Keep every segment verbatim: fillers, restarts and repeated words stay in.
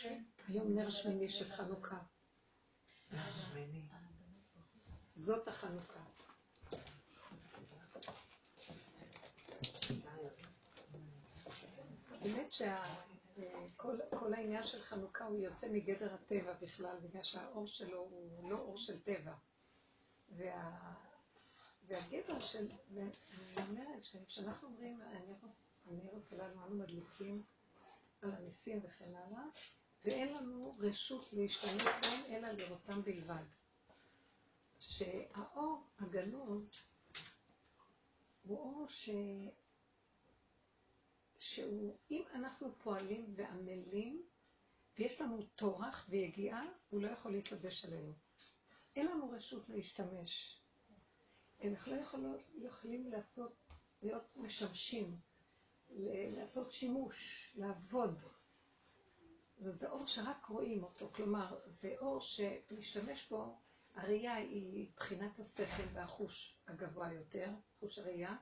היום נר שמיני של חנוכה. זאת החנוכה. באמת שכל העניין של חנוכה הוא יוצא מגדר הטבע בכלל, בגלל שהאור שלו הוא לא אור של טבע. והגדר של, אני אומרת שאנחנו אומרים, הנרות הללו אנו מדליקים על הניסים וכן הלאה, ואין לנו רשות להשתמש בהם אלא לראותם בלבד. שהאור הגנוז הוא אור ש... שהוא, אם אנחנו פועלים ועמלים ויש לנו תורח ויגיעה, הוא לא יכול להתלבש עלינו. אין לנו רשות להשתמש. אנחנו לא יכולים, יכולים לעשות, להיות משמשים, לעשות שימוש, לעבוד. זה, זה אור שרק רואים אותו, כלומר, זה אור שמשתמש בו, הראייה היא בחינת השכל והחוש הגבוה יותר, חוש הראייה,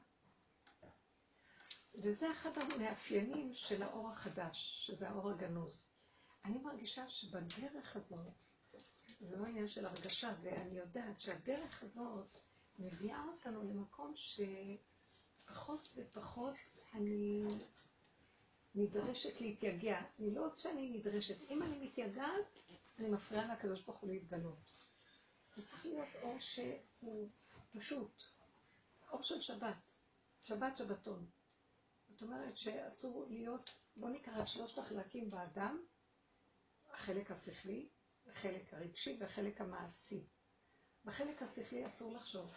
וזה אחד המאפיינים של האור החדש, שזה האור הגנוז. אני מרגישה שבדרך הזאת, זה לא עניין של הרגשה, זה אני יודעת שהדרך הזאת מביאה אותנו למקום שפחות ופחות אני נדרשת להתייגע. אני לא רוצה שאני נדרשת. אם אני מתייגעת, אני מפריעה מהקדוש ברוך הוא להתגלות. זה צריך להיות אור שהוא פשוט, אור של שבת, שבת שבתון. זאת אומרת שאסור להיות, בוא נקרא את שלושת החלקים באדם, החלק השכלי, החלק הרגשי והחלק המעשי. בחלק השכלי אסור לחשוב.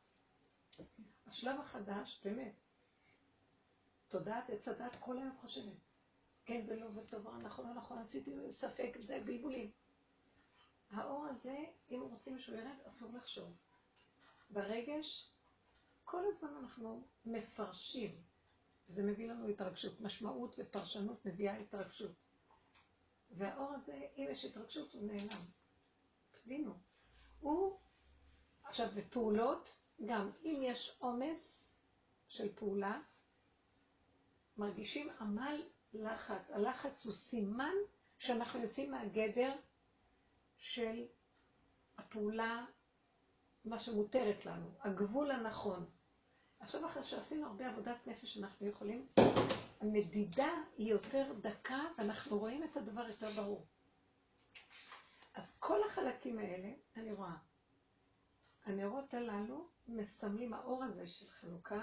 השלב החדש, באמת, תודעת עץ הדת כל היום חושבת. כן ולא וטוב, נכון או נכון, עשיתי ספק, זה בלבולים. האור הזה, אם רוצים שהוא ירד, אסור לחשוב. ברגש, כל הזמן אנחנו מפרשים. זה מביא לנו התרגשות, משמעות ופרשנות מביאה התרגשות. והאור הזה, אם יש התרגשות, הוא נעלם. תבינו. הוא, עכשיו בפעולות, גם אם יש עומס של פעולה, מרגישים עמל לחץ. הלחץ הוא סימן שאנחנו יוצאים מהגדר של הפעולה, מה שמותרת לנו, הגבול הנכון. עכשיו אחרי שעשינו הרבה עבודת נפש, אנחנו יכולים, המדידה היא יותר דקה, ואנחנו רואים את הדבר יותר ברור. אז כל החלקים האלה, אני רואה, הנרות הללו מסמלים, האור הזה של חנוכה,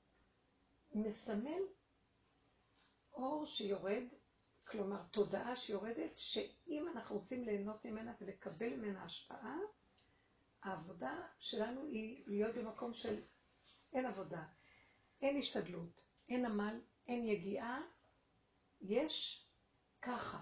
מסמל אור שיורד, כלומר תודעה שיורדת, שאם אנחנו רוצים ליהנות ממנה ולקבל ממנה השפעה, העבודה שלנו היא להיות במקום של אין עבודה, אין השתדלות, אין עמל, אין יגיעה, יש ככה.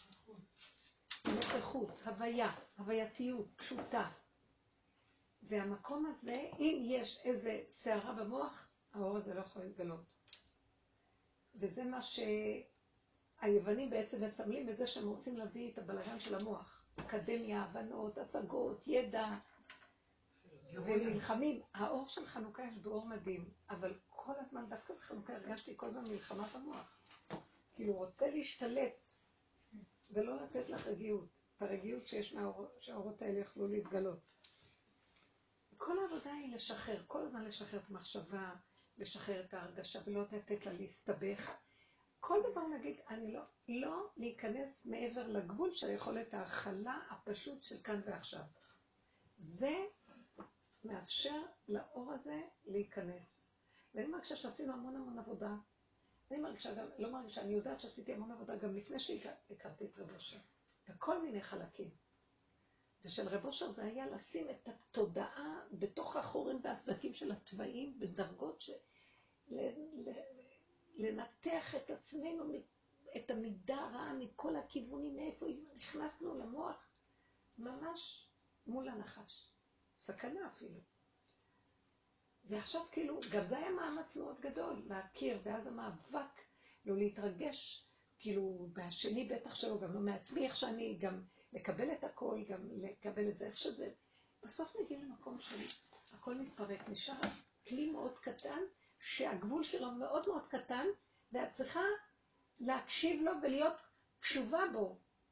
נוכחות, הוויה, הווייתיות, פשוטה. והמקום הזה, אם יש איזה שערה במוח, האור הזה לא יכול להתגלות. וזה מה שהיוונים בעצם מסמלים את זה שהם רוצים להביא את הבלגן של המוח. אקדמיה, הבנות, השגות, ידע ומלחמים. האור של חנוכה יש באור מדהים, אבל כל הזמן, דווקא בחנוכה הרגשתי כל הזמן מלחמה במוח. כאילו הוא רוצה להשתלט ולא לתת לך רגיעות. את הרגיעות שיש מהאור, שהאורות האלה יכלו להתגלות. כל העבודה היא לשחרר, כל הזמן לשחרר את המחשבה, לשחרר את ההרגשה ולא לתת לה להסתבך. כל דבר נגיד, אני לא, לא להיכנס מעבר לגבול של יכולת ההכלה הפשוט של כאן ועכשיו. זה מאפשר לאור הזה להיכנס. ואני מרגישה שעשינו המון המון עבודה. אני מרגישה גם, לא מרגישה, אני יודעת שעשיתי המון עבודה גם לפני שהכרתי את רב אושר. בכל מיני חלקים. ושל רב אושר זה היה לשים את התודעה בתוך החורים והסדקים של הטבעים, בדרגות של... לנתח את עצמנו, את המידה הרעה מכל הכיוונים, מאיפה נכנסנו למוח, ממש מול הנחש. סכנה אפילו. ועכשיו כאילו, גם זה היה מאמץ מאוד גדול, להכיר, ואז המאבק, לא להתרגש, כאילו, מהשני בטח שלו, גם לא מעצמי, איך שאני, גם לקבל את הכל, גם לקבל את זה, איך שזה. בסוף מגיעים למקום של הכל מתפרק, נשאר כלי מאוד קטן, שהגבול שלו מאוד מאוד קטן, ואת צריכה להקשיב לו ולהיות קשובה בו,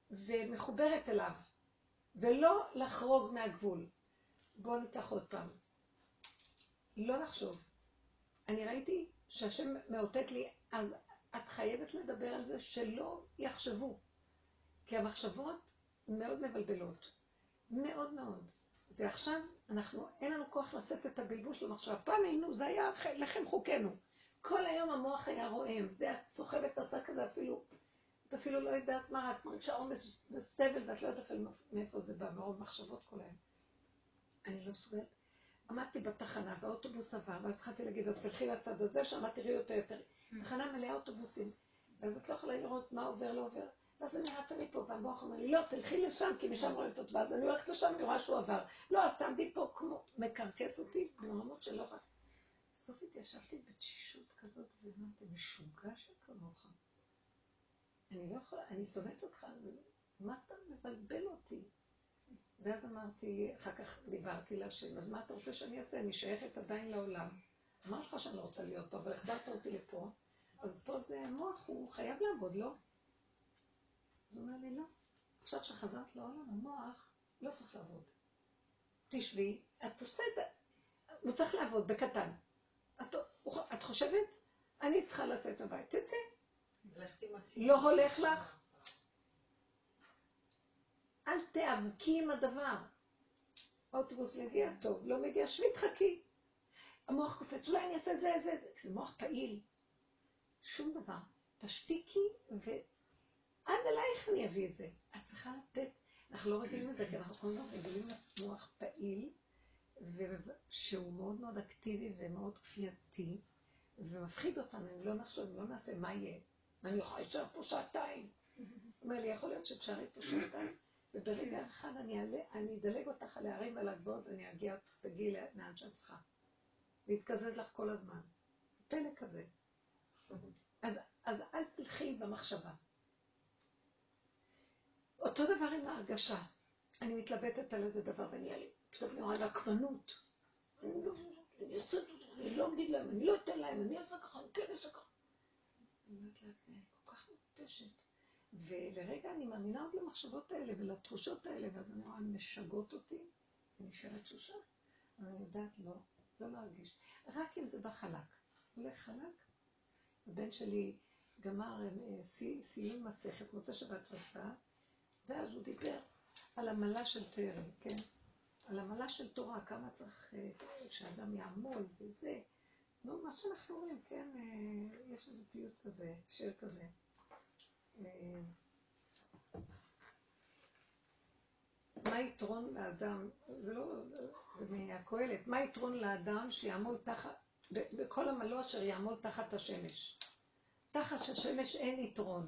ומחוברת אליו, ולא לחרוג מהגבול. בואו ניקח עוד פעם. לא לחשוב. אני ראיתי שהשם מאותת לי, אז את חייבת לדבר על זה שלא יחשבו. כי המחשבות מאוד מבלבלות. מאוד מאוד. ועכשיו אנחנו, אין לנו כוח לשאת את הבלבול של המחשבה. פעם היינו, זה היה לכם חוקנו. כל היום המוח היה רועם, ואת סוחבת עשה כזה אפילו, את אפילו לא יודעת מה, את מרגישה עומס וסבל, ואת לא יודעת אפילו מאיפה זה בא, מרוב מחשבות כל היום. אני לא סוגלת. עמדתי בתחנה, והאוטובוס עבר, ואז התחלתי להגיד, אז תלכי לצד הזה, שם תראי אותו יותר. תחנה מלאה אוטובוסים, ואז את לא יכולה לראות מה עובר, לא עובר. ואז אני רצה מפה, והמוח אומר לי, לא, תלכי לשם, כי משם רואה את אותו, ואז אני הולכת לשם, אני רואה שהוא עבר. לא, אז תעמדי פה כמו מקרקס אותי, ברמות שלא רק. בסוף התיישבתי בתשישות כזאת, ואמרתי, משוגע שכמוך. אני לא יכולה, אני שונאת אותך, מה אתה מבלבל אותי? ואז אמרתי, אחר כך דיברתי להשם, אז מה אתה רוצה שאני אעשה? אני שייכת עדיין לעולם. אמר לך שאני לא רוצה להיות פה, אבל החזרת אותי לפה, אז פה זה מוח, הוא חייב לעבוד, לא? אז הוא אומר לי, לא. עכשיו שחזרת לעולם, המוח לא צריך לעבוד. תשבי, את עושה את זה. הוא צריך לעבוד בקטן. את, את חושבת? אני צריכה לצאת הבית. תצא. לא הולך לך? אל תאבקי עם הדבר. האוטובוס מגיע טוב, לא מגיע, שבי תחכי. המוח קופץ, אולי אני אעשה זה, זה, זה. זה מוח פעיל. שום דבר. תשתיקי ועד אלייך אני אביא את זה. את צריכה לתת. אנחנו לא רגילים לזה, כי אנחנו כל הזמן רגילים למוח פעיל, שהוא מאוד מאוד אקטיבי ומאוד כפייתי, ומפחיד אותנו, אם לא נחשוב, אם לא נעשה, מה יהיה? אני יכולה להישאר פה שעתיים. הוא אומר לי, יכול להיות שתשארי פה שעתיים, וברגע אחד אני, אעלה, אני אדלג אותך על הערים ועל הגבעות, ואני אגיע, תגיעי לאן שאת צריכה. להתקזז לך כל הזמן. פלא כזה. אז, אז אל תלכי במחשבה. אותו דבר עם ההרגשה. אני מתלבטת על איזה דבר, ואני אעלה. פתאום אני רואה נקמנות. אני לא, אני אעשה את זה, אני לא אגיד להם, אני לא אתן להם, אני אעשה ככה, אני כן אעשה ככה. אני אומרת לעצמי, אני כל כך מותשת. ולרגע אני מאמינה עוד למחשבות האלה ולתחושות האלה, ואז אני רואה, משגות אותי, אני נשארת שושה. אבל אני יודעת, לא, לא להרגיש. רק אם זה בא חלק. הולך חלק. הבן שלי גמר סיום מסכת, מוצא שבת ועשה, ואז הוא דיבר על עמלה של תארים, כן? על עמלה של תורה, כמה צריך שאדם יעמול וזה. נו, מה שאנחנו אומרים, כן, יש איזה פיוט כזה, שיר כזה. מה יתרון לאדם, זה לא, זה מהקהלת, מה יתרון לאדם שיעמול תחת, בכל עמלו אשר יעמול תחת השמש. תחת השמש אין יתרון.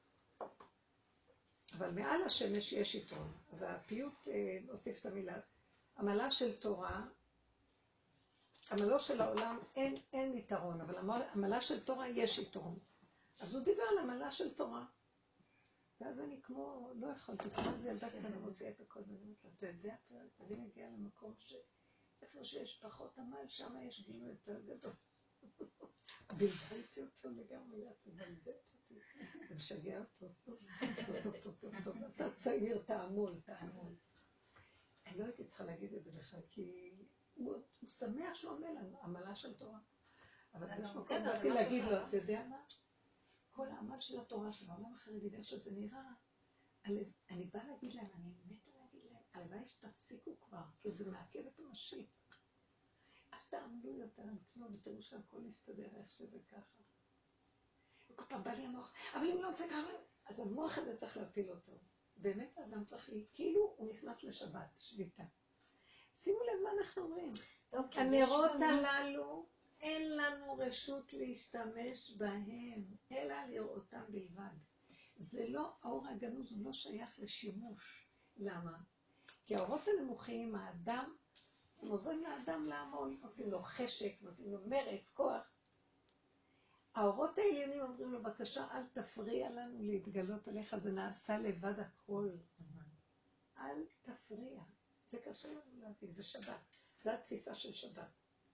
אבל מעל השמש יש יתרון. אז הפיוט הוסיף את המילה. עמלה של תורה, עמלו של העולם אין, אין יתרון, אבל עמלה של תורה יש יתרון. אז הוא דיבר על עמלה של תורה. ואז אני כמו, לא יכולתי, כמו זה ילדה קטנה מוציאה את הכל, ואני אומרת לה, אתה יודע, אני מגיעה למקום שאיפה שיש פחות עמל, שם יש גילו יותר גדול. בלבלתי אותו לגמרי, את מבלבלת אותי, זה משגע אותו. טוב, טוב, טוב, טוב, טוב, אתה צעיר, תעמול, תעמול. אני לא הייתי צריכה להגיד את זה בכלל, כי הוא שמח שהוא עמל על עמלה של תורה. אבל אני לא באתי להגיד לו, אתה יודע מה? כל העמל של התורה של העולם החרדי, ואיך שזה נראה, אני באה להגיד להם, אני מתה להגיד להם, הלוואי שתפסיקו כבר, כי זה מעכב את המשיח. אל תעמלו יותר על כלום, ותראו שהכל יסתדר איך שזה ככה. וכל פעם בא לי המוח, אבל אם לא זה ככה, אז המוח הזה צריך להפיל אותו. באמת האדם צריך לי, כאילו הוא נכנס לשבת, שביתה. שימו לב מה אנחנו אומרים. הנרות הללו, אין לנו רשות להשתמש בהם, אלא לראותם בלבד. זה לא, האור הגנוז הוא לא שייך לשימוש. למה? כי האורות הנמוכים, האדם, הם עוזרים לאדם לעמול, נותנים לו חשק, נותנים לו מרץ, כוח. האורות העליונים אומרים לו, בבקשה, אל תפריע לנו להתגלות עליך, זה נעשה לבד הכל. אל תפריע. זה קשה לנו להבין, זה שבת. זה התפיסה של שבת.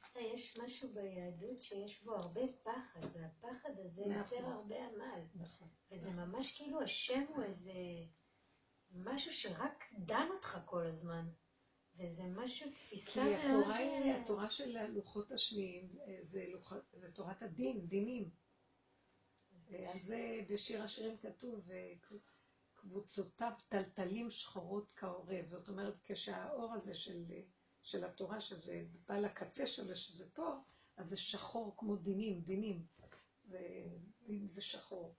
יש משהו ביהדות שיש בו הרבה פחד, והפחד הזה יוצר הרבה עמל. נכון. וזה ממש כאילו השם הוא איזה משהו שרק דן אותך כל הזמן. וזה משהו תפיסה מאוד... כי התורה היא, התורה של הלוחות השניים, זה, לוח, זה תורת הדין, דינים. על זה בשיר השירים כתוב, קבוצותיו טלטלים שחורות כעורב. זאת אומרת, כשהאור הזה של, של התורה, שזה בא לקצה שלו, שזה פה, אז זה שחור כמו דינים, דינים. זה, דין זה שחור.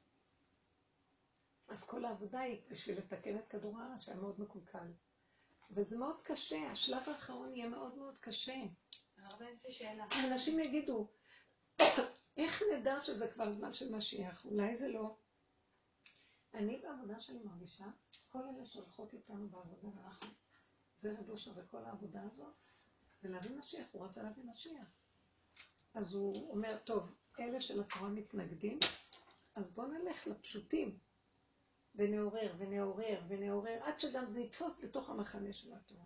אז כל העבודה היא בשביל לתקן את כדור הארץ, שהיה מאוד מקולקל. וזה מאוד קשה, השלב האחרון יהיה מאוד מאוד קשה. הרבה איזה שאלה. אנשים יגידו, איך נדע שזה כבר זמן של משיח? אולי זה לא. אני בעבודה שלי מרגישה, כל אלה שהולכות איתנו בעבודה, ואנחנו, זה רבושה, וכל העבודה הזאת, זה להביא משיח, הוא רצה להביא משיח. אז הוא אומר, טוב, אלה של התורה מתנגדים, אז בואו נלך לפשוטים. ונעורר, ונעורר, ונעורר, עד שגם זה יתפוס בתוך המחנה של התורה.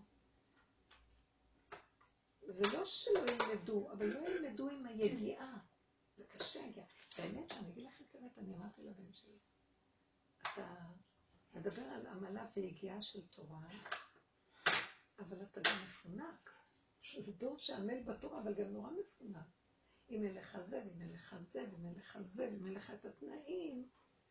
זה לא שלא ילמדו, אבל לא ילמדו עם היגיעה. זה קשה, יגיעה. באמת שאני אגיד לכם כמת, אני אמרתי לבן שלי. אתה מדבר על עמלה ויגיעה של תורה, אבל אתה גם מפונק. זה דור שעמל בתורה, אבל גם נורא מפונק. אם אין לך זה, ואם אין לך זה, ואם אין לך זה, ואם אין לך את התנאים,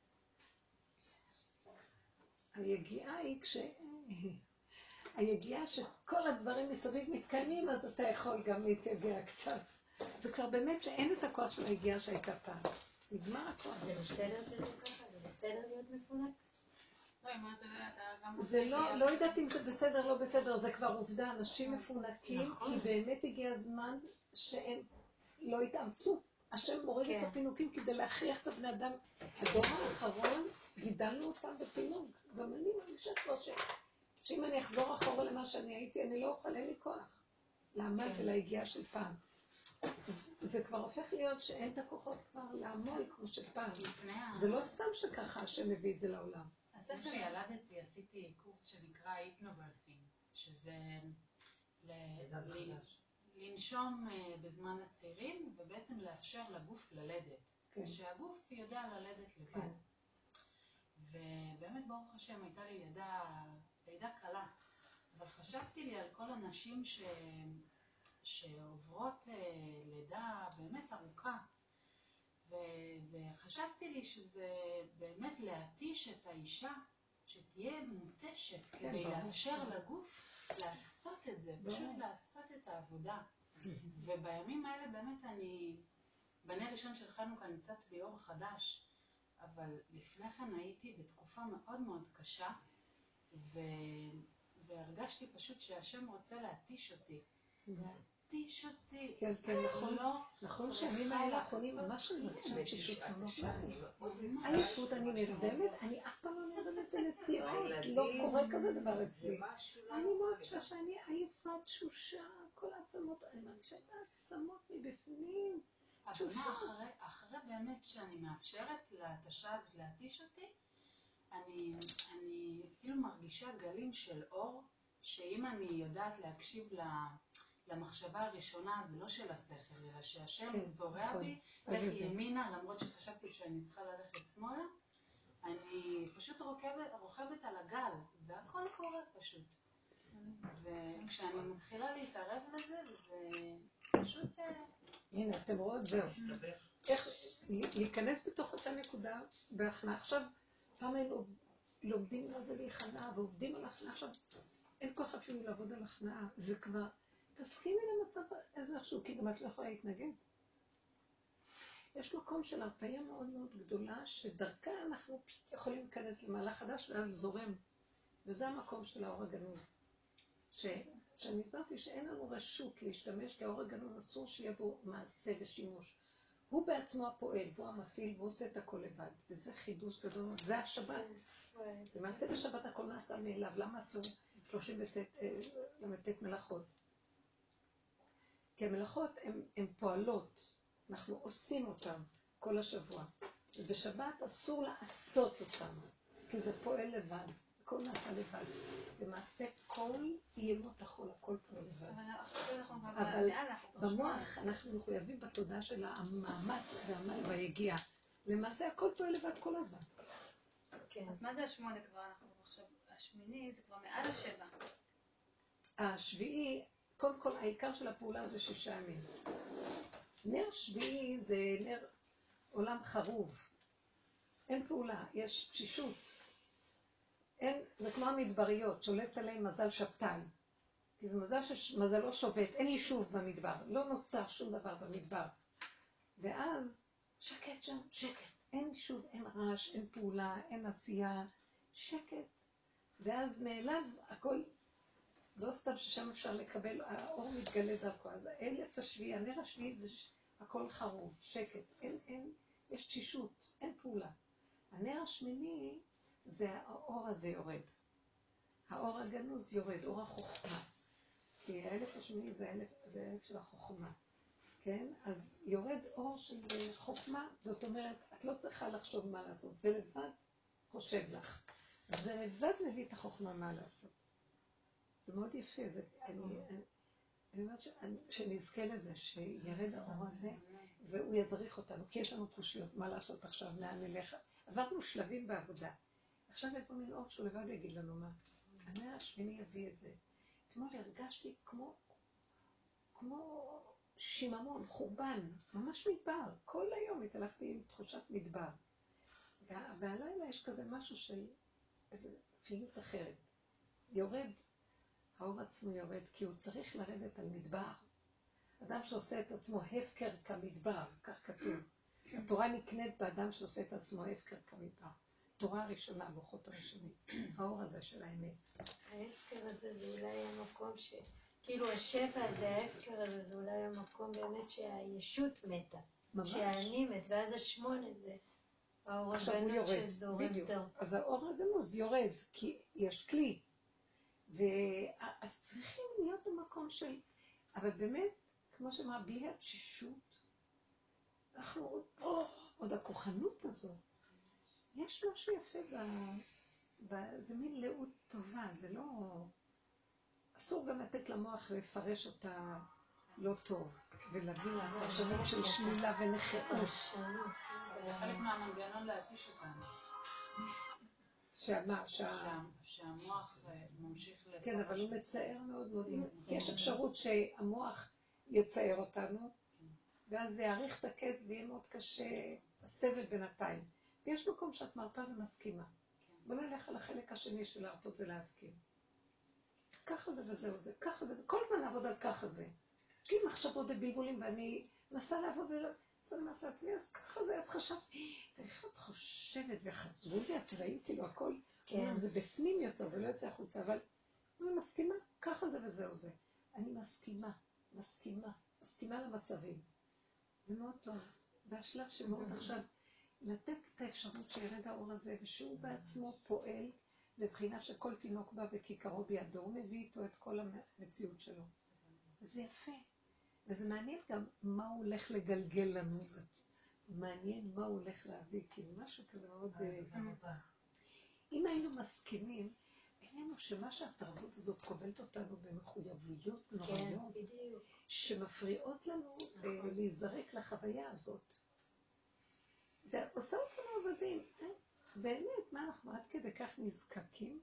היגיעה היא כש... היגיעה שכל הדברים מסביב מתקיימים, אז אתה יכול גם להתייגע קצת. זה כבר באמת שאין את הכוח של היגיעה שהייתה פעם. נגמר הכוח. זה בסדר שזה ככה? זה בסדר להיות מפונק? לא, אם אתה יודע, אתה גם... זה לא, לא יודעת אם זה בסדר, לא בסדר, זה כבר עובדה. אנשים מפונקים, כי באמת הגיע הזמן שהם לא יתאמצו. השם מוריד את הפינוקים כדי להכריח את הבני אדם. הדור האחרון, גידלנו אותם בפינוק. גם אני מרגישה כבר ש... שאם אני אחזור אחורה למה שאני הייתי, אני לא אוכל, אין לי כוח. לעמל ולהגיעה של פעם. זה כבר הופך להיות שאין את הכוחות כבר לעמול כמו שפעם. זה לא סתם שככה השם מביא את זה לעולם. אז איך שילדתי, עשיתי קורס שנקרא היפנוברסינג, שזה לנשום בזמן הצעירים, ובעצם לאפשר לגוף ללדת. שהגוף יודע ללדת לבד. ובאמת ברוך השם הייתה לי לידה, לידה קלה, אבל חשבתי לי על כל הנשים ש... שעוברות לידה באמת ארוכה, ו... וחשבתי לי שזה באמת להתיש את האישה, שתהיה מותשת כן, כדי לאפשר לגוף לעשות את זה, פשוט לעשות את העבודה. ובימים האלה באמת אני, בני ראשון של חנוכה נמצאת ביום חדש, אבל לפני כן הייתי בתקופה מאוד מאוד קשה, ו... והרגשתי פשוט שהשם רוצה להתיש אותי. להתיש אותי. כן, כן, נכון. נכון שהימים האלה האחרונים ממש אני מרגישה תשישות ממש. עייפות, אני נרדמת, אני אף פעם לא נרדמת בנסיעות, לא קורה כזה דבר אצלי. אני מרגישה שאני עייפה, תשושה, כל העצמות, אני מרגישה את העצמות מבפנים. אבל מה, אחרי, אחרי באמת שאני מאפשרת להתשה הזאת להתיש אותי, אני, אני אפילו מרגישה גלים של אור, שאם אני יודעת להקשיב למחשבה הראשונה, זה לא של השכל, אלא שהשם כן, זורע נכון. בי, לך ימינה, למרות שחשבתי שאני צריכה ללכת שמאלה, אני פשוט רוכבת, רוכבת על הגל, והכל קורה פשוט. וכשאני מתחילה להתערב לזה, זה פשוט... הנה, אתם רואות, זהו. איך להיכנס בתוך אותה נקודה בהכנעה. עכשיו, פעם היינו לומדים מה זה להיכנע ועובדים על הכנעה. עכשיו, אין כוח אפילו לעבוד על הכנעה. זה כבר, תסכימי למצב איזשהו, כי גם את לא יכולה להתנגד. יש מקום של הרפאיה מאוד מאוד גדולה, שדרכה אנחנו יכולים להיכנס למהלך חדש, ואז זורם. וזה המקום של האור הגנוז. ש... שאני הסברתי שאין לנו רשות להשתמש, כי האור הגנוז אסור שיהיה בו מעשה ושימוש. הוא בעצמו הפועל, והוא המפעיל, והוא עושה את הכל לבד. וזה חידוש גדול, זה השבת. למעשה בשבת הכל נעשה מאליו, למה אסור שלושים ותשע מלאכות? כי המלאכות הן פועלות, אנחנו עושים אותן כל השבוע. ובשבת אסור לעשות אותן, כי זה פועל לבד. הכל נעשה לבד. למעשה כל ימות החול, הכל פה לבד. אבל במוח אנחנו מחויבים בתודעה של המאמץ והעמל והיגיעה. למעשה הכל פה לבד כל הזמן. אז מה זה השמונה כבר? אנחנו עכשיו, השמיני זה כבר מעל השבע. השביעי, קודם כל העיקר של הפעולה זה שישה ימים. נר שביעי זה נר עולם חרוב. אין פעולה, יש תשישות. אין, זה כמו המדבריות, שולט עליהם מזל שבתן. כי זה מזל שמזלו שובת, אין יישוב במדבר, לא נוצר שום דבר במדבר. ואז שקט שם, שקט. אין יישוב, אין רעש, אין פעולה, אין עשייה, שקט. ואז מאליו הכל, לא סתם ששם אפשר לקבל, האור מתגלה דרכו. אז האלף השביעי, הנר השביעי זה הכל חרוב, שקט. אין, אין, יש תשישות, אין פעולה. הנר השמיני זה האור הזה יורד. האור הגנוז יורד, אור החוכמה. כי האלף השמיני זה האלף, זה האלף של החוכמה. כן? אז יורד אור של חוכמה, זאת אומרת, את לא צריכה לחשוב מה לעשות, זה לבד חושב לך. זה לבד מביא את החוכמה מה לעשות. זה מאוד יפה, זה, אני, אני, אני אומרת שנזכה לזה, שירד האור הזה, והוא ידריך אותנו, כי יש לנו תחושיות מה לעשות עכשיו, לאן נלך. עברנו שלבים בעבודה. עכשיו יבוא מין אור שהוא לבד יגיד לנו מה. הנר השמיני יביא את זה. אתמול הרגשתי כמו, כמו שיממון, חורבן, ממש מדבר. כל היום התהלכתי עם תחושת מדבר. והלילה יש כזה משהו של איזו פעילות אחרת. יורד, האור עצמו יורד, כי הוא צריך לרדת על מדבר. אדם שעושה את עצמו הפקר כמדבר, כך כתוב. התורה נקנית באדם שעושה את עצמו הפקר כמדבר. תורה הראשונה, לוחות הראשונים. האור הזה של האמת. ההפקר הזה זה אולי המקום ש... כאילו השפע הזה, ההפקר הזה, זה אולי המקום באמת שהישות מתה. ממש. שהאני מת, ואז השמונה זה האור הגנוז שזורם טוב. אז האור הגנוז יורד, כי יש כלי. ואז צריכים להיות במקום של... אבל באמת, כמו שאמרה, בלי התשישות, אנחנו פה, עוד הכוחנות הזאת. יש משהו יפה ב... ב... זה מין לאות טובה, זה לא... אסור גם לתת למוח לפרש אותה לא טוב, ולהביא לה פרשנות של שלילה ונחרות. זה חלק מהמנגנון להתיש אותנו. שמה? שהמוח ממשיך לפרש. כן, אבל הוא מצער מאוד מאוד. יש אפשרות שהמוח יצער אותנו, ואז זה יאריך את הכס ויהיה מאוד קשה הסבל בינתיים. ויש מקום שאת מרפה ומסכימה. בוא נלך על החלק השני של להרפות ולהסכים. ככה זה וזהו זה, ככה זה, וכל הזמן נעבוד על ככה זה. יש לי מחשבות ובלבולים ואני נסה לעבוד ולא... אז אני אומרת לעצמי, אז ככה זה, אז חשבתי, איך את חושבת וחזרו לי הטבעים, כאילו הכל, כן. זה בפנים יותר, זה לא יוצא החוצה, אבל אני מסכימה, ככה זה וזהו זה. אני מסכימה, מסכימה, מסכימה למצבים. זה מאוד טוב. זה השלב שמאוד עכשיו, לתת את האפשרות שירד האור הזה, ושהוא בעצמו פועל לבחינה שכל תינוק בא וכיכרו בידו, הוא מביא איתו את כל המציאות שלו. וזה יפה. וזה מעניין גם מה הוא הולך לגלגל לנו. מעניין מה הוא הולך להביא, כאילו משהו כזה מאוד... אם היינו מסכימים, בינינו שמה שהתרבות הזאת קובלת אותנו במחויבויות נוראיות, שמפריעות לנו להיזרק לחוויה הזאת. ועושה אותנו עבדים. באמת, מה אנחנו עד כדי כך נזקקים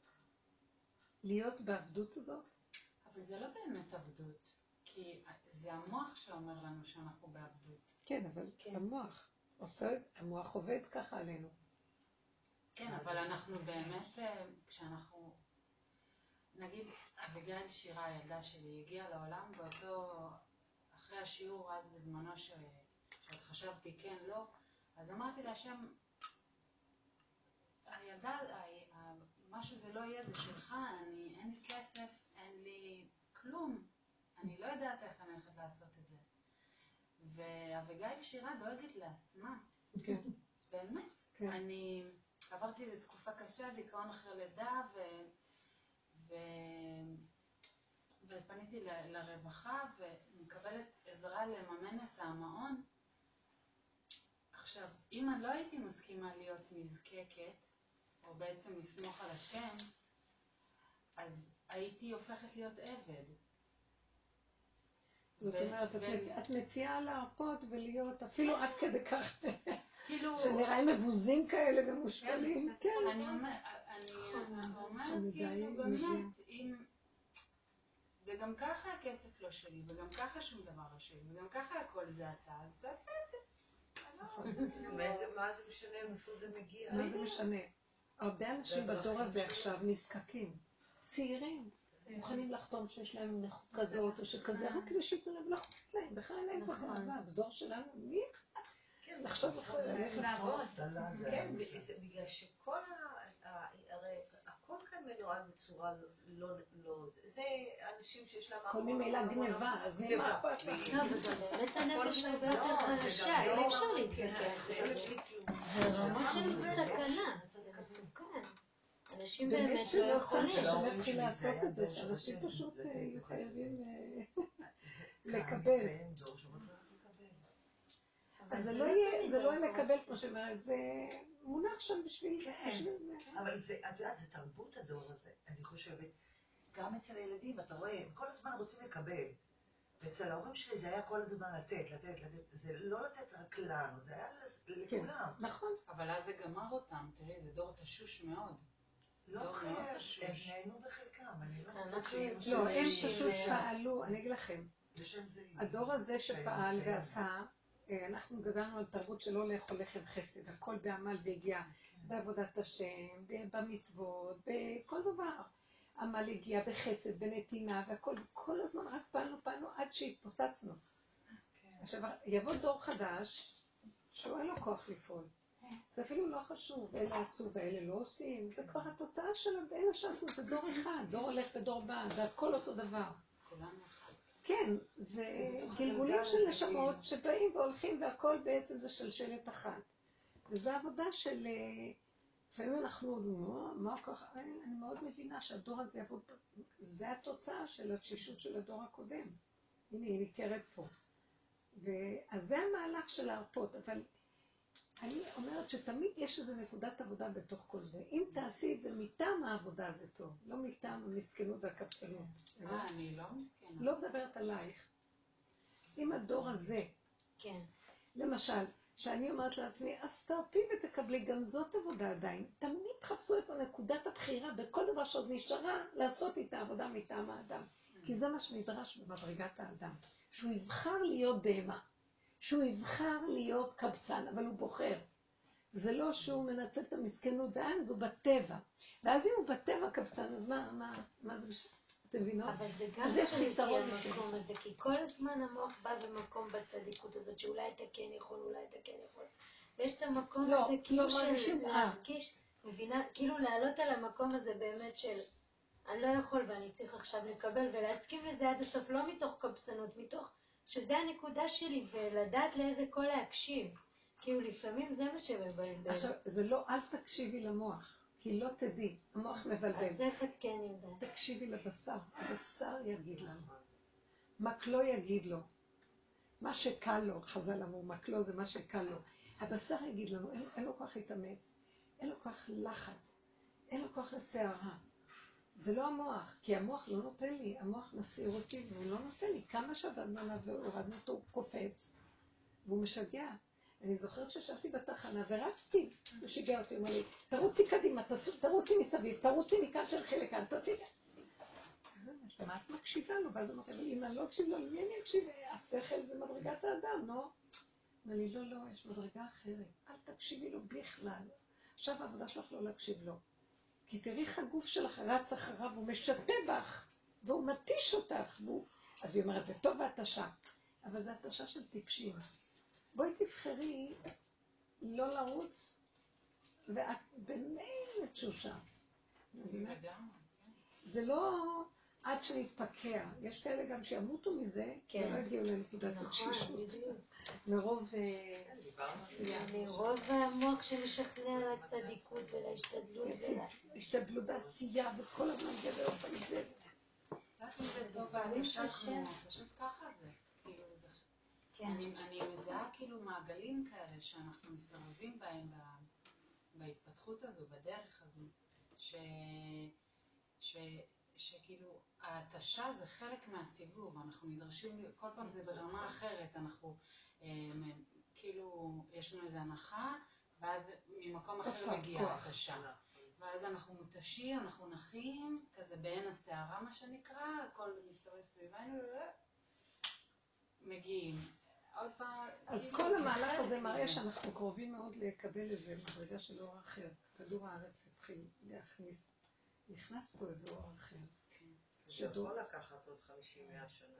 להיות בעבדות הזאת? אבל זה לא באמת עבדות, כי זה המוח שאומר לנו שאנחנו בעבדות. כן, אבל כן. המוח עושה, המוח עובד ככה עלינו. כן, אבל אנחנו באמת, כשאנחנו, נגיד, אביגיל שירה, הילדה שלי, הגיעה לעולם באותו, אחרי השיעור אז בזמנו ש... שעוד חשבתי כן, לא, אז אמרתי לה שם, הילדה, מה שזה לא יהיה זה שלך, אני, אין לי כסף, אין לי כלום, אני לא יודעת איך אני הולכת לעשות את זה. ואביגיל שירה דואגת לעצמה. כן. באמת. כן. אני עברתי איזו תקופה קשה, דיכאון אחרי לידה, ו... ו... ופניתי ל... לרווחה, ומקבלת עזרה לממן את המעון. עכשיו, אם אני לא הייתי מסכימה להיות נזקקת, או בעצם לסמוך על השם, אז הייתי הופכת להיות עבד. זאת אומרת, את מציעה להרפות ולהיות אפילו עד כדי כך, שנראה מבוזים כאלה ומושפלים. כן. אני אומרת, כאילו באמת, אם... זה גם ככה הכסף לא שלי, וגם ככה שום דבר לא שלי, וגם ככה הכל זה אתה, אז תעשה את זה. מה זה משנה, איפה זה מגיע? מה זה משנה? הרבה אנשים בדור הזה עכשיו נזקקים. צעירים, מוכנים לחתום שיש להם נכות כזאת או שכזה, רק כדי שיתנו להם לחתום להם, בכלל אין פה גאווה. בדור שלנו, מי? לחשוב לך לעבוד. כן, בגלל שכל הרי הכל כאן מנוהל בצורה לא, זה אנשים שיש להם... כל ממילא גניבה, אז מי מה אכפת לך? לא, וגם באמת הנפש הרבה יותר חלשה, אי אפשר להתגסח לזה. זה רמות של סכנה, זה מסוכן. אנשים באמת לא יכולים. באמת שלא מתחיל לעשות את זה, שאנשים פשוט יהיו חייבים לקבל. אז זה לא יהיה מקבל, כמו שאומרת, זה מונח שם בשביל זה. אבל את יודעת, זה תרבות הדור הזה, אני חושבת, גם אצל הילדים, אתה רואה, הם כל הזמן רוצים לקבל. ואצל ההורים שלי זה היה כל הזמן לתת, לתת, לתת. זה לא לתת רק לנו, זה היה לכולם. נכון. אבל אז זה גמר אותם, תראי, זה דור תשוש מאוד. לא חייב, הם נהנו בחלקם, אני לא רוצה שהם... לא, הם פשוט פעלו, אני אגיד לכם, הדור הזה שפעל ועשה, אנחנו גדלנו על תרבות שלא לאכול לחם חסד, הכל בעמל והגיע בעבודת השם, במצוות, בכל דבר. עמל הגיע בחסד, בנתינה, והכל, כל הזמן רק פעלנו, פעלנו עד שהתפוצצנו. עכשיו, יבוא דור חדש, שהוא אין לו כוח לפעול. זה אפילו לא חשוב, אלה עשו ואלה לא עושים, זה כבר התוצאה של אלה שעשו, זה דור אחד, דור הולך ודור בא, זה הכל אותו דבר. כן, זה גלגולים של נשמות שבאים והולכים והכל בעצם זה שלשלת אחת. וזו עבודה של... לפעמים אנחנו, מה ככה, אני מאוד מבינה שהדור הזה יבוא, זה התוצאה של התשישות של הדור הקודם. הנה, היא ניכרת פה. אז זה המהלך של ההרפות, אבל אני אומרת שתמיד יש איזו נקודת עבודה בתוך כל זה. אם תעשי את זה מטעם העבודה זה טוב, לא מטעם המסכנות והקפצנות. אה, אני לא מסכנה. לא מדברת עלייך. אם הדור הזה, כן. למשל, שאני אומרת לעצמי, אז תרפי ותקבלי, גם זאת עבודה עדיין. תמיד תחפשו את נקודת הבחירה בכל דבר שעוד נשארה, לעשות את העבודה מטעם האדם. כי זה מה שנדרש במדרגת האדם. שהוא יבחר להיות בהמה. שהוא יבחר להיות קבצן, אבל הוא בוחר. זה לא שהוא מנצל את המסכנות, אז הוא בטבע. ואז אם הוא בטבע קבצן, אז מה, מה, מה זה בשביל? אתם מבינות? אבל זה גם לפי המקום הזה, כי כל הזמן המוח בא במקום בצדיקות הזאת, שאולי אתה כן יכול, אולי אתה כן יכול. ויש את המקום הזה כאילו של להרגיש, מבינה, כאילו לעלות על המקום הזה באמת של אני לא יכול ואני צריך עכשיו לקבל ולהסכים לזה עד הסוף, לא מתוך קבצנות, מתוך שזה הנקודה שלי ולדעת לאיזה קול להקשיב. כאילו לפעמים זה מה שמבלבל. עכשיו, זה לא, אל תקשיבי למוח. כי לא תדעי, המוח מבלבל. השכל כן יודע. תקשיבי לבשר, הבשר יגיד לנו. מקלו יגיד לו. מה שקל לו, חז"ל אמרו, מקלו זה מה שקל לו. הבשר יגיד לנו, אין, אין לו כוח להתאמץ, אין לו כוח לחץ, אין לו כוח לסערה. זה לא המוח, כי המוח לא נותן לי, המוח מסעיר אותי והוא לא נותן לי. כמה שעבדנו עליו והורדנו אותו, הוא קופץ, והוא משגע. אני זוכרת ששבתי בתחנה ורצתי, הוא שיגע אותי, אומר לי, תרוצי קדימה, תרוצי מסביב, תרוצי מכאן של חלק, אל תעשי. מה את מקשיבה לו? ואז אמרתי, אבל אם אני לא אקשיב לו, למי אני אקשיב? השכל זה מדרגת האדם, לא? אמר לי, לא, לא, יש מדרגה אחרת, אל תקשיבי לו בכלל. עכשיו העבודה שלך לא להקשיב לו. כי תראי איך הגוף שלך רץ אחריו, הוא משתה בך, והוא מתיש אותך. והוא... אז היא אומרת, זה טוב והתשה, אבל זה התשה של טיפשים. בואי תבחרי לא לרוץ, ואת במילא תשושה. זה לא עד שנתפקע. יש כאלה גם שימותו מזה, ולא הגיעו לנקודת התשישות. מרוב עשייה. מרוב המוח שמשכנע לצדיקות ולהשתדלות. השתדלו בעשייה, וכל הזמן גבר אותה מזה. זה טוב והתשה כמו, פשוט ככה זה. אני מזהה כאילו מעגלים כאלה שאנחנו מסתובבים בהם בהתפתחות הזו, בדרך הזו, ש... ש... שכאילו ההתשה זה חלק מהסיבוב, אנחנו נדרשים, כל פעם זה ברמה אחרת, אנחנו אה, כאילו, יש לנו איזו הנחה, ואז ממקום אחר מגיע ההתשה. ואז אנחנו מותשים, אנחנו נחים, כזה בעין הסערה מה שנקרא, הכל מסתובב סביבנו, מגיעים. עוד פעם... אז כל המהלך הזה מראה שאנחנו קרובים מאוד לקבל איזה מדרגה של אור אחר. כדור הארץ התחיל להכניס, נכנס פה איזה אור אחר. זה יכול לקחת עוד חמישים מאה שנה.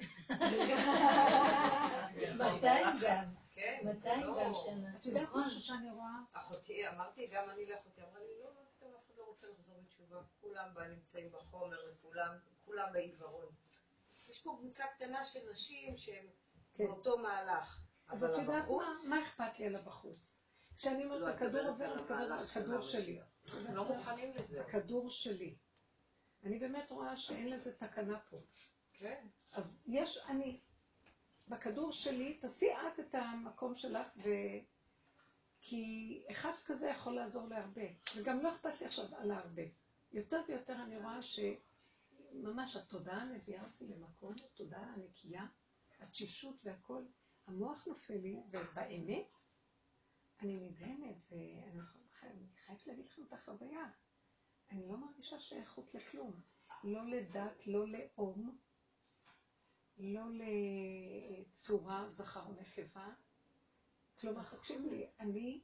מאתיים גם. כן, מאתיים גם שנה. את יודעת משהו שאני רואה? אחותי, אמרתי, גם אני לאחותי, אמרה לי, לא, לא, פתאום אף אחד לא רוצה לחזור בתשובה. כולם בה נמצאים בחומר, וכולם בעיוורון. יש פה קבוצה קטנה של נשים שהן באותו מהלך. אז את יודעת מה אכפת לי על הבחוץ? כשאני אומרת, הכדור עובר, אני מדברת על הכדור שלי. לא מוכנים לזה. הכדור שלי. אני באמת רואה שאין לזה תקנה פה. כן. אז יש אני, בכדור שלי, תעשי את את המקום שלך, ו... כי אחד כזה יכול לעזור להרבה. וגם לא אכפת לי עכשיו על הרבה. יותר ויותר אני רואה שממש התודעה מביאה אותי למקום, התודעה הנקייה, התשישות והכל, המוח נופל לי, ובאמת, אני נדהמת, זה, אני חייבת להגיד לכם את החוויה. אני לא מרגישה שייכות לכלום. לא לדת, לא לאום, לא לצורה, זכר או נקבה. כלומר, תקשיבו לי, אני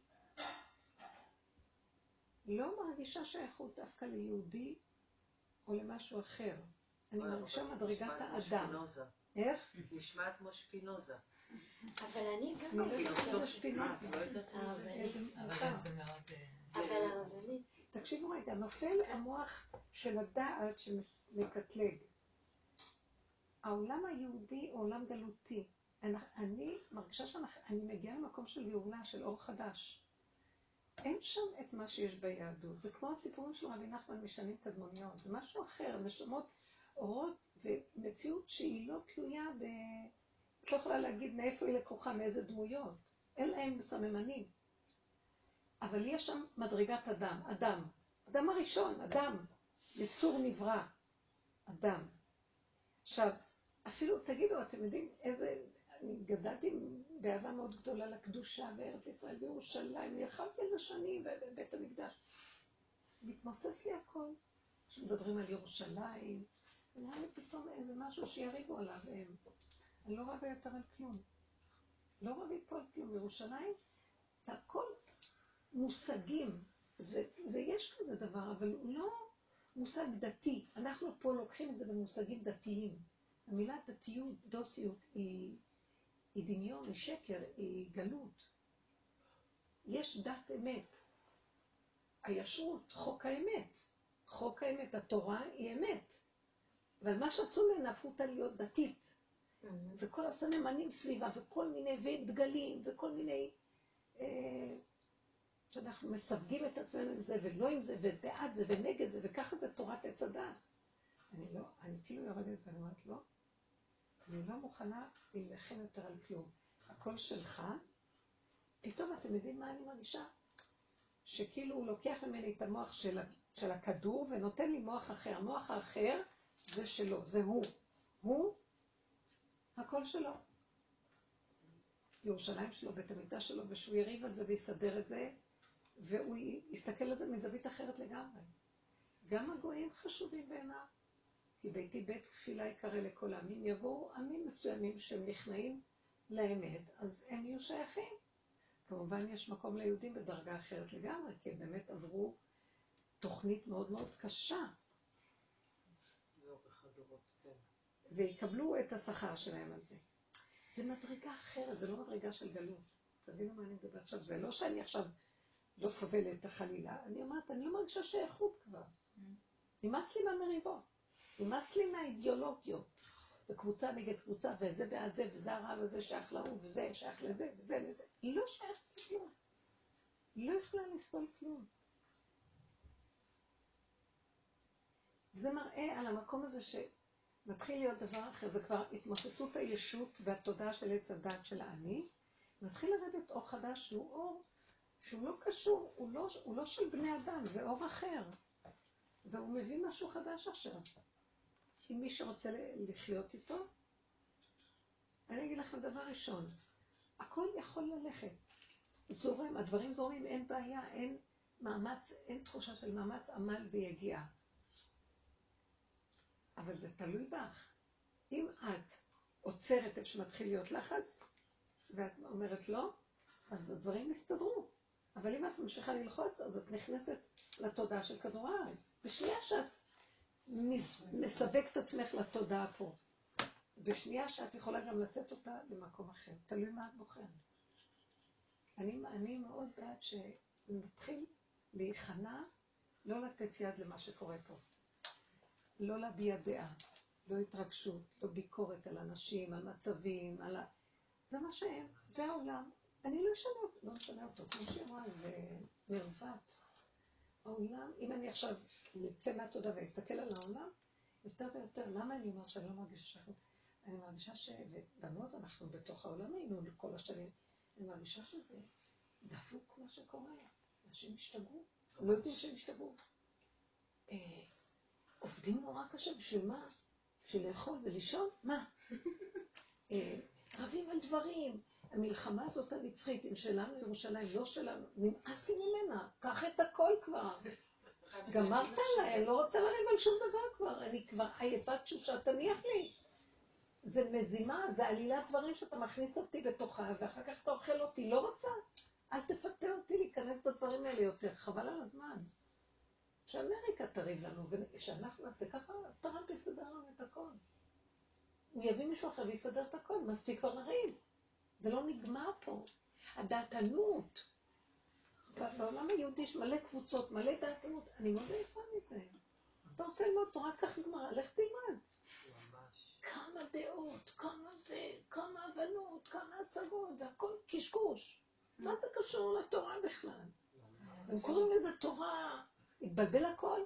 לא מרגישה שייכות דווקא ליהודי או למשהו אחר. אני מרגישה מדרגת האדם. איך? נשמע כמו שפינוזה. אבל אני גם... אני לא יודעת שזה שפינוזה. אבל הרבנית. תקשיבו רגע, נופל המוח של הדעת שמקטלג. העולם היהודי הוא עולם גלותי. אני מרגישה שאני מגיעה למקום של גאולה, של אור חדש. אין שם את מה שיש ביהדות. זה כמו הסיפורים של רבי נחמן משנים קדמוניות. זה משהו אחר, נשמות אורות ומציאות שהיא לא תלויה ב... את לא יכולה להגיד מאיפה היא לקוחה, מאיזה דמויות. אין להם סממנים. אבל יש שם מדרגת אדם, אדם. אדם הראשון, אדם. יצור נברא. אדם. עכשיו, אפילו תגידו, אתם יודעים איזה... אני גדלתי באהבה מאוד גדולה לקדושה בארץ ישראל וירושלים, נלחמתי על זה שנים בבית המקדש. מתמוסס לי הכל. כשמדברים על ירושלים, נראה לי פתאום איזה משהו שיריבו עליו הם. אני לא רבה יותר על כלום. לא רבה פה על כלום. ירושלים זה הכל מושגים. זה, זה יש כזה דבר, אבל הוא לא מושג דתי. אנחנו פה לוקחים את זה במושגים דתיים. המילה דתיות, דוסיות, היא, היא דמיון, היא שקר, היא גלות. יש דת אמת. הישרות, חוק האמת. חוק האמת, התורה היא אמת. אבל מה שעשו להם הפכו אותה להיות דתית. Mm-hmm. וכל הסממנים סביבה, וכל מיני ודגלים, וכל מיני... אה, שאנחנו מסווגים את עצמנו עם זה, ולא עם זה, ובעד זה, ונגד זה, וככה זה תורת עץ הדת. אני לא, אני כאילו יורדת ואני אומרת, לא. אני לא מוכנה להילחם יותר על כלום. הכל שלך. פתאום אתם יודעים מה אני מרגישה? שכאילו הוא לוקח ממני את המוח של, של הכדור, ונותן לי מוח אחר. המוח האחר זה שלו, זה הוא. הוא, הכל שלו. ירושלים שלו, בית המקדש שלו, ושהוא יריב על זה ויסדר את זה, והוא יסתכל על זה מזווית אחרת לגמרי. גם הגויים חשובים בעיניו, כי ביתי בית תפילה יקרא לכל העמים, יבואו עמים מסוימים שהם נכנעים לאמת, אז הם יהיו שייכים. כמובן יש מקום ליהודים בדרגה אחרת לגמרי, כי הם באמת עברו תוכנית מאוד מאוד קשה. ויקבלו את השכר שלהם על זה. זה מדרגה אחרת, זה לא מדרגה של גלות. תבינו מה אני מדבר עכשיו, זה לא שאני עכשיו לא סובלת את החלילה. אני אומרת, אני לא מרגישה שייכות כבר. נמאס לי מהמריבות. נמאס לי מהאידיאולוגיות. וקבוצה נגד קבוצה, וזה בעד זה, וזה הרב הזה שייך להוא, וזה שייך לזה, וזה לזה. היא לא שייך לכלום. היא לא יכולה לסבול כלום. זה מראה על המקום הזה שמתחיל להיות דבר אחר. זה כבר התמוססות הישות והתודעה של עץ הדת של האני. מתחיל לרדת אור חדש שהוא אור שהוא לא קשור, הוא לא, הוא לא של בני אדם, זה אור אחר. והוא מביא משהו חדש עכשיו. אם מי שרוצה לחיות איתו, אני אגיד לכם דבר ראשון, הכל יכול ללכת. זורם, הדברים זורמים, אין בעיה, אין מאמץ, אין תחושה של מאמץ, עמל ויגיע. אבל זה תלוי בך. אם את עוצרת את שמתחיל להיות לחץ, ואת אומרת לא, אז הדברים יסתדרו. אבל אם את ממשיכה ללחוץ, אז את נכנסת לתודעה של כדור הארץ. בשנייה שאת מסבק את עצמך לתודעה פה, בשנייה שאת יכולה גם לצאת אותה למקום אחר. תלוי מה את בוחרת. אני, אני מאוד בעד שנתחיל להיכנע, לא לתת יד למה שקורה פה. לא להביע דעה, לא התרגשות, לא ביקורת על אנשים, על מצבים, על ה... זה מה שהם, זה העולם. אני לא אשנה אותו, לא משנה אותו. כמו שאמרה, זה מרוות. העולם, אם אני עכשיו נצא מהתודה ואסתכל על העולם, יותר ויותר, למה אני אומרת שאני לא מרגישה שייכות? אני מרגישה ש... ובנות, אנחנו בתוך העולם היינו כל השנים, אני מרגישה שזה דפוק מה שקורה. אנשים השתגעו, לא יודעים שהם השתגעו. עובדים נורא קשה, בשביל מה? בשביל לאכול ולישון? מה? רבים על דברים. המלחמה הזאת הנצחית, אם שלנו ירושלים, לא שלנו, נמאס לי ממנה, קח את הכל כבר. גמרת עליי, אני לא רוצה לריב על שום דבר כבר, אני כבר עייפה תשושה, תניח לי. זה מזימה, זה עלילת דברים שאתה מכניס אותי בתוכה, ואחר כך אתה אוכל אותי, לא רוצה. אל תפתה אותי להיכנס בדברים האלה יותר, חבל על הזמן. שאמריקה תריב לנו, ושאנחנו נעשה ככה, טראמפ יסדר לנו את הכל. הוא יביא מישהו אחר ויסדר את הכל, מספיק כבר לריב. זה לא נגמר פה. הדעתנות. בעולם היהודי יש מלא קבוצות, מלא דעתנות. אני מאוד עייפה מזה. אתה רוצה ללמוד תורה כך גמרא, לך תלמד. כמה דעות, כמה זה, כמה הבנות, כמה השגות, והכל קשקוש. מה זה קשור לתורה בכלל? הם קוראים לזה תורה. התבלבל הכל.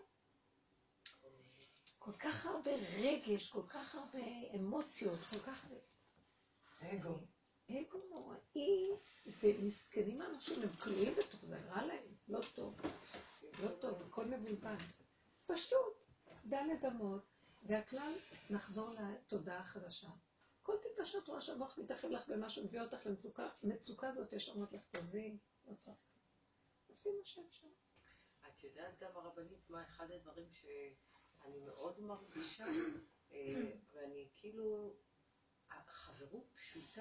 כל כך הרבה רגש, כל כך הרבה אמוציות, כל כך הרבה... אגו. אגו נוראי, ומסכנים האנשים, הם כלואים בתוך זה, רע להם, לא טוב. לא טוב, הכל מבולבל. פשוט, דלת אמות, והכלל נחזור לתודעה החדשה. כל טיפה שאת רואה שהמוח מתאחד לך במשהו, מביא אותך למצוקה, מצוקה הזאת יש אומרת לך, תעזבי, לא צריך. עושים מה שאפשר. את יודעת גם הרבנית מה אחד הדברים שאני מאוד מרגישה, ואני כאילו, חברות פשוטה,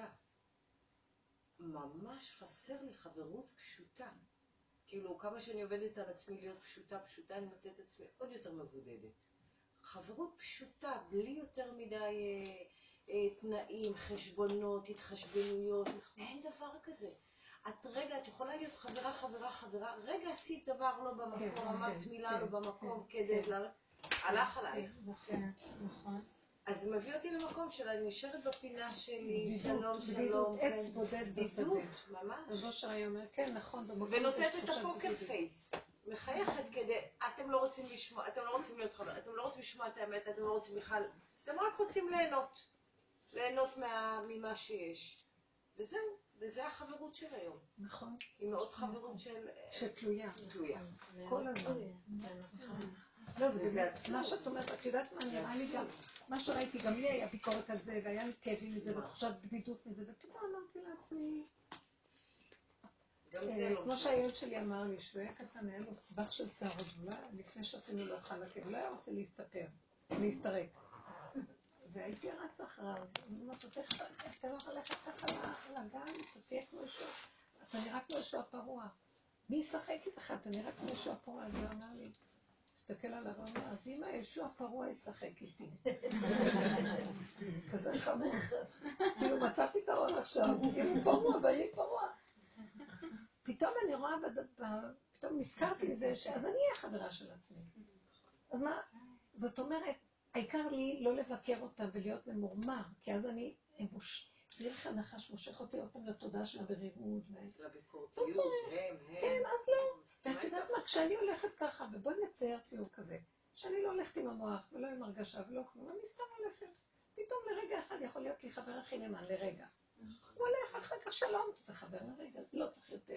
ממש חסר לי חברות פשוטה. כאילו כמה שאני עובדת על עצמי להיות פשוטה, פשוטה, אני מוצאת את עצמי עוד יותר מבודדת. חברות פשוטה, בלי יותר מדי אה, אה, תנאים, חשבונות, התחשבנויות, אין דבר כזה. את רגע, את יכולה להיות חברה, חברה, חברה, רגע עשית דבר לא במקום, אמרת מילה לא במקום, כדי, הלך עלייך. נכון. אז זה מביא אותי למקום שלה, אני נשארת בפינה שלי, שלום, שלום. בדידות, עץ בודד בשדה. בדידות, ממש. אז לא שראי אומר, כן, נכון, במקום ונותנת את הפוקר פייס. מחייכת כדי, אתם לא רוצים לשמוע, אתם לא רוצים להיות חבר, אתם לא רוצים לשמוע את האמת, אתם לא רוצים בכלל, אתם רק רוצים ליהנות. ליהנות ממה שיש. וזהו. וזה החברות של היום. נכון. היא מאוד חברות של... שתלויה. תלויה. כל הזמן. לא, זה מה שאת אומרת, את יודעת מה נראה לי גם, מה שראיתי, גם לי היה ביקורת על זה, והיה לי כאבים מזה, ותחושת בדידות מזה, ופתאום אמרתי לעצמי, כמו שהילד שלי אמר לי, שהוא היה קטן, היה לו סבך של שערות, לפני שעשינו לו חלקה, הוא לא היה רוצה להסתפר, להסתרק. והייתי רץ אחריו, אני אומרת, אתה לא הולכת ככה לגן, אתה תהיה כמו ישוע, אתה נראה כמו ישוע פרוע. מי ישחק איתך? אתה נראה כמו ישוע פרוע, אז הוא אמר לי, תסתכל עליו, הוא אומר, אז אם הישוע פרוע ישחק איתי. כזה חמור. כאילו מצא פתרון עכשיו, אם הוא פרוע ואני פרוע. פתאום אני רואה, פתאום נזכרתי מזה, שאז אני אהיה חברה של עצמי. אז מה, זאת אומרת, העיקר לי לא לבקר אותם ולהיות ממורמר, כי אז אני אמוש... דרך הנחש מושך אותי אותם לתודעה של הברירות. לביקורתיות, הם, הם. כן, אז לא. ואת יודעת מה, כשאני הולכת ככה, ובואי נצייר ציור כזה, שאני לא הולכת עם המוח ולא עם הרגשה ולא כלום, אני סתם הולכת. פתאום לרגע אחד יכול להיות לי חבר הכי נאמן, לרגע. הוא הולך אחר כך שלום, זה חבר לרגע, לא צריך יותר.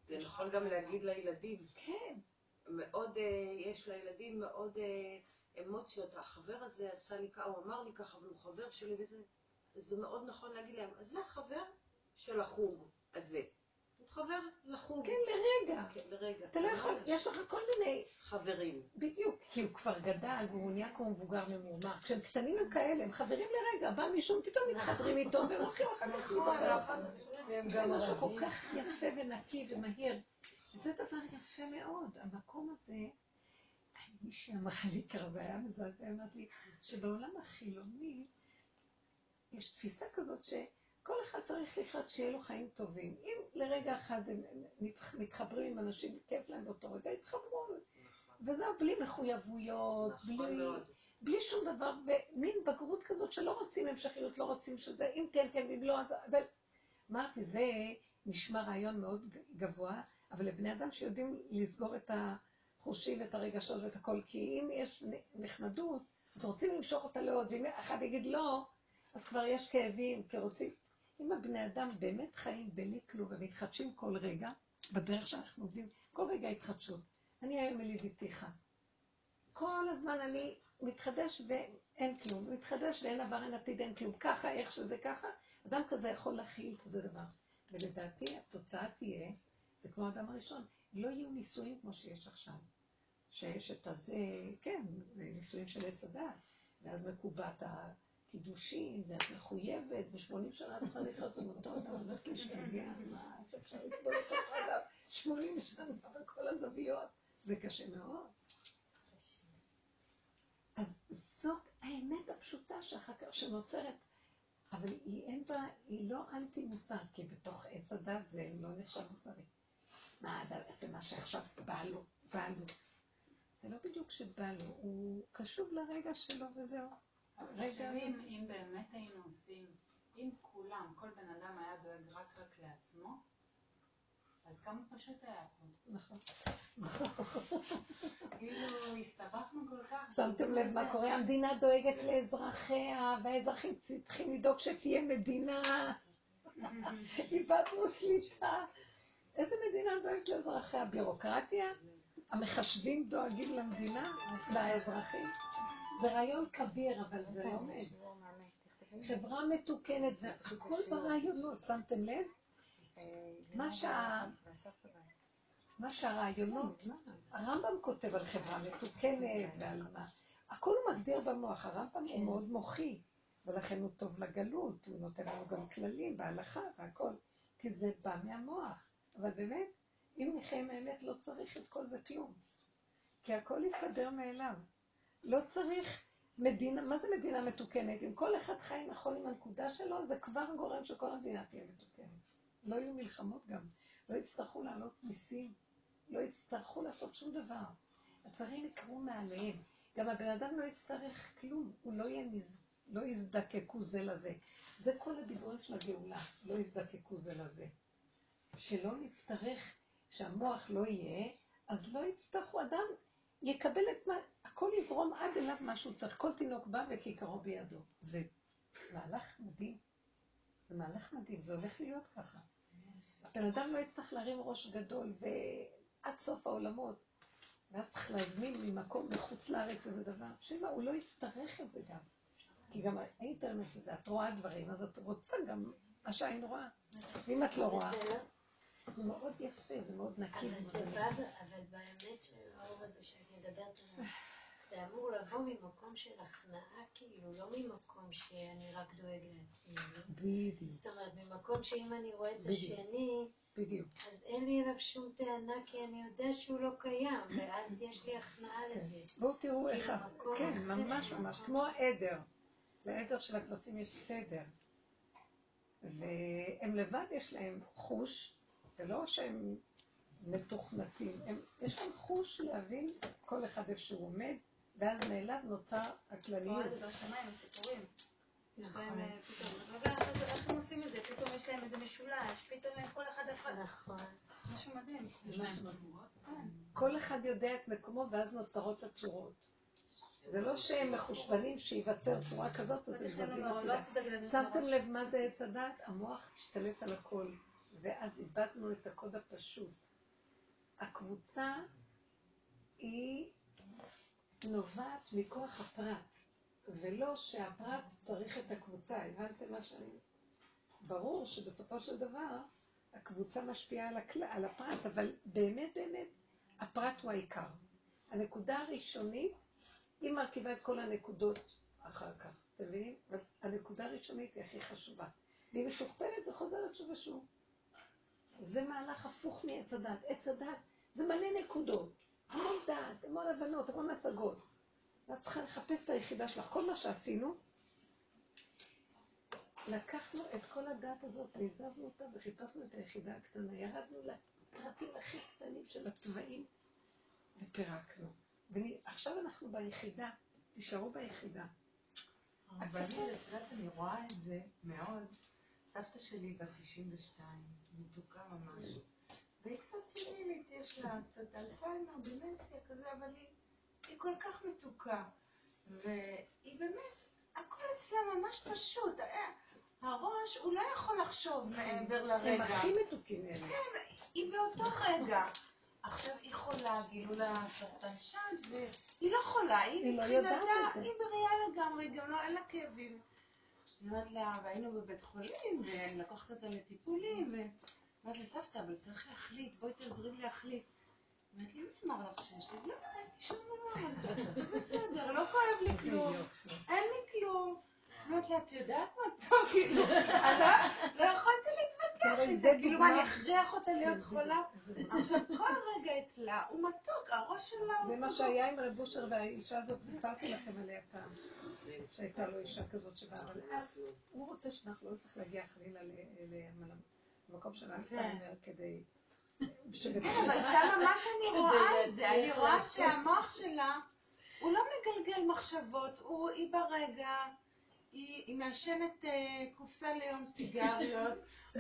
זה נכון גם להגיד לילדים. כן. מאוד, יש לילדים מאוד אמוציות. החבר הזה עשה לי ככה, הוא אמר לי ככה, אבל הוא חבר שלי וזה. זה מאוד נכון להגיד להם, אז זה החבר של החוג הזה. הוא חבר לחוג. כן, לרגע. כן, לרגע. אתה לא יכול, יש לך כל מיני... חברים. בדיוק, כי הוא כבר גדל והוא נהיה כמו מבוגר ממורמר. כשהם קטנים הם כאלה, הם חברים לרגע, בא מישהו, פתאום מתחברים איתו והם הולכים אחר כך להיזכר. זה משהו כל כך יפה ונקי ומהיר. וזה דבר יפה מאוד. המקום הזה, מישהי אמרה לי קרבה, היה מזעזע, אמרת לי, שבעולם החילוני יש תפיסה כזאת שכל אחד צריך לחיות שיהיה לו חיים טובים. אם לרגע אחד הם מתחברים עם אנשים, כיף להם באותו רגע, יתחברו. וזהו, בלי מחויבויות, בלי, בלי שום דבר, ומין בגרות כזאת שלא רוצים המשכיות, לא רוצים שזה, אם כן, כן, אם לא, אבל אמרתי, זה נשמע רעיון מאוד גבוה, אבל לבני אדם שיודעים לסגור את החושים ואת הרגשות ואת הכל, כי אם יש נחמדות, אז רוצים למשוך אותה לעוד, ואם אחד יגיד לא, אז כבר יש כאבים, כי רוצים. אם הבני אדם באמת חיים בלי כלום ומתחדשים כל רגע, בדרך שאנחנו עובדים, כל רגע התחדשות. אני היום ילידיתיך. כל הזמן אני מתחדש ואין כלום, מתחדש ואין עבר, אין עתיד, אין כלום. ככה, איך שזה ככה, אדם כזה יכול להכיל כזה דבר. ולדעתי התוצאה תהיה, זה כמו האדם הראשון, לא יהיו ניסויים כמו שיש עכשיו. שיש את הזה, כן, ניסויים של עץ הדת, ואז מקובת הקידושין, ואת מחויבת, ב-שמונים שנה צריכה לחיות עם אותו אדם, הולכת להשתגע, מה, איך אפשר לסבול את אותו אדם, שמונים שנה בכל הזוויות. זה קשה מאוד. אז זאת האמת הפשוטה שאחר כך שנוצרת, אבל היא אין בה, היא לא אנטי מוסר, כי בתוך עץ הדת זה לא נחשב מוסרי. מה האדם עושה מה שעכשיו בא לו, בא לו. זה לא בדיוק שבא לו, הוא קשוב לרגע שלו וזהו. רגע, אם, אם באמת היינו עושים, אם כולם, כל בן אדם היה דואג רק רק לעצמו, אז כמה פשוט היה פה. נכון. כאילו, הסתבכנו כל כך. שמתם לב מה קורה? המדינה דואגת לאזרחיה, והאזרחים צריכים לדאוג שתהיה מדינה. איבדנו שליטה. איזה מדינה דואגת לאזרחיה? בירוקרטיה? המחשבים דואגים למדינה, לאזרחים? זה רעיון כביר, אבל זה לא עומד. חברה מתוקנת, זה הכל ברעיונות, שמתם לב? מה שה... מה שהרעיונות, הרמב"ם כותב על חברה מתוקנת ועל מה, הכל הוא מגדיר במוח, הרמב"ם הוא מאוד מוחי, ולכן הוא טוב לגלות, הוא נותן לנו גם כללים בהלכה והכל, כי זה בא מהמוח, אבל באמת, אם נחיים האמת לא צריך את כל זה כלום, כי הכל יסתדר מאליו, לא צריך מדינה, מה זה מדינה מתוקנת? אם כל אחד חי נכון עם הנקודה שלו, זה כבר גורם שכל המדינה תהיה מתוקנת, לא יהיו מלחמות גם, לא יצטרכו לעלות מיסים, לא יצטרכו לעשות שום דבר. הדברים יקרו מעליהם. גם הבן אדם לא יצטרך כלום, הוא לא, נז... לא יזדקקו זה לזה. זה כל הדיבורים של הגאולה, לא יזדקקו זה לזה. שלא נצטרך, שהמוח לא יהיה, אז לא יצטרכו, אדם יקבל את מה, הכל יזרום עד אליו מה שהוא צריך, כל תינוק בא וכיכרו בידו. זה מהלך מדהים. זה מהלך מדהים, זה הולך להיות ככה. הבן אדם לא יצטרך להרים ראש גדול ועד סוף העולמות, ואז צריך להזמין ממקום מחוץ לארץ איזה דבר, שמה, הוא לא יצטרך את זה גם. כי גם האינטרנט הזה, את רואה דברים, אז את רוצה גם מה שהאין רואה. ואם את לא רואה, זה מאוד יפה, זה מאוד נקי. אבל באמת שהאור הזה שאת מדברת עליו, זה אמור לבוא ממקום של הכנעה, כאילו, לא ממקום שאני רק דואג לעצמי. בדיוק. זאת אומרת, ממקום שאם אני רואה את השני, בדיוק. אז אין לי אליו שום טענה, כי אני יודע שהוא לא קיים, ואז יש לי הכנעה לזה. בואו תראו איך, כן, ממש ממש, כמו העדר. לעדר של הכבשים יש סדר. והם לבד יש להם חוש, ולא שהם מתוכנתים, יש להם חוש להבין כל אחד איך שהוא עומד, ואז מאליו נוצר הכלליות. תורה דבר שמיים, הציפורים. יש להם פתאום, לא יודע איך הם עושים את זה, פתאום יש להם איזה משולש, פתאום הם כל אחד אחד. נכון. משהו מדהים. יש להם צורות? כל אחד יודע את מקומו ואז נוצרות הצורות. זה לא שהם מחושבנים שיווצר צורה כזאת, אז הם זזים הצידה. שמתם לב מה זה עץ הדת? המוח השתלט על הכל, ואז איבדנו את הקוד הפשוט. הקבוצה היא נובעת מכוח הפרט, ולא שהפרט צריך את הקבוצה. הבנתם מה שאני... ברור שבסופו של דבר הקבוצה משפיעה על, הקל... על הפרט, אבל באמת באמת הפרט הוא העיקר. הנקודה הראשונית היא מרכיבה את כל הנקודות אחר כך, אתם מבינים? הנקודה הראשונית היא הכי חשובה. והיא משוכפלת וחוזרת שוב ושוב. זה מהלך הפוך מעץ הדת. עץ הדת זה מלא נקודות, המון דעת, המון הבנות, המון השגות. ואת צריכה לחפש את היחידה שלך. כל מה שעשינו, לקחנו את כל הדעת הזאת, והזזנו אותה וחיפשנו את היחידה הקטנה. ירדנו לפרטים הכי קטנים של הטבעים ופירקנו. ועכשיו אנחנו ביחידה, תישארו ביחידה. אבל אני יודעת, אני רואה את זה מאוד. סבתא שלי בת תשעים ושתיים, מתוקה ממש. והיא קצת סימילית, יש לה קצת אלצהיימר, דמנציה כזה, אבל היא, היא כל כך מתוקה. והיא באמת, הכל אצלה ממש פשוט. הראש, הוא לא יכול לחשוב מעבר לרגע. הם הכי מתוקים אלה. כן, היא באותו רגע. עכשיו היא חולה, גילו לה סרטן שד, והיא לא חולה, היא מבחינתה, היא בריאה לגמרי, גם לא, אין לה כאבים. אני אומרת לה, והיינו בבית חולים, ואני לקחת אותה לטיפולים, ואומרת לה, סבתא, אבל צריך להחליט, בואי תעזרי לי להחליט. אומרת לי, מי אמר לך שיש לי? לא, אין לי שום דבר, בסדר, לא כואב לי כלום, אין לי כלום. אומרת לה, את יודעת מה טוב, כאילו, לא יכולתי להתווכח עם זה, כאילו, מה, אני אכריח אותה להיות חולה? עכשיו, כל רגע אצלה הוא מתוק, הראש שלה הוא סגור. זה מה שהיה עם רב אושר והאישה הזאת, סיפרתי לכם עליה פעם. שהייתה לו אישה כזאת שבאה, אבל אז הוא רוצה שאנחנו לא צריך להגיע חלילה למקום של אלצהיימר כדי... אבל שם מה שאני רואה את זה, אני רואה שהמוח שלה הוא לא מגלגל מחשבות, היא ברגע, היא מעשנת קופסה ליום סיגריות,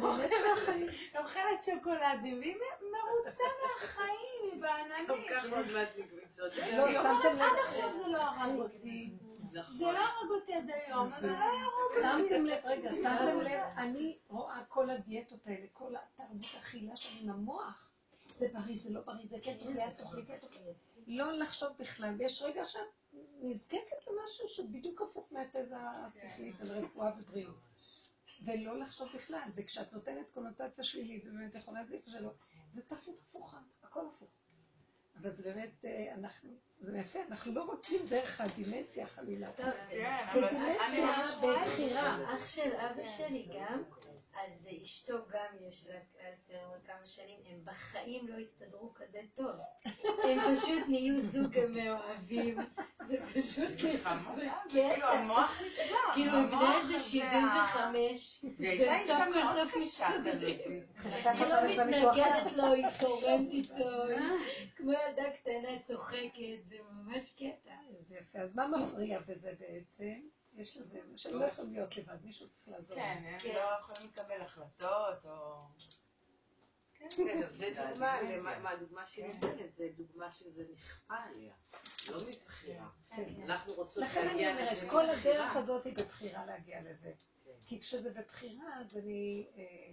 אוכלת שוקולדים, והיא מרוצה מהחיים, היא בעננים. כל כך עוד מעט נקביצות. היא אומרת, עד עכשיו זה לא הרג אותי. זה לא הרג אותי עד היום, אבל זה לא הרג אותי. שמתם לב, רגע, שמתם לב, אני רואה כל הדיאטות האלה, כל התרבות האכילה שלי עם המוח. זה בריא, זה לא בריא, זה כן תוכלי, תוכלי, כן תוכלי. לא לחשוב בכלל, ויש רגע שאת נזקקת למשהו שבדיוק הפוך מהתזה השכלית על רפואה ובריאות. ולא לחשוב בכלל, וכשאת נותנת קונוטציה שלילית, זה באמת יכול להזיק שלא, זה תפות הפוכה, הכל הפוך. אבל זה באמת, אנחנו, זה יפה, אנחנו לא רוצים דרך הדימנציה חלילה. טוב, זה דימנציה בבחירה. אח של אבא שלי גם, אז אשתו גם יש לה אלצהיימר כמה שנים, הם בחיים לא הסתדרו כזה טוב. הם פשוט נהיו זוג המאוהבים, זה פשוט כאילו המוח נסגר. כאילו הם בני איזה שבעים וחמש. והייתה אישה מאוד קשה כזאת. היא לא מתנגדת לו, היא תורמת איתו, כמו ילדה קטנה צוחקת, זה ממש קטע. זה יפה, אז מה מפריע בזה בעצם? יש לזה, שהם לא יכולים להיות לבד, מישהו צריך לעזור. כן, הם לא יכולים לקבל החלטות, או... כן, זה דוגמה, מהדוגמה שהיא נותנת, זה דוגמה שזה נכפה עליה, לא מבחירה. אנחנו רוצות להגיע לזה. לכן אני אומרת, כל הדרך הזאת היא בבחירה להגיע לזה. כי כשזה בבחירה, אז אני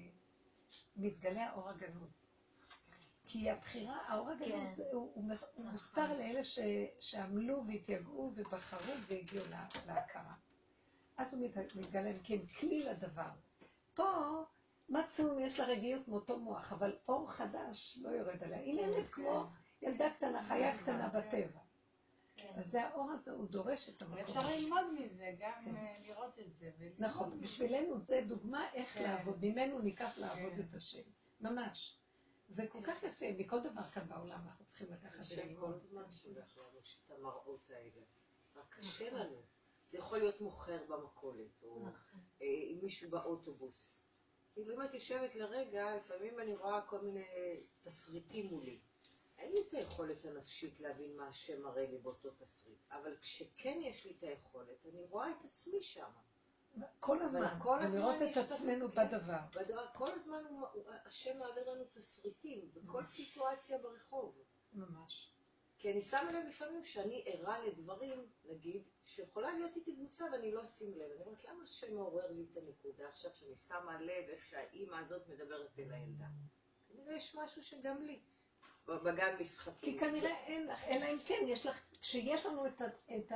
מתגלה האור הגנוז. כי הבחירה, האור הגנוז הוא מוסתר לאלה שעמלו והתייגעו ובחרו והגיעו להכרה. אז הוא מתגלם, כי הם כלי לדבר. פה מצאו, יש לה רגיעות מאותו מוח, אבל אור חדש לא יורד עליה. היא נהנית כמו ילדה קטנה, חיה קטנה בטבע. אז זה האור הזה, הוא דורש את המקום. אפשר ללמוד מזה, גם לראות את זה. נכון, בשבילנו זה דוגמה איך לעבוד, ממנו ניקח לעבוד את השם. ממש. זה כל כך יפה, מכל דבר כאן בעולם אנחנו צריכים לקחת וללמוד. כל הזמן שולח לנו את המראות האלה. רק קשה לנו. זה יכול להיות מוכר במכולת, או עם מישהו באוטובוס. כאילו אם את יושבת לרגע, לפעמים אני רואה כל מיני תסריטים מולי. אין לי את היכולת הנפשית להבין מה השם מראה לי באותו תסריט, אבל כשכן יש לי את היכולת, אני רואה את עצמי שם. כל הזמן, ולראות את עצמנו בדבר. בדבר. כל הזמן השם מעביר לנו תסריטים, בכל סיטואציה ברחוב. ממש. כי אני שמה לב לפעמים שאני ערה לדברים, נגיד, שיכולה להיות איתי קבוצה ואני לא אשים לב. אני אומרת, למה השם מעורר לי את הנקודה עכשיו שאני שמה לב איך שהאימא הזאת מדברת אל הילדה? כנראה יש משהו שגם לי. בגן משחקים. כי כנראה אין לך, אלא אם כן, יש לך, כשיש לנו את, את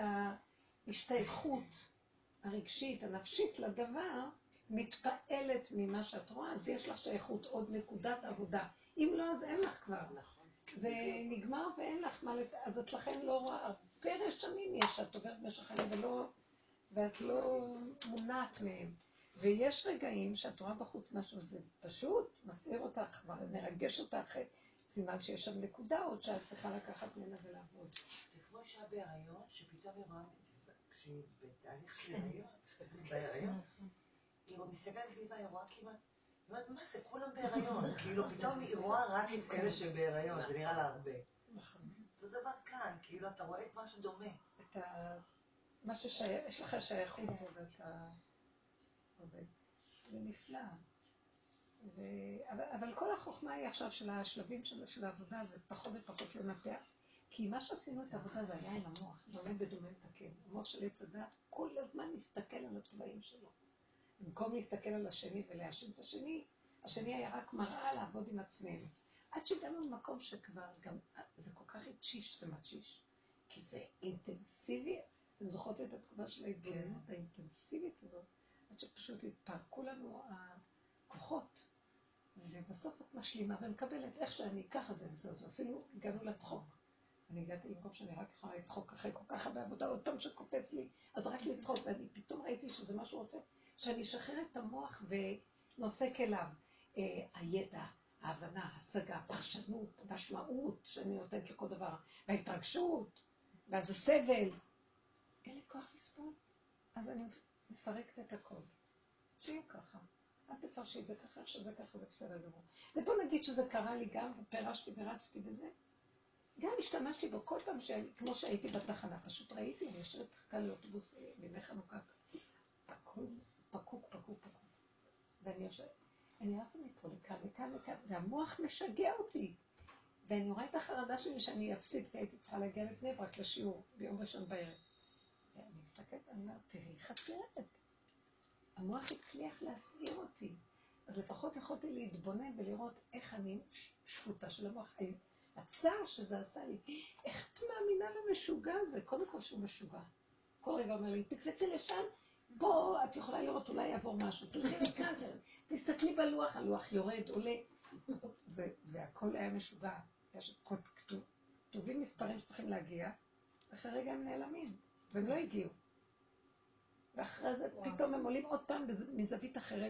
ההשתייכות הרגשית, הנפשית לדבר, מתפעלת ממה שאת רואה, אז יש לך שייכות, עוד נקודת עבודה. אם לא, אז אין לך כבר. זה נגמר ואין לך מה לת... אז את לכן לא רואה, הרבה רשמים יש, את עוברת במשך חיים ולא, ואת לא מונעת מהם. ויש רגעים שאת רואה בחוץ משהו, זה פשוט מסעיר אותך, מרגש אותך, סימן שיש שם נקודה עוד שאת צריכה לקחת ממנה ולעבוד. זה כמו אישה בהיריון, שפתאום היא רואה, כשהיא בתהליך של הריון, בהיריון, היא מסתכלת סביבה, היא רואה כמעט, היא אומרת, מה זה, כולם בהיריון, כאילו פתאום היא רואה רק את אלה שבהיריון, זה נראה לה הרבה. אותו דבר כאן, כאילו אתה רואה את משהו דומה. את מה שיש לך שייכות פה ואתה עובד. זה נפלא. זה... אבל, אבל כל החוכמה היא עכשיו של השלבים של, של העבודה, זה פחות ופחות לנתח. כי מה שעשינו את העבודה זה היה עם המוח, דומה בדומה מתקן. המוח של עץ הדת כל הזמן מסתכל על התוואים שלו. במקום להסתכל על השני ולהאשים את השני, השני היה רק מראה לעבוד עם עצמנו. עד שהגענו למקום שכבר גם, זה כל כך התשיש, זה מתשיש. כי זה אינטנסיבי, אתם זוכרות את התקופה של ההתבוננות האינטנסיבית הזאת, עד שפשוט התפרקו לנו הכוחות, ובסוף את משלימה ומקבלת איך שאני, ככה זה וזהו, אפילו הגענו לצחוק. אני הגעתי למקום שאני רק יכולה לצחוק אחרי כל כך הרבה עבודה, עוד פעם שקופץ לי, אז רק לצחוק, ואני פתאום ראיתי שזה מה שהוא רוצה, שאני אשחרר את המוח ונוסק אליו, אה, הידע, ההבנה, השגה, פרשנות, משמעות שאני נותנת לכל דבר, וההתרגשות, ואז הסבל. אין לי כוח לסבול. אז אני מפרקת את הכל. שיהיה ככה. אל תפרשי את זה ככה, שזה ככה, זה בסדר גמור. ובוא נגיד שזה קרה לי גם, ופרשתי ורצתי בזה. גם השתמשתי בו כל פעם, שאני, כמו שהייתי בתחנה, פשוט ראיתי, אני יושבת חכה לאוטובוס בימי חנוכה. הכל פקוק, פקוק, פקוק. ואני יושבת, אני רצה מפה לכאן, לכאן, לכאן, והמוח משגע אותי. ואני רואה את החרדה שלי שאני אפסיד, כי הייתי צריכה להגיע לבני ברק לשיעור ביום ראשון בערב. ואני מסתכלת, אני אומרת, תראי איך את נראית. המוח הצליח להסעיר אותי. אז לפחות יכולתי להתבונן ולראות איך אני שפוטה של המוח. הצער שזה עשה לי, איך את מאמינה למשוגע הזה? קודם כל שהוא משוגע. כל רגע אומר לי, תקפצי לשם, בוא, את יכולה לראות, אולי יעבור משהו. תלכי לכאן, תסתכלי בלוח, הלוח יורד, עולה. והכל היה משוגע. יש כתובים מספרים שצריכים להגיע, אחרי רגע הם נעלמים, והם לא הגיעו. ואחרי זה פתאום הם עולים עוד פעם מזווית אחרת,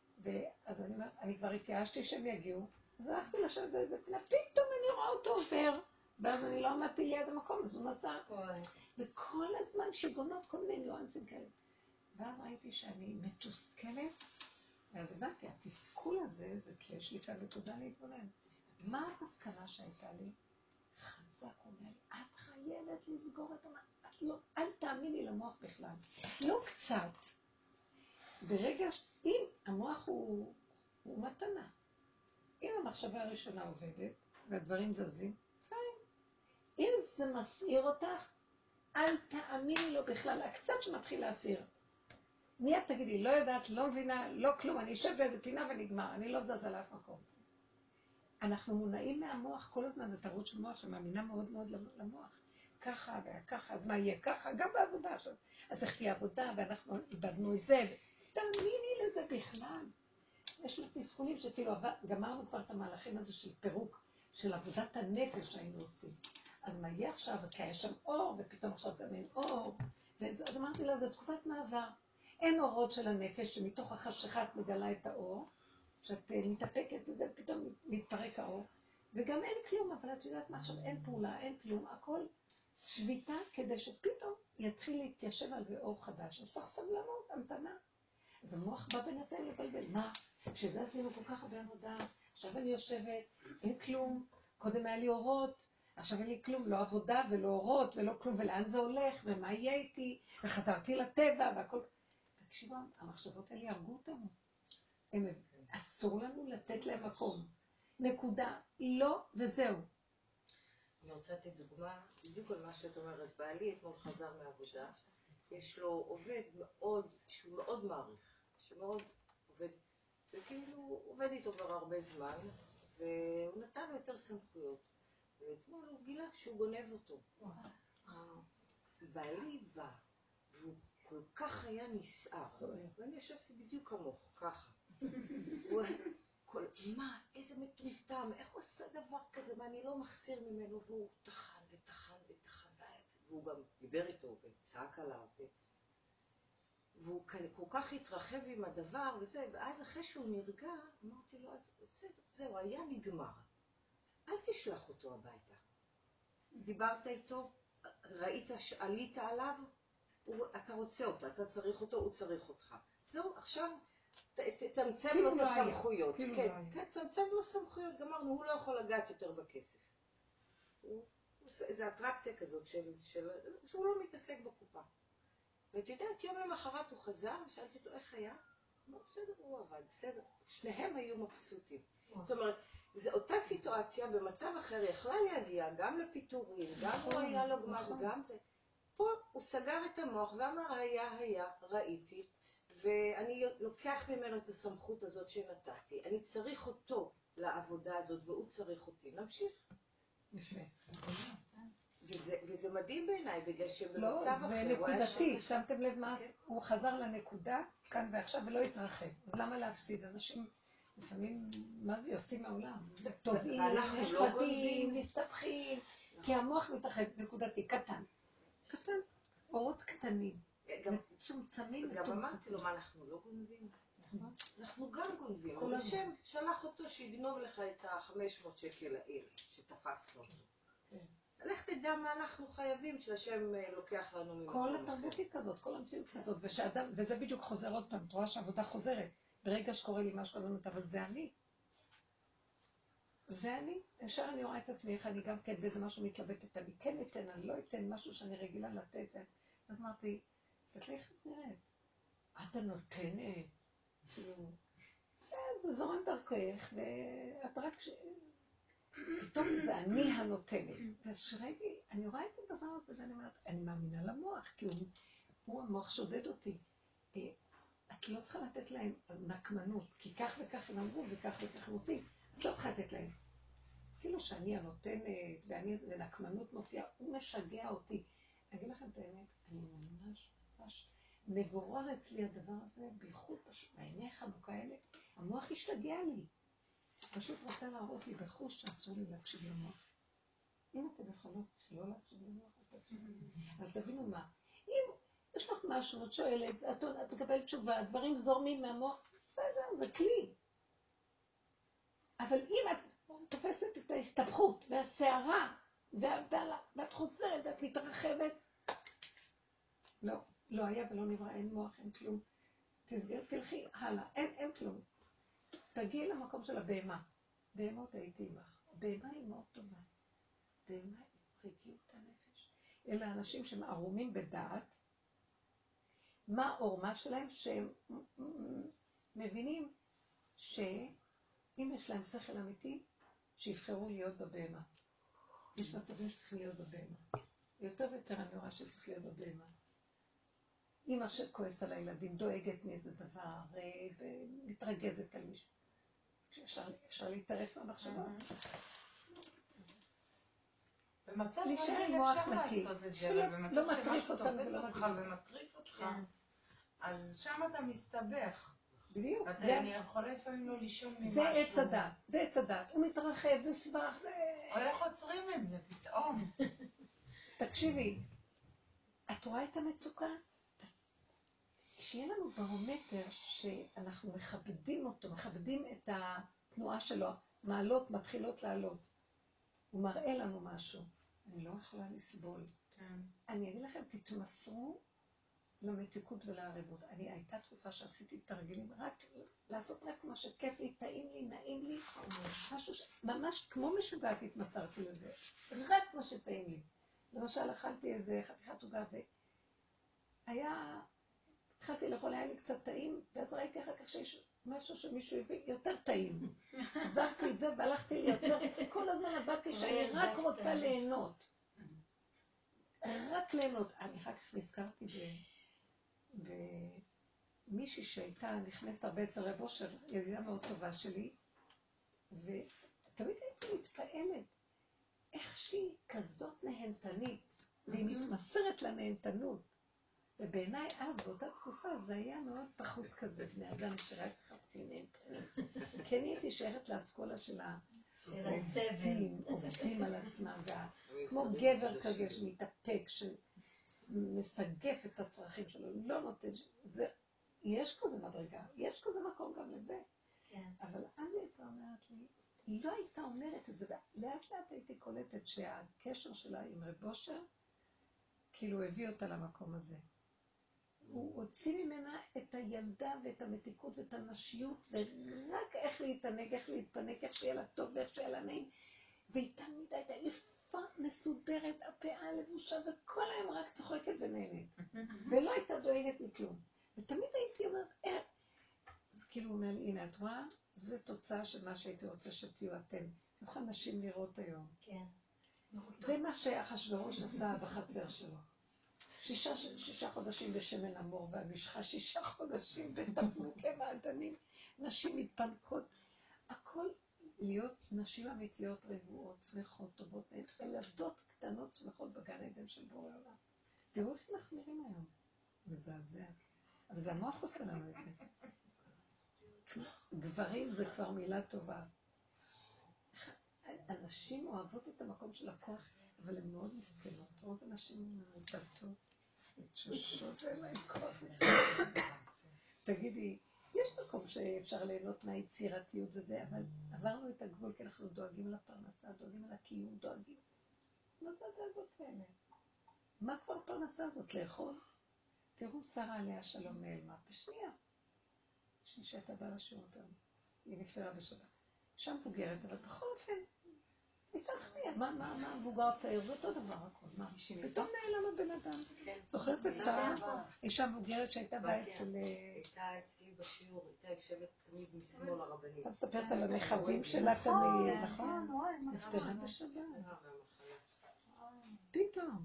ואז אני אומרת, אני כבר התייאשתי שהם יגיעו, אז הלכתי לשבת באיזה פינה, פתאום אני רואה אותו עובר, ואז אני לא עמדתי ליד המקום, אז הוא נסע. וכל הזמן שיגונות, כל מיני ניואנסים כאלה. ואז ראיתי שאני מתוסכלת, ואז הבנתי, התסכול הזה, זה כי יש לי כאן נקודה להתבונן. מה המסקנה שהייתה לי? חזק אומר לי, את חייבת לסגור את המוח. לא, אל תאמיני למוח בכלל. לא קצת. ברגע, אם המוח הוא, הוא מתנה. אם המחשבה הראשונה עובדת, והדברים זזים, פיין. אם זה מסעיר אותך, אל תאמיני לו בכלל. הקצת שמתחיל להסעיר. מיד תגידי, לא יודעת, לא מבינה, לא כלום, אני אשב באיזה פינה ונגמר, אני לא זז על אף מקום. אנחנו מונעים מהמוח, כל הזמן זה תרבות של מוח שמאמינה מאוד מאוד למוח. ככה וככה, אז מה יהיה ככה? גם בעבודה עכשיו. אז איך תהיה עבודה, ואנחנו איבדנו את זה. תאמיני לזה בכלל. יש לו תסכולים שכאילו גמרנו כבר את המהלכים הזה של פירוק, של עבודת הנפש שהיינו עושים. אז מה יהיה עכשיו? כי היה שם אור, ופתאום עכשיו גם אין אור. אז אמרתי לה, זה תקופת מעבר. אין אורות של הנפש, שמתוך החשיכה את מגלה את האור, שאת מתאפקת וזה, פתאום מתפרק האור, וגם אין כלום, אבל את יודעת מה עכשיו, אין פעולה, אין כלום, הכל שביטה, כדי שפתאום יתחיל להתיישב על זה אור חדש, אז צריך סבלנות, המתנה. אז המוח בא ונתן לבלבל, מה? שזה עשינו כל כך הרבה עבודה, עכשיו אני יושבת, אין כלום, קודם היה לי אורות, עכשיו אין לי כלום, לא עבודה ולא אורות ולא כלום, ולאן זה הולך, ומה יהיה איתי, וחזרתי לטבע והכל. תקשיבו, המחשבות האלה ירגו אותנו. הם, אסור לנו לתת להם מקום. נקודה, לא וזהו. אני רוצה לתת דוגמה, בדיוק על מה שאת אומרת, בעלי אתמול חזר מעבודה, יש לו עובד מאוד, שהוא מאוד מעריך, שמאוד עובד, וכאילו עובד איתו כבר הרבה זמן, והוא נתן לו יותר סמכויות. ואתמול הוא גילה שהוא גונב אותו. בעלי בא, והוא כל כך היה נסער, ואני ישבתי בדיוק כמוך, ככה. כל, מה, איזה מטומטם, איך הוא עושה דבר כזה, מה, אני לא מחסיר ממנו, והוא תחן ותחן ותחן, והוא גם דיבר איתו וצעק עליו, והוא כל כך התרחב עם הדבר וזה, ואז אחרי שהוא נרגע, אמרתי לו, אז זהו, היה נגמר. אל תשלח אותו הביתה. דיברת איתו, ראית, עלית עליו, אתה רוצה אותו, אתה צריך אותו, הוא צריך אותך. זהו, עכשיו תצמצם לו את הסמכויות. כן, כן, תצמצם לו סמכויות, גמרנו, הוא לא יכול לגעת יותר בכסף. זה אטרקציה כזאת שהוא לא מתעסק בקופה. ואת יודעת, יום למחרת הוא חזר, ושאלתי אותו איך היה? אמרו, בסדר, הוא עבד, בסדר. שניהם היו מבסוטים. זאת אומרת, זו אותה סיטואציה במצב אחר יכלה להגיע גם לפיטורים, גם הוא היה לו גמר וגם זה. פה הוא סגר את המוח ואמר, היה, היה, ראיתי, ואני לוקח ממנו את הסמכות הזאת שנתתי. אני צריך אותו לעבודה הזאת, והוא צריך אותי. נמשיך. יפה. וזה, וזה מדהים בעיניי, בגלל שבמצב לא, אחר... לא, זה נקודתי. שמתם לב מה? הוא חזר לנקודה, כאן ועכשיו, ולא התרחב. אז למה להפסיד? אנשים לפעמים, מה זה, יוצאים מהעולם? טובים, נשפטים, מסתבכים, כי המוח מתרחב נקודתי, קטן. קטן. אורות קטנים. מצומצמים. גם אמרתי לו, מה, אנחנו לא גונבים? אנחנו גם גונבים. אז השם שלח אותו שיגנוב לך את ה-חמש מאות שקל האלה, שתפסת אותו. לך תדע מה אנחנו חייבים שהשם לוקח לנו ממקום אחר. כל התרבות היא כזאת, כל המציאות כזאת, וזה בדיוק חוזר עוד פעם, תרואה שהעבודה חוזרת. ברגע שקורה לי משהו כזה, אבל זה אני. זה אני. ישר אני רואה את עצמי, איך אני גם כן באיזה משהו מתלבטת, אני כן אתן, אני לא אתן משהו שאני רגילה לתת. אז אמרתי, תסתכלי איך את נראית. את הנותנת. זה זורם דרכך, ואת רק... פתאום זה אני הנותנת. ושראיתי, אני רואה את הדבר הזה, ואני אומרת, אני מאמינה למוח, כי הוא, הוא המוח שודד אותי. את לא צריכה לתת להם, אז נקמנות, כי כך וכך הם אמרו, וכך וכך הם עושים, את לא צריכה לתת להם. כאילו שאני הנותנת, ואני, ונקמנות מופיעה, הוא משגע אותי. אני אגיד לכם את האמת, אני ממש, ממש, מבורר אצלי הדבר הזה, בייחוד פשוט, בעיני חנוכה האלה, המוח השתגע לי. פשוט רוצה להראות לי בחוש שאסור לי להקשיב למוח. אם אתם יכולות שלא להקשיב למוח, אז תבינו מה. אם יש לך משהו, את שואלת, את מקבלת תשובה, דברים זורמים מהמוח, בסדר, זה כלי. אבל אם את תופסת את ההסתבכות והסערה, ואת חוזרת, ואת מתרחבת, לא, לא היה ולא נברא, אין מוח, אין כלום. תסגר, תלכי הלאה, אין, אין כלום. תגיעי למקום של הבהמה. בהמות הייתי עמך. בהמה היא מאוד טובה. בהמה היא רגיעות הנפש. אלה אנשים שהם ערומים בדעת. מה העורמה שלהם? שהם מבינים שאם יש להם שכל אמיתי, שיבחרו להיות בבהמה. יש מצבים שצריכים להיות בבהמה. יותר ויותר אני רואה שצריך להיות בבהמה. אמא שכועסת על הילדים, דואגת מאיזה דבר, מתרגזת על מישהו. אפשר להתערף במחשבה. במצב רגיל אפשר לעשות את זה, אבל במצב שמשהו תופס אותך ומטריף אותך, אז שם אתה מסתבך. בדיוק. אני יכולה לפעמים לא לישון ממשהו. זה עץ הדת, זה עץ הדת. הוא מתרחב, זה סבך, זה... או איך עוצרים את זה פתאום? תקשיבי, את רואה את המצוקה? שיהיה לנו ברומטר שאנחנו מכבדים אותו, מכבדים את התנועה שלו, מעלות מתחילות לעלות. הוא מראה לנו משהו. אני לא יכולה לסבול. אני אגיד לכם, תתמסרו למתיקות ולערבות. אני הייתה תקופה שעשיתי תרגילים, רק לעשות רק מה שכיף לי, טעים לי, נעים לי, משהו ש... ממש כמו משוגעת התמסרתי לזה. רק מה שטעים לי. למשל, אכלתי איזה חתיכת עוגה והיה... התחלתי לאכול, היה לי קצת טעים, ואז ראיתי אחר כך שיש משהו שמישהו הביא יותר טעים. עזבתי את זה והלכתי לי יותר, כל הזמן עבדתי שאני רק רוצה ליהנות. רק ליהנות. אני אחר כך נזכרתי במישהי שהייתה נכנסת הרבה אצל רב אושר, ידידה מאוד טובה שלי, ותמיד הייתי מתפעלת. איך שהיא כזאת נהנתנית, והיא מתמסרת לנהנתנות. ובעיניי אז, באותה תקופה, זה היה מאוד פחות כזה, בני אדם שרק חפשים נהנתנים. כי אני הייתי שייכת לאסכולה של העובדים, עובדים על עצמם, כמו גבר כזה שמתאפק, שמסגף את הצרכים שלו, לא נותן, יש כזה מדרגה, יש כזה מקום גם לזה. אבל אז היא הייתה אומרת לי, היא לא הייתה אומרת את זה, ולאט לאט הייתי קולטת שהקשר שלה עם רב אושר, כאילו הביא אותה למקום הזה. הוא הוציא ממנה את הילדה ואת המתיקות ואת הנשיות, ורק איך להתענג, איך להתפנק, איך שיהיה לה טוב ואיך שיהיה לה נעים. והיא תמיד הייתה יפה, מסודרת, הפאה לבושה, וכל היום רק צוחקת ונהנית. ולא הייתה דואגת מכלום. ותמיד הייתי אומרת, אה, אז כאילו הוא אומר לי, הנה, את רואה? זו תוצאה של מה שהייתי רוצה שתהיו אתם. תוכל נשים לראות היום. כן. זה מה שאחשוורוש עשה בחצר שלו. שישה, שישה חודשים בשמן המור והמשחה, שישה חודשים בתפנוקי מעדנים, נשים מתפנקות. הכל להיות נשים אמיתיות, רגועות, שמחות, טובות, ילדות קטנות שמחות בגן עדן של בורא עולם. תראו איך אנחנו נראים היום. מזעזע. אבל זה המוח עושה לנו את זה. גברים זה כבר מילה טובה. אנשים אוהבות את המקום של הכוח, אבל הן מאוד מסכנות. רוב אנשים מתאבטות, תשושות אליי כוח. תגידי, יש מקום שאפשר ליהנות מהיצירתיות וזה, אבל עברנו את הגבול כי אנחנו דואגים לפרנסה, דואגים לקיום, דואגים. מה זה הדאגות האלה? מה כבר הפרנסה הזאת? לאכול? תראו, שרה עליה שלום נעלמה, בשנייה. שהייתה באה לשיעור פעם. היא נפטרה בשבת. שם בוגרת, אבל בכל אופן, הייתה חיה. מה, מה, מה, מבוגר צעיר, זה אותו דבר הכל. מה? פתאום נעלם הבן אדם. זוכרת את שרה? אישה מבוגרת שהייתה באה אצל... הייתה אצלי בשיעור, הייתה יושבת תמיד משמאל הרבנית. את מספרת על הנכדים שלה תמיד, נכון? נפטרה בשבת. פתאום.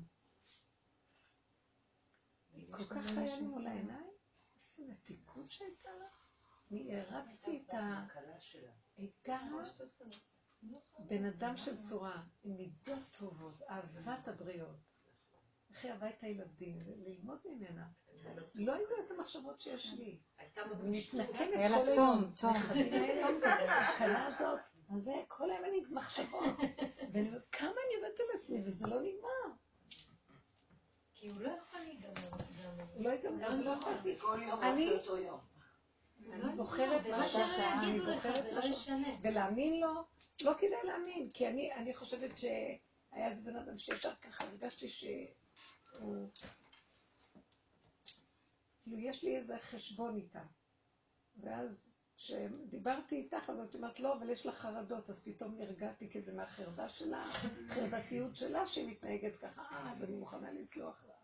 כל כך היה לי מול העיניים. איזה מתיקות שהייתה לה. אני הרצתי את ה... הייתה בן אדם של צורה, עם מידות טובות, אהבת הבריות. אחי הבית הילדים, ללמוד ממנה. לא היו את המחשבות שיש לי. מתנקמת כל היום. נכדים האלה, הקלה הזאת, אז זה כל היום אני מחשבות. ואני אומרת, כמה אני עובדת על עצמי, וזה לא נגמר. כי הוא לא יכול להיגמר. לא ייגמר, לא יכולתי. כל יום רק אותו יום. אני בוחרת מה שעה, אני בוחרת מה שעה, ולהאמין לו, לא כדאי להאמין, כי אני, אני חושבת שהיה איזה בן אדם שישר ככה, הרגשתי שהוא, כאילו יש לי איזה חשבון איתה, ואז כשדיברתי איתך, אז את אומרת לא, אבל יש לה חרדות, אז פתאום נרגעתי כזה מהחרדה שלה, חרדתיות שלה שהיא מתנהגת ככה, אה, אז אני מוכנה לסלוח לה.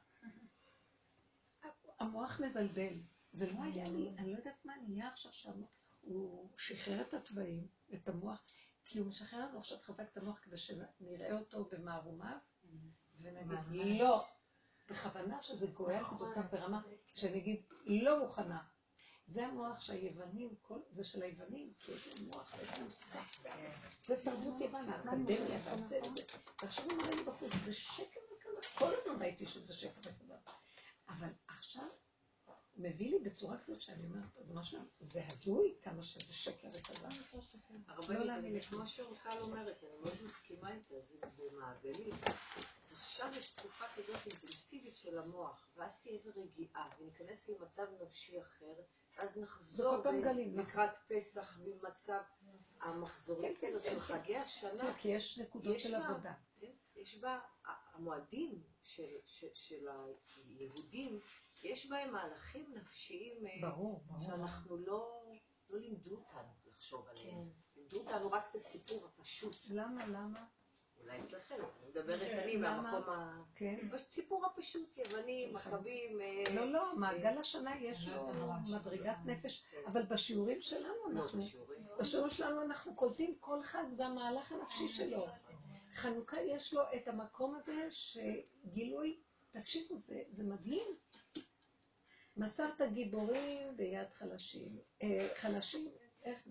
המוח מבלבל. זה לא היה לי, אני לא יודעת מה נהיה עכשיו שם, הוא שחרר את התוואים, את המוח, כי הוא משחרר לנו עכשיו חזק את המוח כדי שנראה אותו במערומיו, ונגיד לא, בכוונה שזה גויה אותם ברמה, שנגיד לא מוכנה. זה המוח שהיוונים, זה של היוונים, כי יש להם מוח, יש להם סף, זה תרבות יוון, האקדמיה, ועכשיו הוא מראה לי בחוץ, זה שקר וכזה, כל הזמן ראיתי שזה שקר וכזה, אבל עכשיו, מביא לי בצורה כזאת שאני אומרת, זה הזוי כמה שזה שקר וכזה. הרבנית, כמו שאורקל אומרת, אני מאוד מסכימה איתה, זה במעגלים. אז עכשיו יש תקופה כזאת אינטנסיבית של המוח, ואז תהיה איזו רגיעה, וניכנס למצב נפשי אחר, אז נחזור לקראת פסח במצב המחזורית הזאת של חגי השנה. כי יש נקודות של עבודה. יש בה, המועדים של היהודים, יש בהם מהלכים נפשיים שאנחנו לא לימדו אותנו לחשוב עליהם. לימדו אותנו רק את הסיפור הפשוט. למה? למה? אולי אצלכם, אני מדברת אני מהמקום ה... בסיפור הפשוט, יוונים, מכבים... לא, לא, מעגל השנה יש לו מדרגת נפש, אבל בשיעורים שלנו אנחנו... בשיעורים שלנו אנחנו קולטים כל אחד במהלך הנפשי שלו. חנוכה יש לו את המקום הזה שגילוי, תקשיבו, זה, זה מדהים. מסרת גיבורים ביד חלשים, אה, חלשים איך?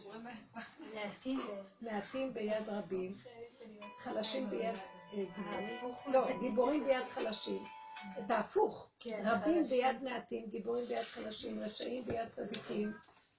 מעטים ביד רבים, חלשים ביד גיבורים, לא, גיבורים ביד חלשים. את ההפוך, רבים ביד מעטים, גיבורים ביד חלשים, רשעים ביד צדיקים,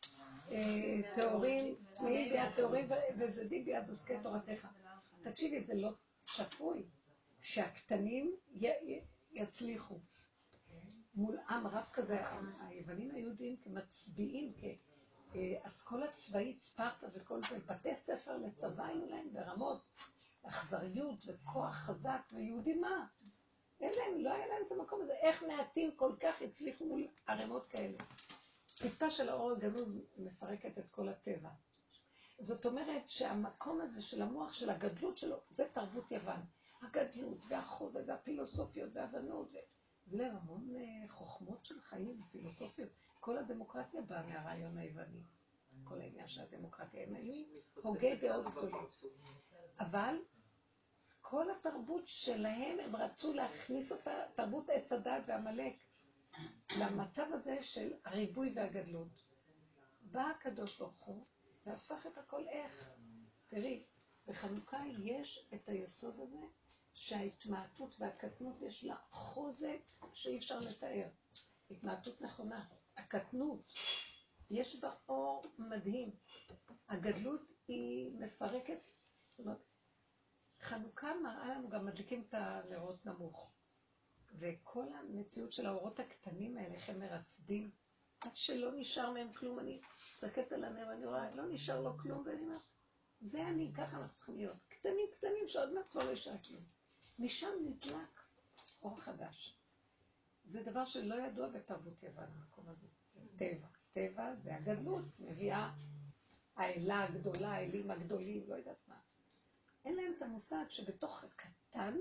טהורים, טמאים ביד טהורים וזדים ביד עוסקי תורתך. תקשיבי, זה לא שפוי שהקטנים יצליחו. מול עם רב כזה, היוונים היהודים כמצביעים, כאסכולה צבאית, ספרטה וכל זה, בתי ספר לצבא היו להם ברמות, אכזריות וכוח חזק, ויהודים מה? אין להם, לא היה להם את המקום הזה. איך מעטים כל כך הצליחו מול ערימות כאלה? טיפה של האור הגנוז מפרקת את כל הטבע. זאת אומרת שהמקום הזה של המוח, של הגדלות שלו, זה תרבות יוון. הגדלות והחוזה והפילוסופיות והבנות ו... ולב, המון חוכמות של חיים ופילוסופיות. כל הדמוקרטיה באה מהרעיון היווני. כל העניין של הדמוקרטיה, הם היו הוגי דעות גדולים. אבל כל התרבות שלהם, הם רצו להכניס אותה, תרבות עץ הדת והמלאק, למצב הזה של הריבוי והגדלות. בא הקדוש ברוך הוא והפך את הכל איך. תראי, בחנוכה יש את היסוד הזה, שההתמעטות והקטנות יש לה חוזק שאי אפשר לתאר. התמעטות נכונה. הקטנות, יש בה אור מדהים. הגדלות היא מפרקת. זאת אומרת, חנוכה מראה לנו, גם מדליקים את הנרות נמוך. וכל המציאות של האורות הקטנים האלה, איך הם מרצדים, עד שלא נשאר מהם כלום. אני מסתכלת על הנר ואני רואה, לא נשאר לו כלום, ואני אומרת, זה אני, ככה אנחנו צריכים להיות. קטנים קטנים שעוד מעט כבר לא נשאר כלום. משם נדלק אור חדש. זה דבר שלא ידוע בתרבות יוון, המקום הזה. טבע. טבע זה הגדלות, מביאה האלה הגדולה, האלים הגדולים, לא יודעת מה. אין להם את המושג שבתוך הקטן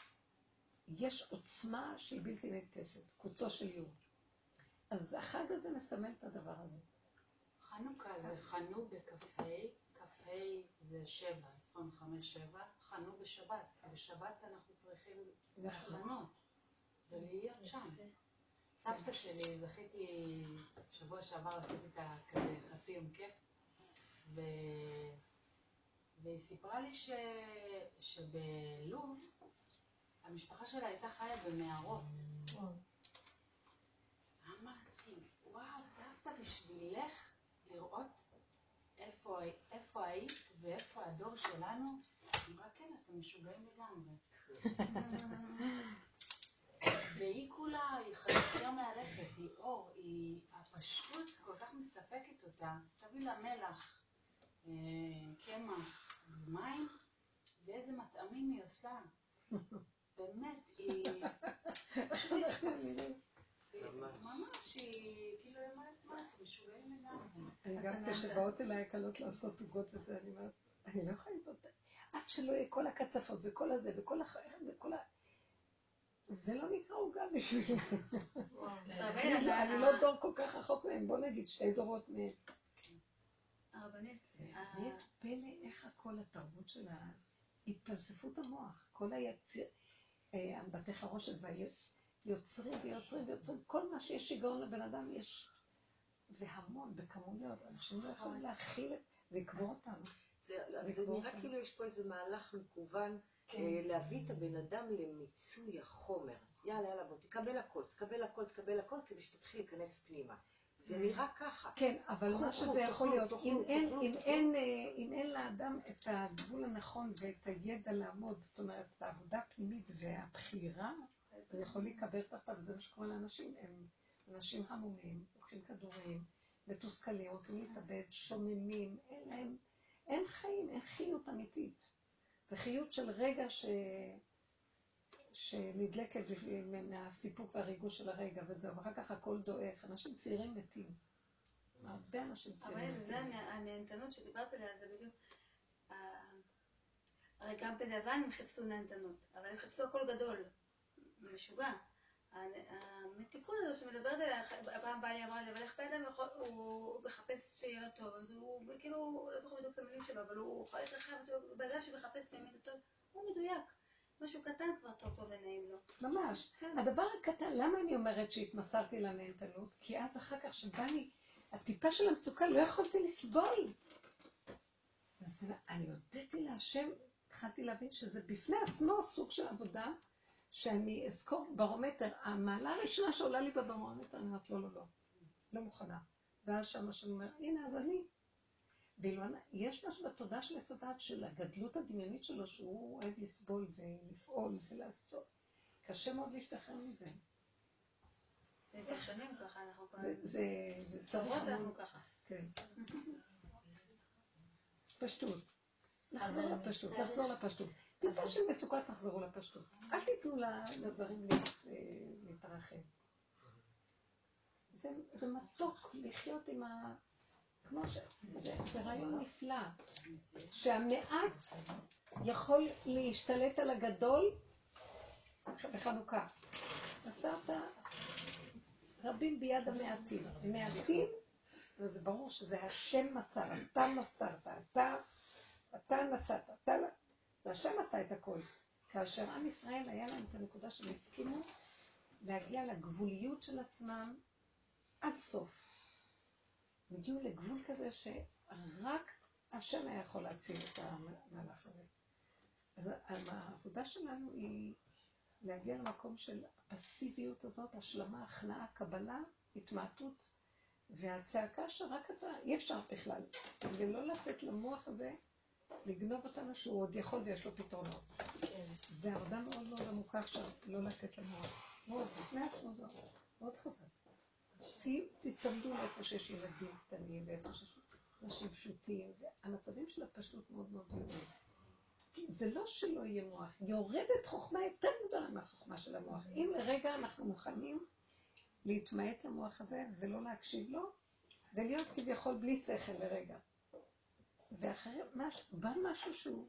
יש עוצמה שהיא בלתי נתפסת, קוצו של יום. אז החג הזה מסמל את הדבר הזה. חנוכה זה חנו בכ"ה, כ"ה זה שבע, עשרים וחמש שבע, חנו בשבת. בשבת אנחנו צריכים לחנות ולהיות שם. סבתא שלי, זכיתי שבוע שעבר לעשות איתה כזה חצי יום כיף, ו... והיא סיפרה לי ש... שבלוב המשפחה שלה הייתה חיה במערות. אמרתי, וואו, סבתא, בשבילך לראות איפה, איפה היית ואיפה הדור שלנו? היא אמרה, כן, אתם משוגעים לגמרי. והיא כולה, היא חלקיה מהלכת, היא אור, היא הפשטות כל כך מספקת אותה. תביא לה מלח, קמח, מים, ואיזה מטעמים היא עושה. באמת, היא... ממש, היא כאילו אמרת מה, אתם משוגעים לגמרי. אני גם כשבאות אליי הקלות לעשות עוגות וזה, אני אומרת, אני לא יכולה לבוא, עד שלא יהיה כל הקצפות וכל הזה וכל החיים וכל ה... זה לא נקרא עוגה בשבילי. אני לא דור כל כך רחוק מהם, בוא נגיד שתי דורות מהם. הרבנית. פלא איך הכל התרבות שלה אז, התפלספות המוח, כל היציר, בתי חרושת ויוצרים ויוצרים ויוצרים, כל מה שיש שיגעון לבן אדם יש, והמון בכמויות, אנשים לא יכולים להכיל, זה יקבור אותנו. זה נראה כאילו יש פה איזה מהלך מקוון, להביא את הבן אדם למיצוי החומר. יאללה, יאללה, בוא, תקבל הכל, תקבל הכל, תקבל הכל, כדי שתתחיל להיכנס פנימה. זה נראה ככה. כן, אבל מה שזה יכול להיות, אם אין לאדם את הגבול הנכון ואת הידע לעמוד, זאת אומרת, את העבודה הפנימית והבחירה, הוא יכול להיקבר תחתיו, וזה מה שקורה לאנשים, הם אנשים המומים, לוקחים כדורים, מתוסכלים, רוצים להתאבד, שוממים, אין להם, אין חיים, אין חיות אמיתית. זה חיות של רגע ש... שנדלקת מהסיפוק והריגוש של הרגע, וזהו, ואחר כך הכל דועך. אנשים צעירים מתים. הרבה אנשים צעירים מתים. אבל זה הנהנתנות שדיברת עליה, זה בדיוק... הרי גם ביוון הם חיפשו נהנתנות, אבל הם חיפשו הכל גדול, משוגע. המתיקות הזו שמדברת עליה, פעם בעלי אמרה לי, אבל איך באדם הוא מחפש שיהיה לו טוב, אז הוא כאילו, לא זוכר בדיוק את המילים שלו, אבל הוא יכול להתרחב, באדם שמחפש באמת את טוב, הוא מדויק. משהו קטן כבר טוב טוב ונעים לו. ממש. הדבר הקטן, למה אני אומרת שהתמסרתי לנהנתנות? כי אז אחר כך שבא לי הטיפה של המצוקה לא יכולתי לסבול. אז אני הודיתי להשם, התחלתי להבין שזה בפני עצמו סוג של עבודה, שאני אזכור ברומטר, המעלה הראשונה שעולה לי בברומטר, אני אומרת, לא, לא, לא, לא מוכנה. ואז שמה שאני אומר, הנה, אז אני. ואילו יש משהו בתודעה של הצדד של הגדלות הדמיונית שלו, שהוא אוהב לסבול ולפעול ולעשות. קשה מאוד להשתחרר מזה. זה יותר שנים ככה, אנחנו כבר... זה צרות אנחנו ככה. כן. פשטות. לחזור לפשטות, לחזור לפשטות. טיפה של מצוקה תחזרו לפשטות. אל תיתנו לדברים להתרחב. זה מתוק לחיות עם ה... כמו ש... זה רעיון נפלא. שהמעט יכול להשתלט על הגדול בחנוכה. עשרת רבים ביד המעטים. מעטים, וזה ברור שזה השם מסר, אתה מסרת, אתה, אתה נתת, אתה... זה השם עשה את הכל. כאשר עם ישראל היה להם את הנקודה שהם הסכימו להגיע לגבוליות של עצמם עד סוף. הם הגיעו לגבול כזה שרק השם היה יכול להציל את המהלך הזה. אז העבודה שלנו היא להגיע למקום של הפסיביות הזאת, השלמה, הכנעה, קבלה, התמעטות, והצעקה שרק אתה, אי אפשר בכלל, ולא לתת למוח הזה לגנוב אותנו שהוא עוד יכול ויש לו פתרונות. זה עבודה מאוד מאוד עמוקה עכשיו, לא לתת למוח. מאוד, לפני עצמו זה מאוד חזק. תצמדו לאיפה שיש ילדים קטנים ואיפה שיש אנשים פשוטים, והמצבים של הפשוט מאוד מאוד יורדים. זה לא שלא יהיה מוח, יורדת חוכמה יותר גדולה מהחוכמה של המוח. אם לרגע אנחנו מוכנים להתמעט למוח הזה ולא להקשיב לו, ולהיות כביכול בלי שכל לרגע. ואחרי בא משהו שהוא,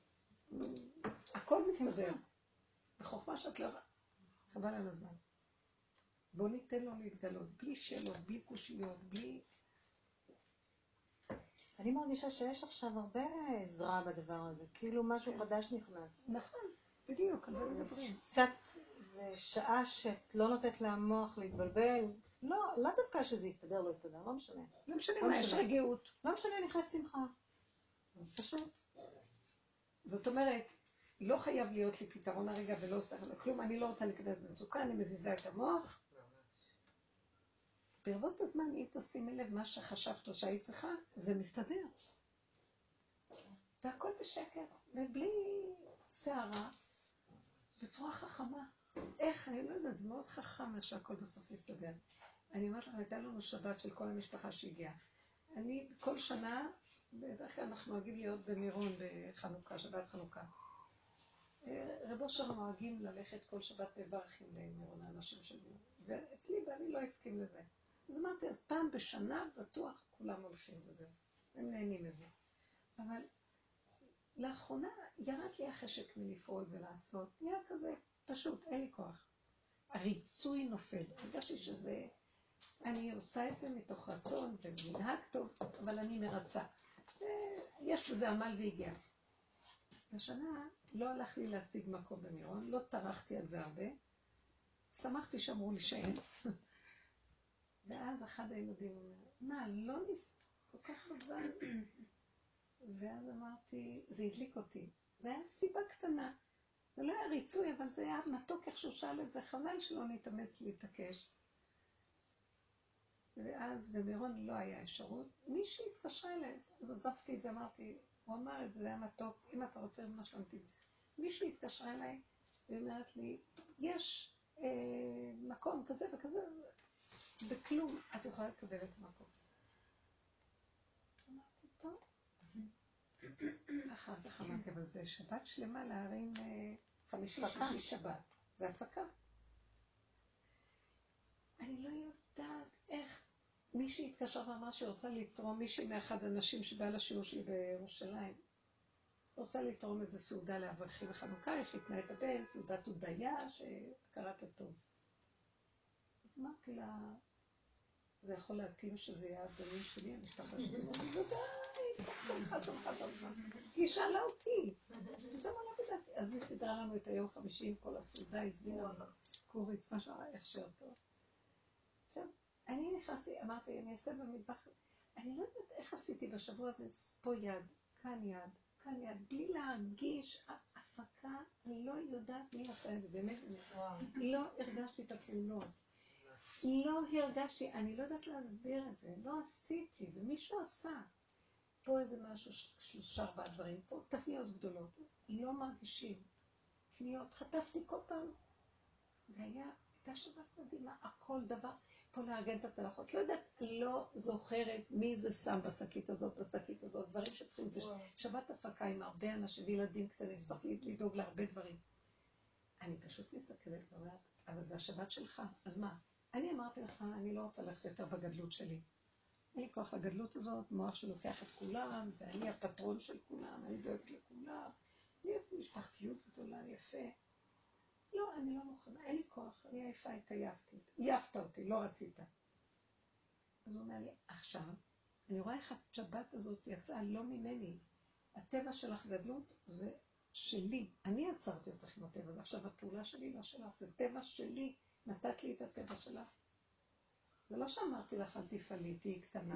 הכל מסתדר. בחוכמה שאת לא... חבל על הזמן. בוא ניתן לו להתגלות, בלי שאלות, בלי קושיות, בלי... אני מרגישה שיש עכשיו הרבה עזרה בדבר הזה, כאילו משהו חדש נכנס. נכון, בדיוק, על זה מדברים. קצת, זה שעה שאת לא נותנת למוח להתבלבל, לא, לא דווקא שזה יסתדר, לא יסתדר, לא משנה. לא משנה מה, יש רגיעות. לא משנה, נכנס שמחה. פשוט. זאת אומרת, לא חייב להיות לי פתרון הרגע ולא עושה כלום, אני לא רוצה להיכנס במצוקה, אני מזיזה את המוח. ברבות הזמן, אם תשימי לב מה שחשבת או שהיית צריכה, זה מסתדר. והכל בשקט, ובלי שערה, בצורה חכמה. איך? אני לא יודעת, זה מאוד חכם איך שהכל בסוף מסתדר. אני אומרת לך, הייתה לנו שבת של כל המשפחה שהגיעה. אני כל שנה, בדרך כלל אנחנו נוהגים להיות במירון בחנוכה, שבת חנוכה. רב אושר נוהגים ללכת כל שבת בברכים למירון, האנשים של מירון. ואצלי בעלי לא הסכים לזה. אז אמרתי, אז פעם בשנה בטוח כולם הולכים בזה. הם נהנים מזה. אבל לאחרונה ירד לי החשק מלפעול ולעשות. נהיה כזה פשוט, אין לי כוח. הריצוי נופל. הרגשתי שזה, אני עושה את זה מתוך רצון ומנהג טוב, אבל אני מרצה. יש בזה עמל והגיע. בשנה לא הלך לי להשיג מקום במירון, לא טרחתי על זה הרבה. שמחתי שאמרו לי שאין. ואז אחד הילדים אומר, מה, לא ניס... כל כך חבל. ואז אמרתי, זה הדליק אותי. זה היה סיבה קטנה. זה לא היה ריצוי, אבל זה היה מתוק איך שהוא שאל את זה, חבל שלא נתאמץ להתעקש. ואז במירון לא היה אפשרות. מישהי התקשרה אליי, אז עזבתי את זה, אמרתי, הוא אמר את זה, זה היה מתוק, אם אתה רוצה ממש להמתין. מישהי התקשרה אליי, והיא אומרת לי, יש אה, מקום כזה וכזה, בכלום את יכולה לקבל את המקום. אמרתי, טוב. אחר כך אמרתי, אבל זה שבת שלמה להרים חמישי, שישי שבת. זה הפקה. אני לא יודעת איך מישהי התקשר ואמרה שרוצה לתרום, מישהי מאחד האנשים שבא לשיעור שלי בירושלים, רוצה לתרום איזו סעודה לאברכים לחנוכה, איך להתנה את הבן, סעודת הודיה שקראת טוב. אז אמרתי לה, זה יכול להתאים שזה יהיה הבנים שלי, המשפחה שלי, ודאי, חזור, חזור, חזור. היא שאלה אותי, אתה יודע מה לא ידעתי? אז היא סידרה לנו את היום חמישי עם כל הסעודה, הזמינה קוריץ, משהו, איך שאותו. עכשיו, אני נכנסתי, אמרתי, אני אעשה במטבח, אני לא יודעת איך עשיתי בשבוע הזה, פה יד, כאן יד, כאן יד, בלי להרגיש הפקה, אני לא יודעת מי עשה את זה, באמת, לא הרגשתי את הפעולות. לא הרגשתי, אני לא יודעת להסביר את זה, לא עשיתי, זה מישהו עשה. פה איזה משהו, שלושה ארבעה דברים, פה תפניות גדולות, לא מרגישים. פניות, חטפתי כל פעם, והיה, הייתה שבת מדהימה, הכל דבר, פה לארגן את הצלחות, לא יודעת, לא זוכרת מי זה שם בשקית הזאת, בשקית הזאת, דברים שצריכים, זה שבת הפקה עם הרבה אנשים וילדים קטנים, צריך לדאוג להרבה דברים. אני פשוט מסתכלת ואומרת, אבל זה השבת שלך, אז מה? אני אמרתי לך, אני לא רוצה ללכת יותר בגדלות שלי. אין לי כוח לגדלות הזאת, מוח שלוקח את כולם, ואני הפטרון של כולם, אני דואגת לכולם. אני אוהבת משפחתיות גדולה, יפה. לא, אני לא מוכנה, אין לי כוח, אני עייפה, התעייפתי. עייפת אותי, לא רצית. אז הוא אומר לי, עכשיו, אני רואה איך השבת הזאת יצאה לא ממני. הטבע שלך גדלות זה שלי. אני עצרתי אותך עם הטבע, ועכשיו הפעולה שלי לא שלך, זה טבע שלי. נתת לי את הטבע שלך. זה לא שאמרתי לך, אל תפעלי, תהיי קטנה.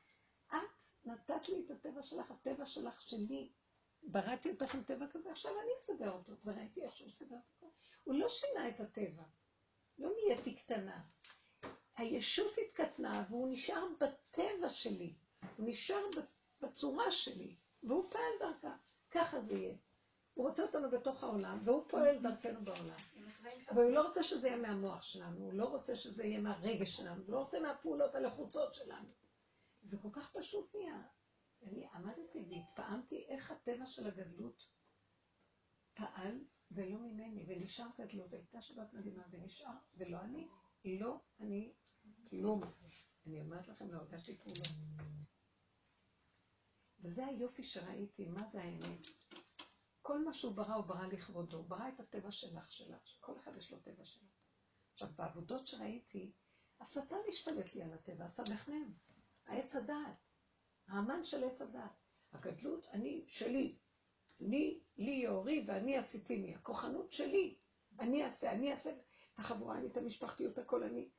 את נתת לי את הטבע שלך, הטבע שלך שלי. בראתי אותך עם טבע כזה, עכשיו אני אסדר אותו. וראיתי איך שהוא סדר אותו. הוא לא שינה את הטבע. לא נהייתי קטנה. הישות התקטנה, והוא נשאר בטבע שלי. הוא נשאר בצורה שלי. והוא פעל דרכה. ככה זה יהיה. הוא רוצה אותנו בתוך העולם, והוא פועל דרכנו בעולם. אבל הוא לא רוצה שזה יהיה מהמוח שלנו, הוא לא רוצה שזה יהיה מהרגש שלנו, הוא לא רוצה מהפעולות הלחוצות שלנו. זה כל כך פשוט נהיה. אני עמדתי והתפעמתי איך הטבע של הגדלות פעל ולא ממני, ונשאר גדלות, הייתה שבת מדהימה ונשאר, ולא אני, לא אני, כלום. אני אומרת לכם, לא הרגשתי פעולות. וזה היופי שראיתי, מה זה האמת? כל מה שהוא ברא, הוא ברא לכבודו, הוא ברא את הטבע שלך, שלך, שכל אחד יש לו טבע שלו. עכשיו, בעבודות שראיתי, השטן השתלט לי על הטבע, הסמכנם, העץ הדעת, האמן של עץ הדעת. הגדלות, אני, שלי, אני, לי יאורי ואני עשיתי לי, הכוחנות שלי, אני אעשה, אני אעשה, את החבורה, אני, את המשפחתיות, הכל אני.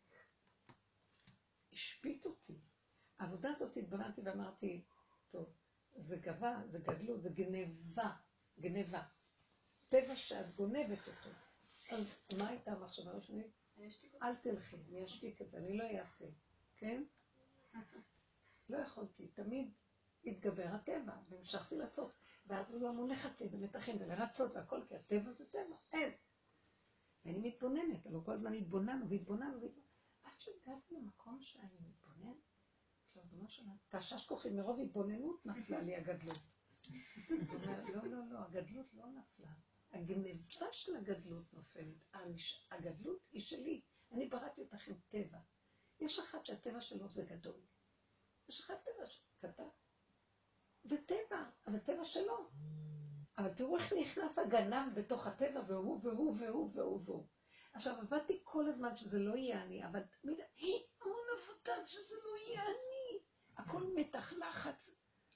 השפיט אותי. העבודה הזאת התבוננתי ואמרתי, טוב, זה גבה, זה גדלות, זה גנבה. גנבה. טבע שאת גונבת אותו. אז מה הייתה המחשבה הראשונית? אל תלכי, אני אשתיק את זה, אני לא אעשה. כן? לא יכולתי. תמיד התגבר הטבע, והמשכתי לעשות. ואז היו המון לחצים ומתחים ולרצות והכל, כי הטבע זה טבע. אין. ואני מתבוננת, אבל כל הזמן התבוננו והתבוננו והתבוננו. עד שהגעתי למקום שאני מתבונן, לא, במה שלה, תשש כוחי מרוב התבוננות נפלה לי הגדלות. זאת אומרת, לא, לא, לא, הגדלות לא נפלה. הגנבה של הגדלות נופלת. הגדלות היא שלי. אני בראתי אותך עם טבע. יש אחד שהטבע שלו זה גדול. יש אחד טבע קטן. זה טבע, אבל טבע שלו. אבל תראו איך נכנס הגנב בתוך הטבע, והוא, והוא, והוא, והוא, והוא. עכשיו, עבדתי כל הזמן שזה לא יהיה אני, אבל תמיד, היי, המון עבודה שזה לא יהיה אני. הכל מתח לחץ.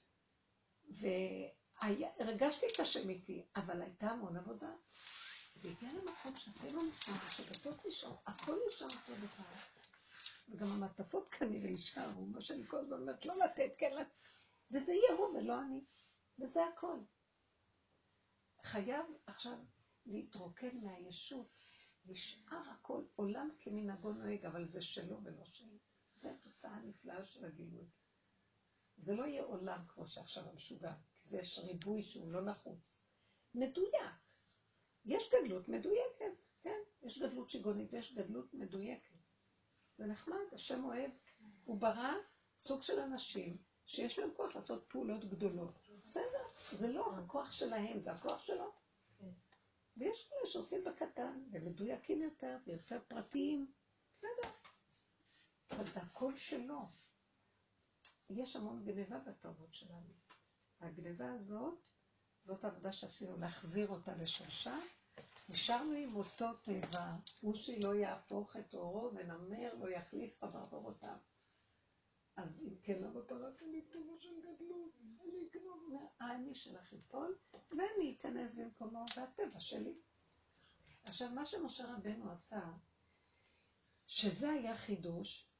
והרגשתי את השם איתי, אבל הייתה המון עבודה. זה הגיע למקום שהטבע נשאר, שבתות נשאר, הכל נשאר אותו דבר. וגם המעטפות כנראה יישארו, מה שאני כל הזמן אומרת, לא לתת, כן לתת. וזה יהיה הוא ולא אני. וזה הכל. חייב עכשיו להתרוקן מהישות. נשאר הכל, עולם כמנהגו נוהג, אבל זה שלו ולא שלי. זו התוצאה הנפלאה של הגילוי. זה לא יהיה עולם כמו שעכשיו המשוגע, כי זה יש ריבוי שהוא לא נחוץ. מדויק. יש גדלות מדויקת, כן? יש גדלות שיגונית ויש גדלות מדויקת. זה נחמד, השם אוהב. הוא ברא סוג של אנשים שיש להם כוח לעשות פעולות גדולות. בסדר, זה לא הכוח שלהם, זה הכוח שלו. ויש כאלה שעושים בקטן, ומדויקים יותר, ויותר פרטיים. בסדר. אבל זה הכל שלו. יש המון גניבה בתרבות שלנו. הגניבה הזאת, זאת העבודה שעשינו, להחזיר אותה לשורשה. נשארנו עם אותו טבע, הוא שלא יהפוך את אורו ונמר, לא יחליף חברותיו. אז אם כן לא בפרק, אני טבע של גדלות, אני אגנוב מהאני שלך יפול, ואני אכנס במקומו, והטבע שלי. עכשיו, מה שמשה רבנו עשה, שזה היה חידוש,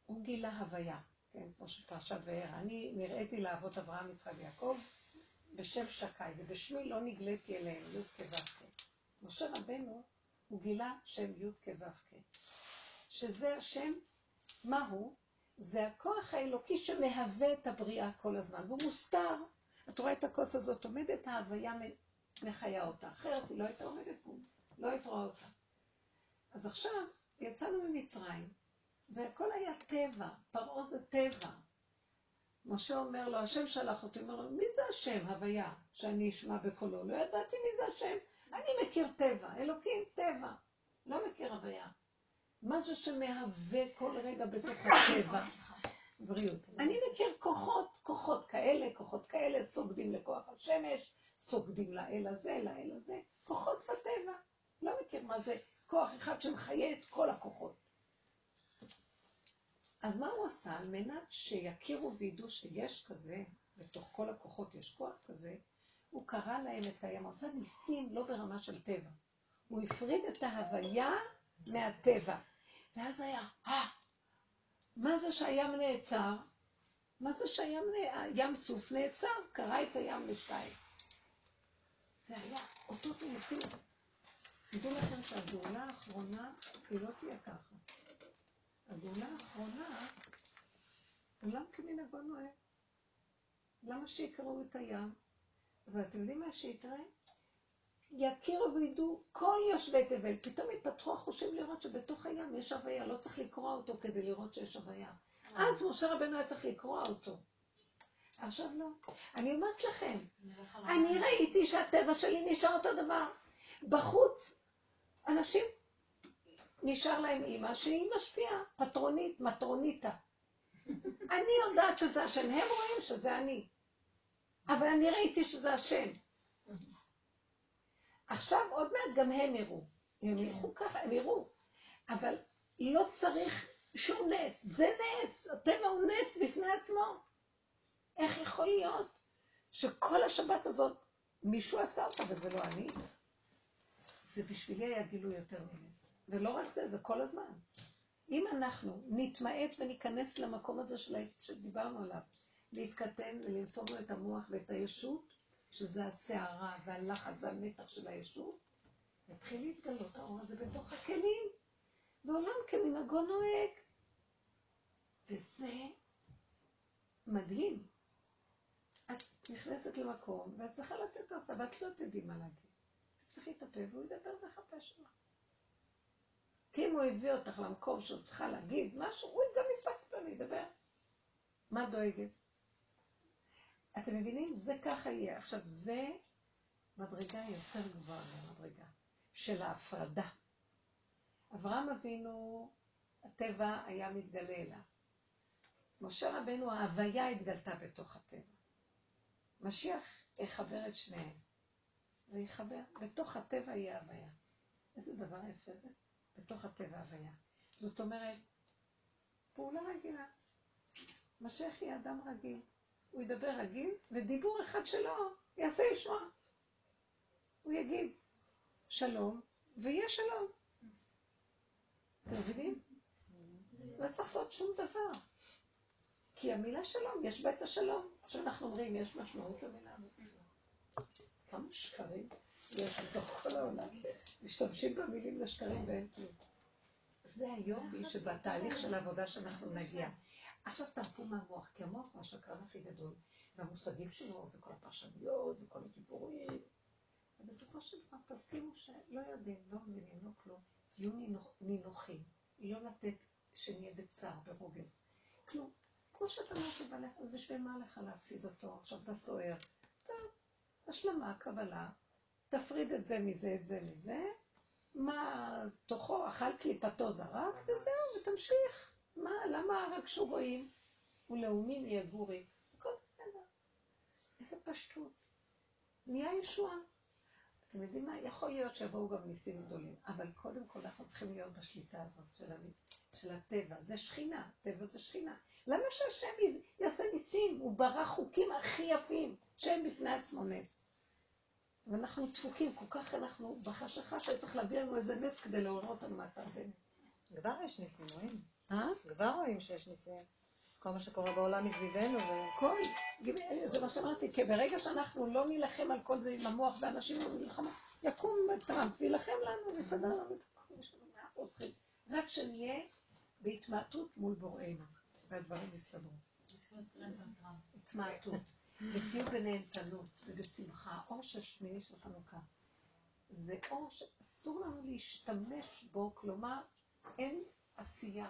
הוא גילה הוויה, כן, כמו שפרשת וארא. אני נראיתי לאבות אברהם, יצחק ויעקב בשם שקי, ובשמי לא נגליתי אליהם, י' כו'. משה רבנו, הוא גילה שם י' כו', שזה השם, מה הוא? זה הכוח האלוקי שמהווה את הבריאה כל הזמן, והוא מוסתר. את רואה את הכוס הזאת עומדת, ההוויה מחיה אותה, אחרת היא לא הייתה עומדת פה, לא היית רואה אותה. אז עכשיו יצאנו ממצרים, והכל היה טבע, פרעה זה טבע. משה אומר לו, השם שלח אותי, אומר לו, מי זה השם, הוויה, שאני אשמע בקולו? לא ידעתי מי זה השם, אני מכיר טבע, אלוקים טבע, לא מכיר הוויה. מה זה שמהווה כל רגע בתוך הטבע? בריאות. אני מכיר כוחות, כוחות כאלה, כוחות כאלה, סוגדים לכוח השמש, סוגדים לאל הזה, לאל הזה, כוחות בטבע. לא מכיר מה זה כוח אחד שמחיה את כל הכוחות. אז מה הוא עשה? על מנת שיכירו וידעו שיש כזה, בתוך כל הכוחות יש כוח כזה, הוא קרא להם את הים, הוא עושה ניסים לא ברמה של טבע. הוא הפריד את ההוויה מהטבע. ואז היה, אה, מה זה שהים נעצר? מה זה שהים ים סוף נעצר? קרא את הים לשתיים. זה היה אותות ומופתים. תדעו לכם שהגאולה האחרונה היא לא תהיה ככה. הגאולה האחרונה, עולם כמנהגו נוהג. למה שיקראו את הים? ואתם יודעים מה שיקרה? יכירו וידעו כל יושבי תבל. פתאום יפתחו החושים לראות שבתוך הים יש הוויה, לא צריך לקרוא אותו כדי לראות שיש הוויה. אז משה רבנו היה צריך לקרוא אותו. עכשיו לא. אני אומרת לכם, אני ראיתי שהטבע שלי נשאר אותו דבר. בחוץ, אנשים נשאר להם אימא שהיא משפיעה, פטרונית, מטרוניתה. אני יודעת שזה השם, הם רואים שזה אני. אבל אני ראיתי שזה השם. עכשיו עוד מעט גם הם יראו. הם ילכו ככה, הם יראו. אבל לא צריך שום נס. זה נס. הטבע הוא נס בפני עצמו. איך יכול להיות שכל השבת הזאת מישהו עשה אותה וזה לא אני? זה בשבילי היה גילוי יותר מנס. ולא רק זה, זה כל הזמן. אם אנחנו נתמעט וניכנס למקום הזה שדיברנו עליו, להתקטן ולמסור לו את המוח ואת הישות, שזה הסערה והלחץ והמתח של הישות, התחיל להתגלות האור הזה בתוך הכלים, בעולם כמנהגו נוהג. וזה מדהים. את נכנסת למקום ואת צריכה לתת הרצאה, ואת לא תדעי מה להגיד. תפתחי את הפה והוא ידבר וחפש לך. כי אם הוא הביא אותך למקום שהוא צריכה להגיד משהו, הוא גם יפתח לו להידבר. מה דואגת? אתם מבינים? זה ככה יהיה. עכשיו, זה מדרגה יותר גבוהה מהמדרגה של ההפרדה. אברהם אבינו, הטבע היה מתגלה אליו. משה רבנו, ההוויה התגלתה בתוך הטבע. משיח יחבר את שניהם. ויחבר, בתוך הטבע יהיה הוויה. איזה דבר יפה זה? בתוך הטבע הוויה. זאת אומרת, פעולה רגילה. משיח יהיה אדם רגיל. הוא ידבר רגיל, ודיבור אחד שלו יעשה ישועה. הוא יגיד שלום, ויהיה שלום. אתם מבינים? לא צריך לעשות שום דבר. כי המילה שלום, יש בה את השלום. כשאנחנו אומרים, יש משמעות למילה. כמה שקרים יש בתוך כל העולם. משתמשים במילים לשקרים ואין כלום. זה היופי שבתהליך של העבודה שאנחנו נגיע. עכשיו תרפו מהמוח, כי המוח הוא השקרן הכי גדול, והמושגים שלו, וכל הפרשנויות, וכל הדיבורים. ובסופו של דבר תסכימו שלא יודעים, לא מבינים, לא כלום. תהיו נינוחים, לא לתת שנהיה בצער, ברוגז. כלום. כמו שאתה אמרת בלך, אז בשביל מה לך להפסיד אותו? עכשיו אתה סוער. טוב, השלמה, קבלה, תפריד את זה מזה, את זה מזה. מה תוכו, אכל קליפתו זרק, וזהו, ותמשיך. מה, למה רגשו גויים? ולאומים יגורי. הכל בסדר. איזה פשטות. נהיה ישועה. אתם יודעים מה? יכול להיות שיבואו גם ניסים גדולים, אבל קודם כל אנחנו צריכים להיות בשליטה הזאת של, המ... של הטבע. זה שכינה, טבע זה שכינה. למה שהשם יעשה ניסים? הוא ברא חוקים הכי יפים, שהם בפני עצמו נס. ואנחנו דפוקים, כל כך אנחנו בחשכה שצריך להביא לנו איזה נס כדי לעורר אותנו מהתרדמת. כבר יש ניסים, רואים? כבר רואים שיש ניסויים. כל מה שקורה בעולם מסביבנו ו... כל, זה מה שאמרתי, כי ברגע שאנחנו לא נלחם על כל זה עם המוח ואנשים לא נלחמה, יקום טראמפ וילחם לנו, נסדר לנו את הכל, יש לנו מה אנחנו עושים. רק שנהיה בהתמעטות מול בוראנו, והדברים יסתדרו. התמעטות, ותהיו בנהנתנות ובשמחה, אור של שמיני של חנוכה. זה אור שאסור לנו להשתמש בו, כלומר, אין עשייה.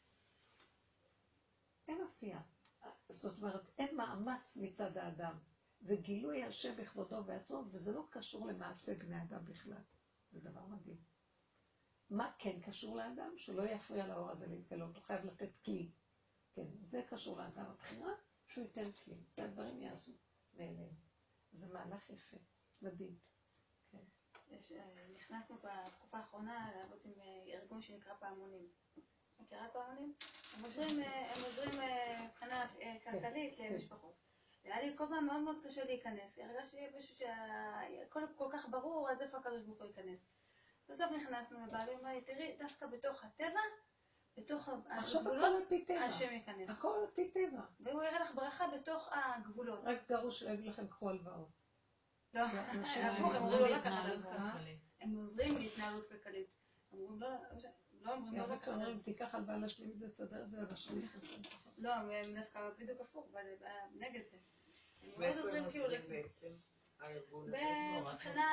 אין עשייה. זאת אומרת, אין מאמץ מצד האדם. זה גילוי השם בכבודו בעצמו, וזה לא קשור למעשה בני אדם בכלל. זה דבר מדהים. מה כן קשור לאדם? שהוא לא יפריע לאור הזה להתגלות, הוא חייב לתת כלי. כן, זה קשור לאדם. הבחירה שהוא ייתן כלי, והדברים יעשו מאליהם. זה מהלך יפה, מדהים. כן. יש, נכנסנו בתקופה האחרונה לעבוד עם ארגון שנקרא פעמונים. מכירה פעמונים? הם עוזרים, הם עוזרים מבחינה כלכלית למשפחות. היה לי כל פעם מאוד מאוד קשה להיכנס, כי הרגשתי משהו שהכל כל כך ברור, אז איפה הקדוש ברוך הוא ייכנס. בסוף נכנסנו ובעלי אומר לי, תראי, דווקא בתוך הטבע, בתוך הגבולות, השם ייכנס. הכל על פי טבע. והוא יראה לך ברכה בתוך הגבולות. רק תזהרו שלא יגידו לכם קחו הלוואות. לא, הם אומרים לו לא ככה הלוואות. הם עוזרים להתנהלות כלכלית. אומרים לא, לא אומרים לא ככה. אומרים, תיקח הלוואה להשלים את זה, תסדר את זה, ולהשלים את זה. לא, הם דווקא בדיוק הפוך, נגד זה. הם מאוד עוזרים כאילו בעצם. הארגון הזה מבחינה,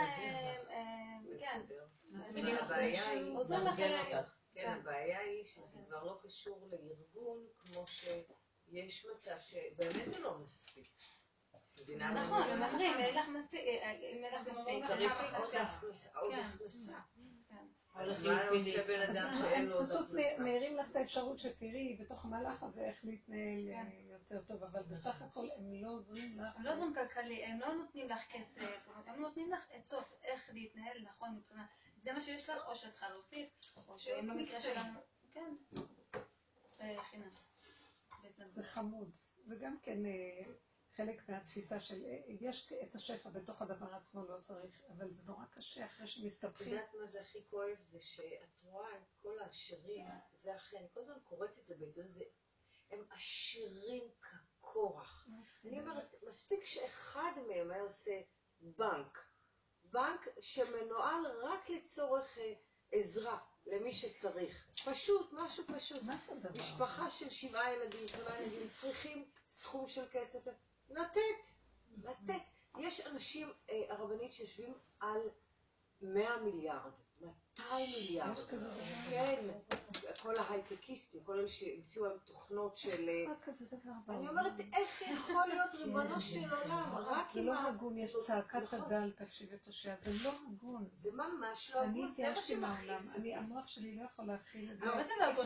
כן. הבעיה היא, כן, הבעיה היא שזה כבר לא קשור לארגון, כמו שיש מצב שבאמת זה לא מספיק. נכון, הם אומרים, אין לך מספיק, אם אין לך מספיק, צריך עוד הכנסה. אז מה עושה בן אדם שאין לו עוד הכנסה? פשוט מהירים לך את האפשרות שתראי בתוך המהלך הזה איך להתנהל יותר טוב, אבל בסך הכל הם לא עוזרים לך. הם לא עוזרים כלכלי, הם לא נותנים לך כסף, הם נותנים לך עצות איך להתנהל נכון מבחינה. זה מה שיש לך, או שאת צריכה להוסיף, או שאם במקרה שלנו, כן, חינם. זה חמוד, זה גם כן חלק מהתפיסה של, יש את השפע בתוך הדבר עצמו, לא צריך, אבל זה נורא קשה אחרי שמסתבכים. את יודעת מה זה הכי כואב? זה שאת רואה את כל העשירים, זה אחרי, אני כל הזמן קוראת את זה בעיתון, הם עשירים כקורח. אני אומרת, מספיק שאחד מהם היה עושה בנק, בנק שמנוהל רק לצורך עזרה למי שצריך. פשוט, משהו פשוט. משפחה של שבעה ילדים, שמונה ילדים, צריכים סכום של כסף. לתת, לתת. יש אנשים, הרבנית, שיושבים על מאה מיליארד, מאתיים מיליארד. כן, כל ההייטקיסטים, כל אלה שהמציאו על תוכנות של... אני אומרת, איך יכול להיות ריבונו של עולם? רק זה לא הגון, יש צעקת הגל, תקשיב את השעה, זה לא הגון. זה ממש לא הגון, זה מה שמכניס. המוח שלי לא יכול להכיל את זה. אבל זה לא הגון,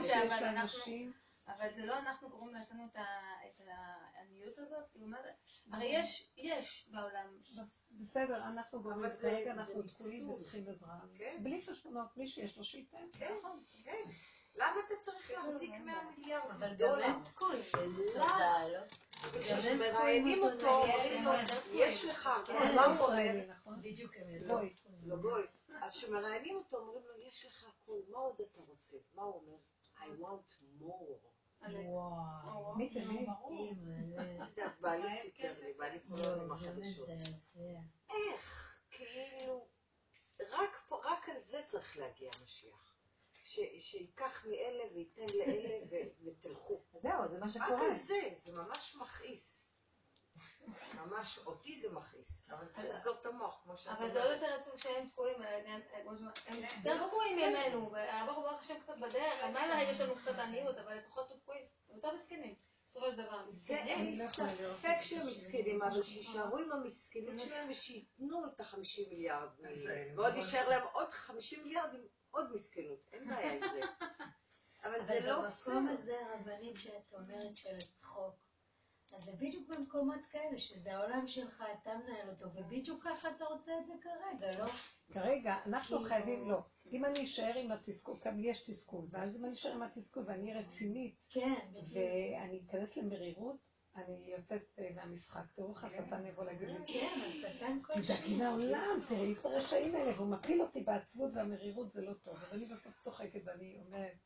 אבל זה לא אנחנו קוראים לעצמנו את העניות הזאת, הרי יש, יש בעולם. בסדר, אנחנו גורמים, כרגע אנחנו תקועים וצריכים עזרה. בלי חשבונות, בלי שיש לו שייתן. נכון, כן. למה אתה צריך להחזיק מאה מיליארד אבל גם הם תקועים באיזו תודעה, לא? וכשמראיינים אותו, אומרים לו, יש לך, מה הוא אומר? בדיוק הם יודעים. גוי, לא גוי. אז כשמראיינים אותו, אומרים לו, יש לך הכל, מה עוד אתה רוצה? מה הוא אומר? I want more. וואו. מי זה מי? את יודעת, בעלי סיפר לי, בעלי סיפר לי מהחדשות. איך? כאילו, רק על זה צריך להגיע משיח. שיקח מאלה וייתן לאלה ותלכו. זהו, זה מה שקורה. רק על זה, זה ממש מכעיס. ממש, אותי זה מכעיס. אבל צריך לסגור את המוח, כמו שאתה אבל זה עוד יותר עצוב שהם תקועים, הם יותר תקועים ממנו, והבחור ברוך השם קצת בדרך, על מה לרגע שלנו קצת עניות, אבל לפחות לא תקועים, הם יותר מסכנים. בסופו של דבר. זה אין ספק שהם מסכנים, אבל שישארו עם המסכנות שלהם ושיתנו את החמישים מיליארד. ועוד יישאר להם עוד חמישים מיליארד עם עוד מסכנות, אין בעיה עם זה. אבל זה לא פייר. במקום הזה, הרבנית שאת אומרת של הצחוק, אז זה בדיוק במקומות כאלה, שזה העולם שלך, אתה מנהל אותו, ובדיוק ככה אתה רוצה את זה כרגע, לא? כרגע, אנחנו חייבים, לא. אם אני אשאר עם התסכול, כאן יש תסכול, ואז אם אני אשאר עם התסכול ואני רצינית, ואני אכנס למרירות, אני יוצאת מהמשחק. תראו איך השטן יבוא להגיד לי. כן, השטן כל שני. תדאגי לעולם, תראי את הרשעים האלה, והוא מפיל אותי בעצבות והמרירות, זה לא טוב. אז אני בסוף צוחקת ואני אומרת,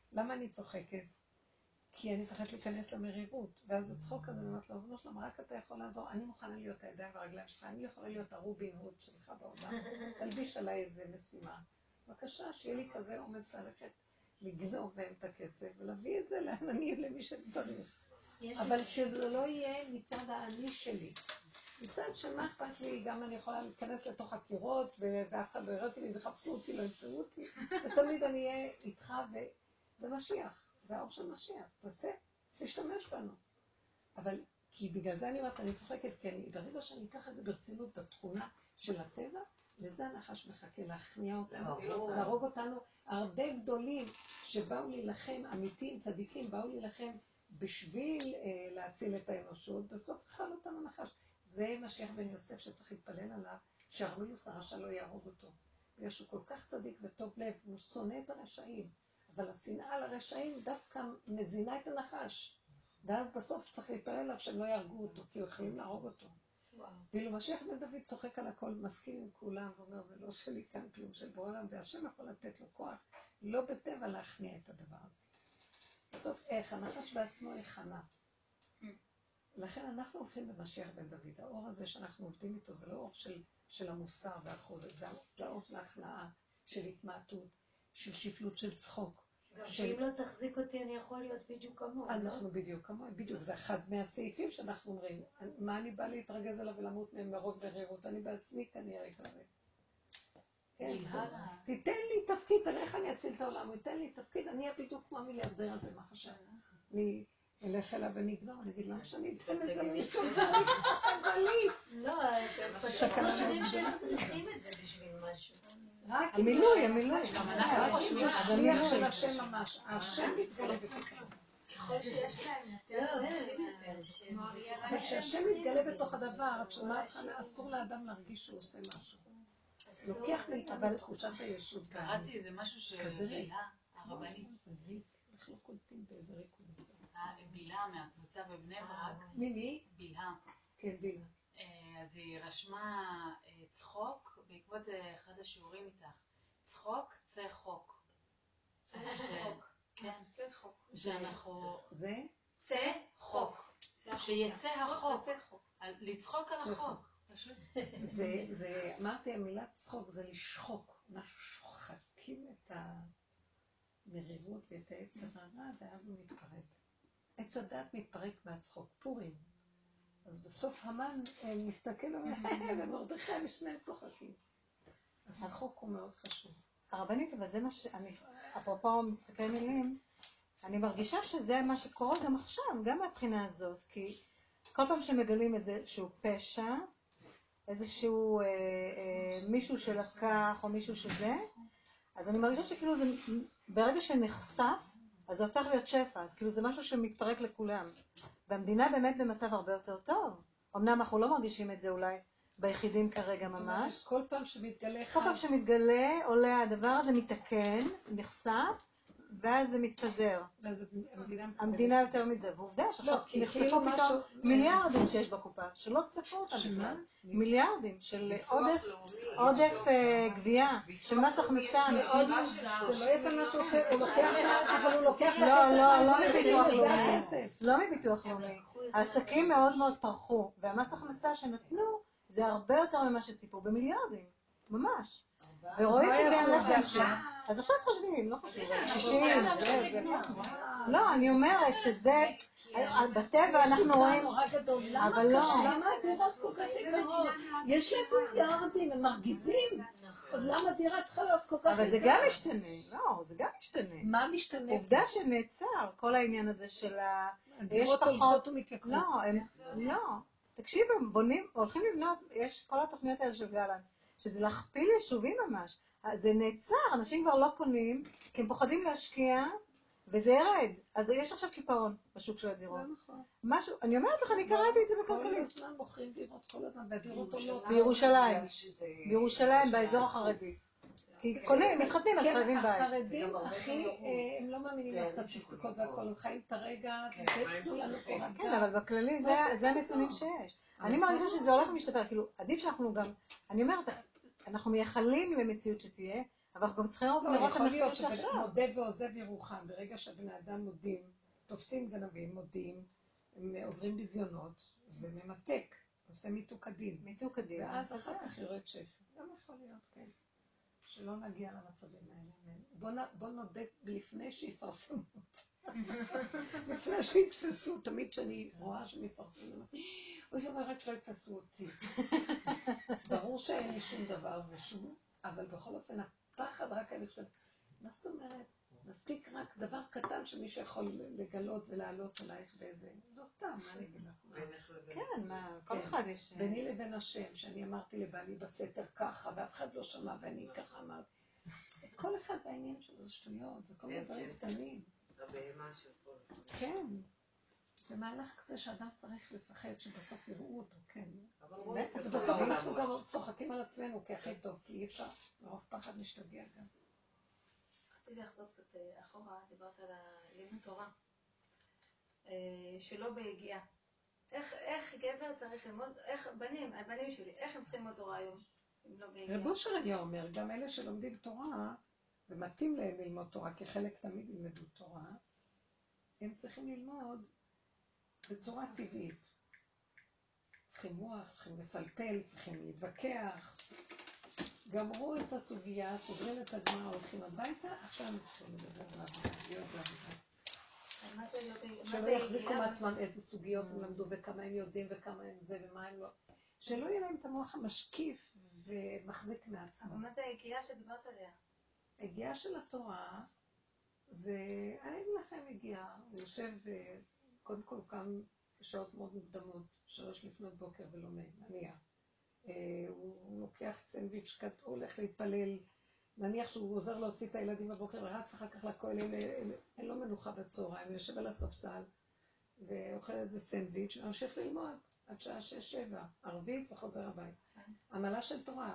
למה אני צוחקת? כי אני מפחדת להיכנס למרירות, ואז הצחוק הזה, אני אומרת לו, שלום, רק אתה יכול לעזור, אני מוכנה להיות הידיים והרגליים שלך, אני יכולה להיות הרובין הוד שלך בעולם, תלביש עליי איזה משימה. בבקשה, שיהיה לי כזה אומץ ללכת לגנוב מהם את הכסף, ולהביא את זה לעננים למי שצריך. אבל שזה לא יהיה מצד העני שלי. מצד שמה אכפת לי, גם אני יכולה להיכנס לתוך הקירות, ואף אחד לא יראה אותי, ויחפשו אותי, לא ימצאו אותי, ותמיד אני אהיה איתך, וזה משיח. זה האור של משיח, תעשה, תשתמש בנו. אבל, כי בגלל זה אני אומרת, אני צוחקת, כי אני, ברגע שאני אקח את זה ברצינות בתכונה של הטבע, לזה הנחש מחכה להכניע אותנו, להרוג אותנו. הרבה גדולים שבאו להילחם, אמיתיים, צדיקים, באו להילחם בשביל אה, להציל את האנושות, בסוף אכל אותם הנחש. זה משיח בן יוסף שצריך להתפלל עליו, שארמילוס הרשע לא יהרוג אותו. בגלל שהוא כל כך צדיק וטוב לב, הוא שונא את הרשעים. אבל השנאה לרשעים דווקא מזינה את הנחש. ואז בסוף צריך להתפלל עליו שהם לא יהרגו אותו, כי הם יכולים להרוג אותו. ואילו משיח בן דוד צוחק על הכל, מסכים עם כולם, ואומר, זה לא שלי כאן כלום של בעולם, והשם יכול לתת לו כוח, לא בטבע להכניע את הדבר הזה. בסוף איך? הנחש בעצמו יכנע. לכן אנחנו הולכים במשיח בן דוד. האור הזה שאנחנו עובדים איתו, זה לא אור של, של המוסר והחוזק, זה האור של ההכנעה, של התמעטות, של שפלות, של צחוק. גם שאם לא תחזיק אותי, אני יכול להיות בדיוק כמוהו, לא? אנחנו בדיוק כמוהו, בדיוק. זה אחד מהסעיפים שאנחנו אומרים. מה אני באה להתרגז עליו ולמות מהם מרוב ורירות? אני בעצמי כנראה כזה. כן, תיתן לי תפקיד, תראה איך אני אציל את העולם, הוא ייתן לי תפקיד, אני אהיה בדיוק כמו המיליארדר הזה, מה חשב? אני אלך אליו ונגנור, אני אגיד למה שאני אתן את זה למישהו, אבל לי. לא, בסופו של יום שהם צריכים את זה בשביל משהו. המילוי, המילוי. זה שליח של השם ממש. השם מתגלה בתוכו. ככל שיש להם יותר, אבל כשהשם מתגלה בתוך הדבר, את שומעת, אסור לאדם להרגיש שהוא עושה משהו. לוקח מאיתנו תחושת הישות. קראתי איזה משהו שבילה, הרבנית. איך לא קולטים באיזה ריקוד? בילה מהקבוצה בבני ברק. מי מי? בילה. כן, בילה. אז היא רשמה צחוק בעקבות אחד השיעורים איתך. צחוק, צא חוק. צא חוק. כן. צא חוק. שאנחנו... זה? צא חוק. שיצא החוק. לצחוק על החוק. זה, זה, אמרתי, המילה צחוק זה לשחוק. אנחנו שוחקים את המרירות ואת העץ הרע, ואז הוא מתפרק. עץ הדת מתפרק מהצחוק. פורים. אז בסוף המן מסתכל ומרדכי ושני צוחקים. הצחוק הוא מאוד חשוב. הרבנית, אבל זה מה שאני, אפרופו משחקי מילים, אני מרגישה שזה מה שקורה גם עכשיו, גם מהבחינה הזאת, כי כל פעם שמגלים איזשהו פשע, איזשהו אה, אה, מישהו שלקח או מישהו שזה, אז אני מרגישה שכאילו זה, ברגע שנחשף, אז זה הופך להיות שפע, אז כאילו זה משהו שמתפרק לכולם. והמדינה באמת במצב הרבה יותר טוב. אמנם אנחנו לא מרגישים את זה אולי ביחידים כרגע ממש. כל פעם שמתגלה כל פעם שמתגלה, עולה הדבר הזה, מתקן, נחשף, ואז זה מתפזר. המדינה יותר מזה. ועובדה שעכשיו נחשפו פתאום מיליארדים שיש בקופה, שלא צפו אותם בכלל. מיליארדים של עודף גבייה, של מס הכנסה. זה לא יפה מה שהוא עושה, הוא לוקח לאט, אבל הוא לוקח לאט. לא, לא, לא מביטוח לאומי. לא מביטוח לאומי. העסקים מאוד מאוד פרחו, והמס הכנסה שנתנו, זה הרבה יותר ממה שציפו, במיליארדים. ממש. ורואים שכן לכם. אז עכשיו חושבים, לא חושבים. שישים, זה, זה. לא, אני אומרת שזה, בטבע אנחנו רואים, אבל לא. למה הדירות כל כך יקרות? יש להם מיליארדים, הם מרגיזים. אז למה דירה צריכה להיות כל כך יקרה? אבל זה גם משתנה. לא, זה גם משתנה. מה משתנה? עובדה שנעצר כל העניין הזה של ה... הדירות הולכות ומתייקרות. לא, לא. תקשיבו, בונים, הולכים לבנות, יש כל התוכניות האלה של גלנט. שזה להכפיל יישובים ממש. זה נעצר, אנשים כבר לא קונים, כי הם פוחדים להשקיע, וזה ירד. אז יש עכשיו קיפאון בשוק של הדירות. לא נכון. משהו, אני אומרת לך, אני קראתי את זה בכלכלית. כל הזמן מוכרים דירות, כל הזמן, והדירות עולות. בירושלים, בירושלים, באזור החרדי. כי קונים, מתחתנים, אז חייבים בית. החרדים, הכי, הם לא מאמינים לסטטיסטיקות והכל, הם חיים את הרגע, זה כולנו קורת גג. כן, אבל בכללי זה הנתונים שיש. אני מרגישה שזה הולך ומשתפר, כאילו, עדיף שאנחנו גם, אני אומרת, אנחנו מייחלים למציאות שתהיה, אבל אנחנו גם צריכים לראות לא, את יכול להיות המחצית שעכשיו. שמודה ועוזב ירוחם, ברגע שהבני אדם מודים, תופסים גנבים, מודים, הם עוברים בזיונות, זה ממתק, עושה מיתוק הדין. מיתוק הדין. ואז אחר כך יורד שפע. גם יכול להיות, כן. שלא נגיע למצבים האלה. בוא, נ, בוא נודה לפני שיפרסמו אותי. לפני שיתפסו, תמיד שאני רואה שמפרסמים אותי. אוי, אבל רק לא יתפסו אותי. ברור שאין לי שום דבר ושום, אבל בכל אופן הפחד רק אני חושבת, מה זאת אומרת? מספיק רק דבר קטן שמישהו יכול לגלות ולעלות עלייך באיזה, לא סתם, מה אני אגיד לך? כן, מה, כל אחד יש... ביני לבין השם, שאני אמרתי לבעלי בסתר ככה, ואף אחד לא שמע, ואני ככה אמרתי. כל אחד בעניין שלו זה שטויות, זה כל מיני דברים קטנים. הבהמה של כל אחד. כן. זה מהלך כזה שאדם צריך לפחד שבסוף יראו אותו, כן. ובסוף אנחנו גם צוחקים על עצמנו כהכי טוב, כי אי אפשר, מרוב פחד נשתגע גם. רציתי לחזור קצת אחורה, דיברת על לימוד תורה, שלא בהגיעה. איך, איך גבר צריך ללמוד, איך בנים, הבנים שלי, איך הם צריכים ללמוד תורה היום, אם לא בהגיעה? רב אושר היה אומר, גם אלה שלומדים תורה, ומתאים להם ללמוד תורה, כי חלק תמיד ילמדו תורה, הם צריכים ללמוד בצורה טבעית. צריכים מוח, צריכים לפלפל, צריכים להתווכח. גמרו את הסוגיה, סוגרים את הגמרא, הולכים הביתה, עכשיו הם צריכים לדבר לעבודה, להיות בעבודה. שלא יחזיקו מעצמם איזה סוגיות הם למדו וכמה הם יודעים וכמה הם זה ומה הם לא. שלא יהיה להם את המוח המשקיף ומחזיק מעצמם. אבל מה זה הגיעה שדיברת עליה? הגיעה של התורה זה, אני אגיד לכם הגיעה, הוא יושב קודם כל קם שעות מאוד מוקדמות, שלוש לפנות בוקר ולומד, נניח. הוא לוקח סנדוויץ' קט, הוא הולך להתפלל, נניח שהוא עוזר להוציא את הילדים בבוקר ורץ אחר כך לכולל, אין לו מנוחה בצהריים, הוא יושב על הספסל ואוכל איזה סנדוויץ' וממשיך ללמוד עד שעה שש שבע, ערבית וחוזר הבית. עמלה של תורה.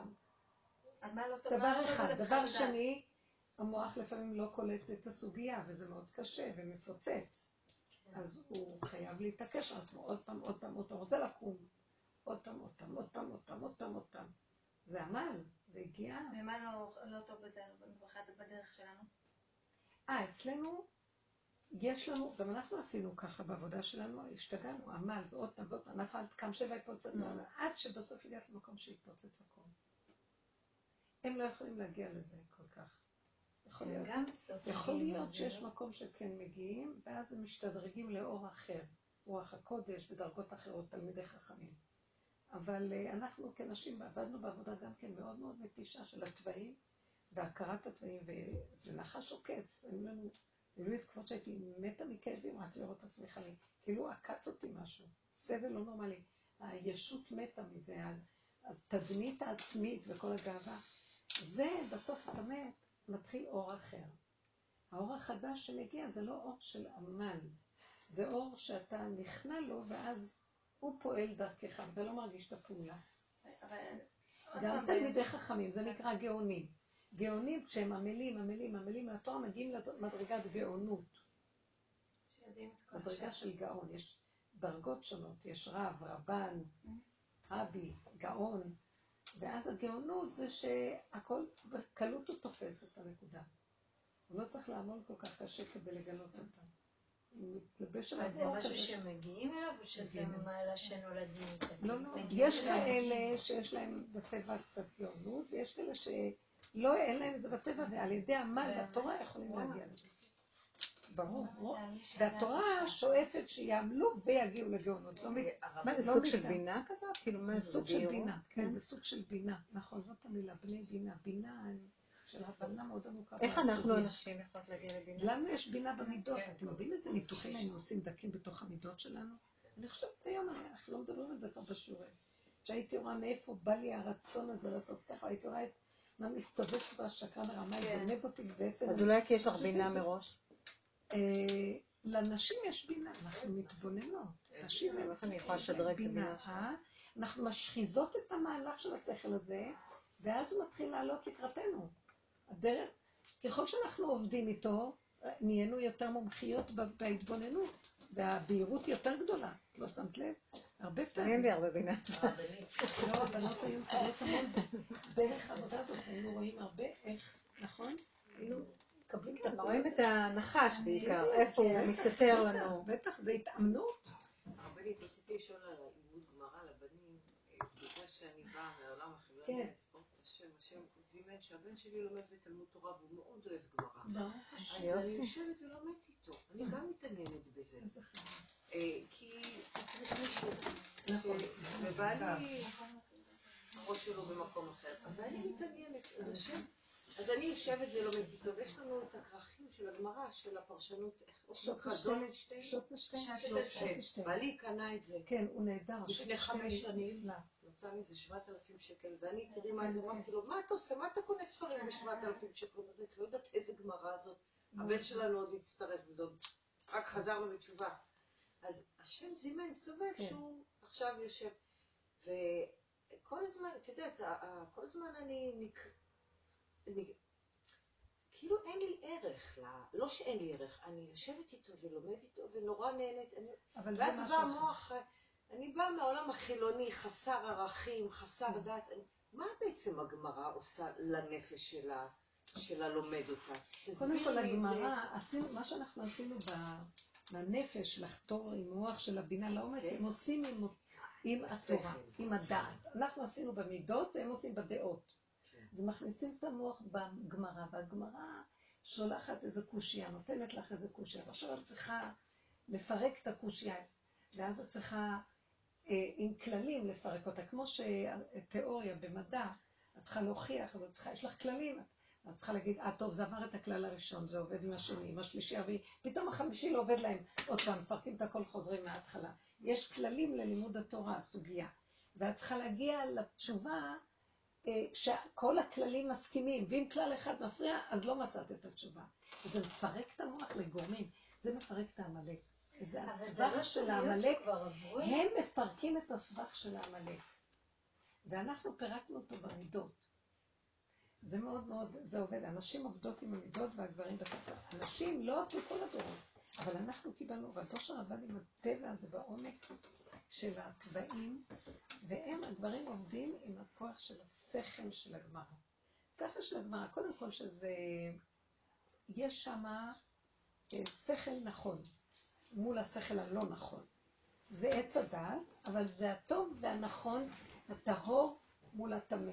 דבר אחד, דבר שני, המוח לפעמים לא קולט את הסוגיה וזה מאוד קשה ומפוצץ. אז הוא חייב להתעקש על עצמו עוד פעם, עוד פעם, עוד פעם, רוצה לקום. עוד פעם, עוד פעם, עוד פעם, עוד פעם, עוד פעם, עוד פעם. זה עמל, זה הגיע. ומה לא טוב בדרך שלנו? אה, אצלנו, יש לנו, גם אנחנו עשינו ככה בעבודה שלנו, השתגענו, עמל, ועוד פעם, ועוד פעם, נפלת, קם שבע יפוצץ, עד שבסוף הגעת למקום שיתפוצץ הכל. הם לא יכולים להגיע לזה כל כך. יכול להיות, יכול להיות שיש מקום שכן מגיעים, ואז הם משתדרגים לאור אחר, רוח הקודש, בדרגות אחרות, תלמידי חכמים. אבל אנחנו כנשים עבדנו בעבודה גם כן מאוד מאוד מתישה של התוואים, והכרת התוואים, וזה נחש עוקץ. היו לנו, היו לי תקופות שהייתי מתה מכאבים, רק לראות את עצמי חיים. כאילו עקץ אותי משהו, סבל לא נורמלי. הישות מתה מזה, התדמית העצמית וכל הגאווה. זה בסוף אתה מת, מתחיל אור אחר. האור החדש שמגיע זה לא אור של עמל, זה אור שאתה נכנע לו ואז הוא פועל דרכך, ואתה לא מרגיש את הפעולה. גם תלמידי חכמים, זה נקרא גאונים. גאונים כשהם עמלים, עמלים, עמלים, מהתורה מגיעים למדרגת גאונות. מדרגה של גאון, יש דרגות שונות, יש רב, רבן, רבי, גאון, ואז הגאונות זה שהכל בקלות הוא תופס את הנקודה. הוא לא צריך לעמול כל כך קשה כדי לגלות אותה. אז זה משהו שמגיעים אליו או שזה מעלה שנולדים איתם? לא, לא. יש כאלה שיש להם בטבע קצת גאונות, ויש כאלה שלא, אין להם את זה בטבע, ועל ידי עמל בתורה יכולים להגיע לזה. ברור. והתורה שואפת שיעמלו ויגיעו לגאונות. מה זה, סוג של בינה כזאת? זה סוג של בינה, כן, זה סוג של בינה. נכון, זאת המילה, בני בינה. בינה של הבנה מאוד עמוקה. איך אנחנו אנשים יכולות להגיע לבינה? לנו יש בינה במידות. אתם יודעים איזה ניתוחים היינו עושים דקים בתוך המידות שלנו? אני חושבת היום, אנחנו לא מדברים על זה כבר בשיעורים. שהייתי רואה מאיפה בא לי הרצון הזה לעשות ככה, הייתי רואה את מה מסתובב בשקרן הרמה, יגנב אותי בעצם. אז אולי כי יש לך בינה מראש? לנשים יש בינה, אנחנו מתבוננות. נשים איך אני יכולה לשדרג את הבינה שלה? אנחנו משחיזות את המהלך של השכל הזה, ואז הוא מתחיל לעלות לקראתנו. הדרך, ככל שאנחנו עובדים איתו, נהיינו יותר מומחיות בהתבוננות. והבהירות יותר גדולה, לא שמת לב? הרבה פעמים. אין לי הרבה בינה. לא, הבנות היו מקבלות המון דרך העבודה הזאת, היינו רואים הרבה איך, נכון? היינו מקבלים את רואים את הנחש בעיקר, איפה הוא מסתתר לנו. בטח, זה התאמנות. הרבנית, רציתי לשאול על לימוד גמרא לבנים, בגלל שאני באה מהעולם החילוני, הספורט, השם, השם זימן שהבן שלי לומד בתלמוד תורה והוא מאוד אוהב גמרא. אז אני יושבת ולומדת איתו, אני גם מתעניינת בזה. כי צריך מישהו, ובעלי, הראש שלו במקום אחר, ואני מתעניינת, אז השם, אז אני יושבת ולומדת איתו, ויש לנו את הכרכים של הגמרא, של הפרשנות, שוטנשטיין, שוטנשטיין, בעלי קנה את זה. כן, הוא נהדר. לפני חמש שנים, נתן איזה שבעת אלפים שקל, ואני תראי מה זה, אמרתי לו, מה אתה עושה, מה אתה קונה ספרים בשבעת אלפים שקל? את לא יודעת איזה גמרא זאת, הבן שלנו עוד יצטרף, רק חזרנו בתשובה. אז השם זימן סובב שהוא עכשיו יושב, וכל הזמן, את יודעת, כל הזמן אני, כאילו אין לי ערך, לא שאין לי ערך, אני יושבת איתו ולומדת איתו ונורא נהנית, ואז בא המוח, אני באה מהעולם החילוני, חסר ערכים, חסר דעת, מה בעצם הגמרא עושה לנפש שלה, של הלומד אותה? קודם כל הגמרא, מה שאנחנו עשינו לנפש, לחתור עם מוח של הבינה לעומק, הם עושים עם התורה, עם הדעת. אנחנו עשינו במידות, הם עושים בדעות. אז מכניסים את המוח בגמרא, והגמרא שולחת איזו קושיה, נותנת לך איזו קושיה, ועכשיו את צריכה לפרק את הקושיה, ואז את צריכה אה, עם כללים לפרק אותה, כמו שתיאוריה במדע, את צריכה להוכיח, אז את צריכה, יש לך כללים, את צריכה להגיד, אה טוב, זה עבר את הכלל הראשון, זה עובד עם השני, עם השלישי, הרביעי, פתאום החמישי לא עובד להם, עוד פעם, מפרקים את הכל, חוזרים מההתחלה. יש כללים ללימוד התורה, הסוגיה, ואת צריכה להגיע לתשובה, שכל הכללים מסכימים, ואם כלל אחד מפריע, אז לא מצאת את התשובה. זה מפרק את המוח לגורמים, זה מפרק את העמלק. זה הסבך של העמלק, הם מפרקים את הסבך של העמלק. ואנחנו פירקנו אותו במידות. זה מאוד מאוד, זה עובד. אנשים עובדות עם המידות והגברים בתקף. אנשים לא עבדו כל הדורות, אבל אנחנו קיבלנו, והדושר עבד עם הטבע הזה בעומק של הטבעים, והם הגברים עובדים עם הכוח של השכל של הגמרא. השכל של הגמרא, קודם כל שזה, יש שם שכל נכון, מול השכל הלא נכון. זה עץ הדעת, אבל זה הטוב והנכון, הטהור מול הטמא.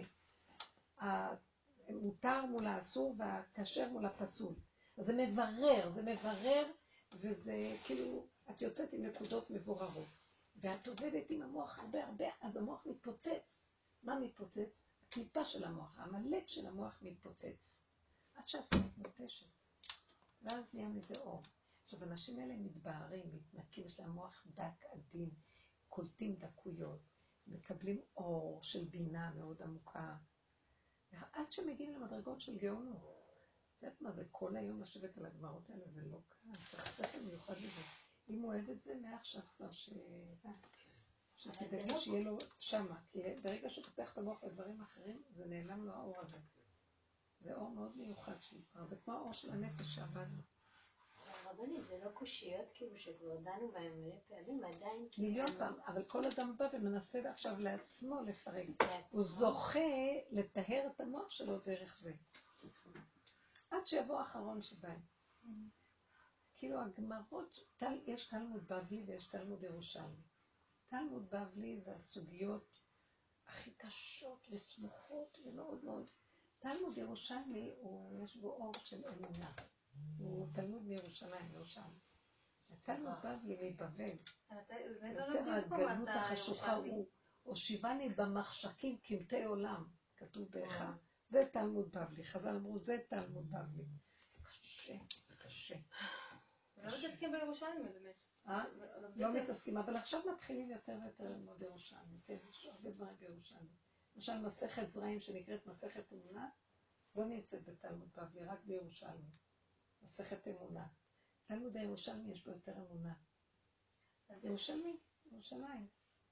המותר מול האסור והכשר מול הפסול. אז זה מברר, זה מברר, וזה כאילו, את יוצאת עם נקודות מבוררות. ואת עובדת עם המוח הרבה הרבה, אז המוח מתפוצץ. מה מתפוצץ? הקליפה של המוח, העמלק של המוח מתפוצץ. עד שאת מתנטשת. ואז נהיה מזה אור. עכשיו, אנשים האלה מתבהרים, מתנקים, יש להם מוח דק, עדין, קולטים דקויות, מקבלים אור של בינה מאוד עמוקה. עד שמגיעים למדרגות של גאונות. את יודעת מה זה? כל היום לשבת על הגמרות האלה, זה לא קל, צריך שכל מיוחד לזה. אם הוא אוהב את זה, מעכשיו כבר ש... שתדעי שיהיה לו שמה, כי ברגע שפותח את המוח לדברים אחרים, זה נעלם לו האור הזה. זה אור מאוד מיוחד שלי, זה כמו האור של הנפש שעבדנו. רבנית, זה לא קושיות כאילו שכבר דנו בהם מלא פעמים, עדיין... מיליון פעם, אבל כל אדם בא ומנסה עכשיו לעצמו לפרק. הוא זוכה לטהר את המוח שלו דרך זה. עד שיבוא האחרון שבהם. כאילו הגמרות, יש תלמוד בבלי ויש תלמוד ירושלמי. תלמוד בבלי זה הסוגיות הכי קשות וסמוכות ומאוד מאוד. תלמוד ירושלמי, יש בו אור של אמונה. הוא תלמוד מירושלים, ירושלמי. התלמוד בבלי מבבל. יותר הגלות החשוכה הוא, הושיבני במחשכים כמתי עולם, כתוב באחד. זה תלמוד בבלי. חז"ל אמרו, זה תלמוד בבלי. זה קשה, זה קשה. לא מתעסקים בירושלים, באמת. לא מתעסקים, אבל עכשיו מתחילים יותר ויותר ללמוד ירושלמי. כן, יש הרבה דברים בירושלמי. למשל, מסכת זרעים שנקראת מסכת אמונה, לא נמצאת בתלמוד בבלי, רק בירושלמי. מסכת אמונה. תלמוד הירושלמי יש בו יותר אמונה. אז ירושלמי, ירושלים.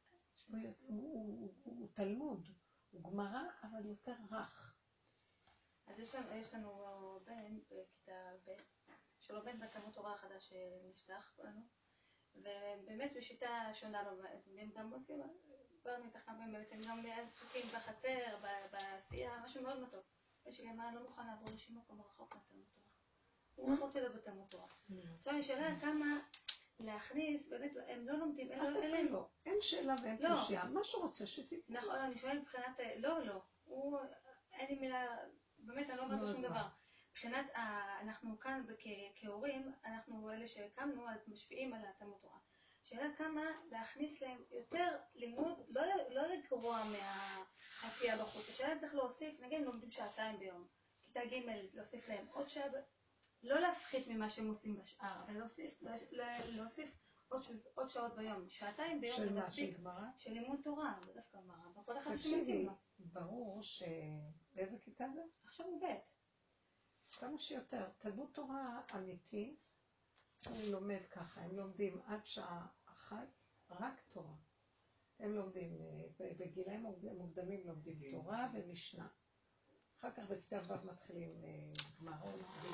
הוא תלמוד, הוא גמרא, אבל יותר רך. אז יש לנו בן בכיתה ב' שלומד בתלמוד תורה החדש שנפתח לנו, ובאמת זו שיטה שונה, הם גם עושים, דיברנו איתך כמה פעמים, הם גם עסוקים בחצר, בעשייה, משהו מאוד מתוק. יש לי מה, לא מוכן לעבור לשום מקום רחוק מהתלמוד תורה. הוא לא רוצה לדבר תלמוד תורה. עכשיו אני שאלה כמה להכניס, באמת, הם לא לומדים, אין לא, אין שאלה ואין קושיה, מה שרוצה שתתקדם. נכון, אני שואלת מבחינת, לא, לא, הוא, אין לי מילה, באמת, אני לא אומרת שום דבר. מבחינת, אנחנו כאן כהורים, אנחנו אלה שהקמנו, אז משפיעים על התלמוד תורה. שאלה כמה להכניס להם יותר לימוד, לא לגרוע מהעשייה בחוץ. השאלה צריך להוסיף, נגיד, לומדים שעתיים ביום. כיתה ג' להוסיף להם עוד שעה, לא להפחית ממה שהם עושים בשאר, אבל להוסיף עוד שעות ביום. שעתיים ביום זה מספיק של לימוד תורה, לא דווקא גמרא. בכל אחד שמתאים לה. ברור שבאיזה כיתה זה? עכשיו הוא ב'. כמה שיותר. תלמוד תורה אמיתי, הוא לומד ככה, הם לומדים עד שעה אחת, רק תורה. הם לומדים, בגילאים מוקדמים לומדים תורה ומשנה. אחר כך בכיתה ו' מתחילים גמרא,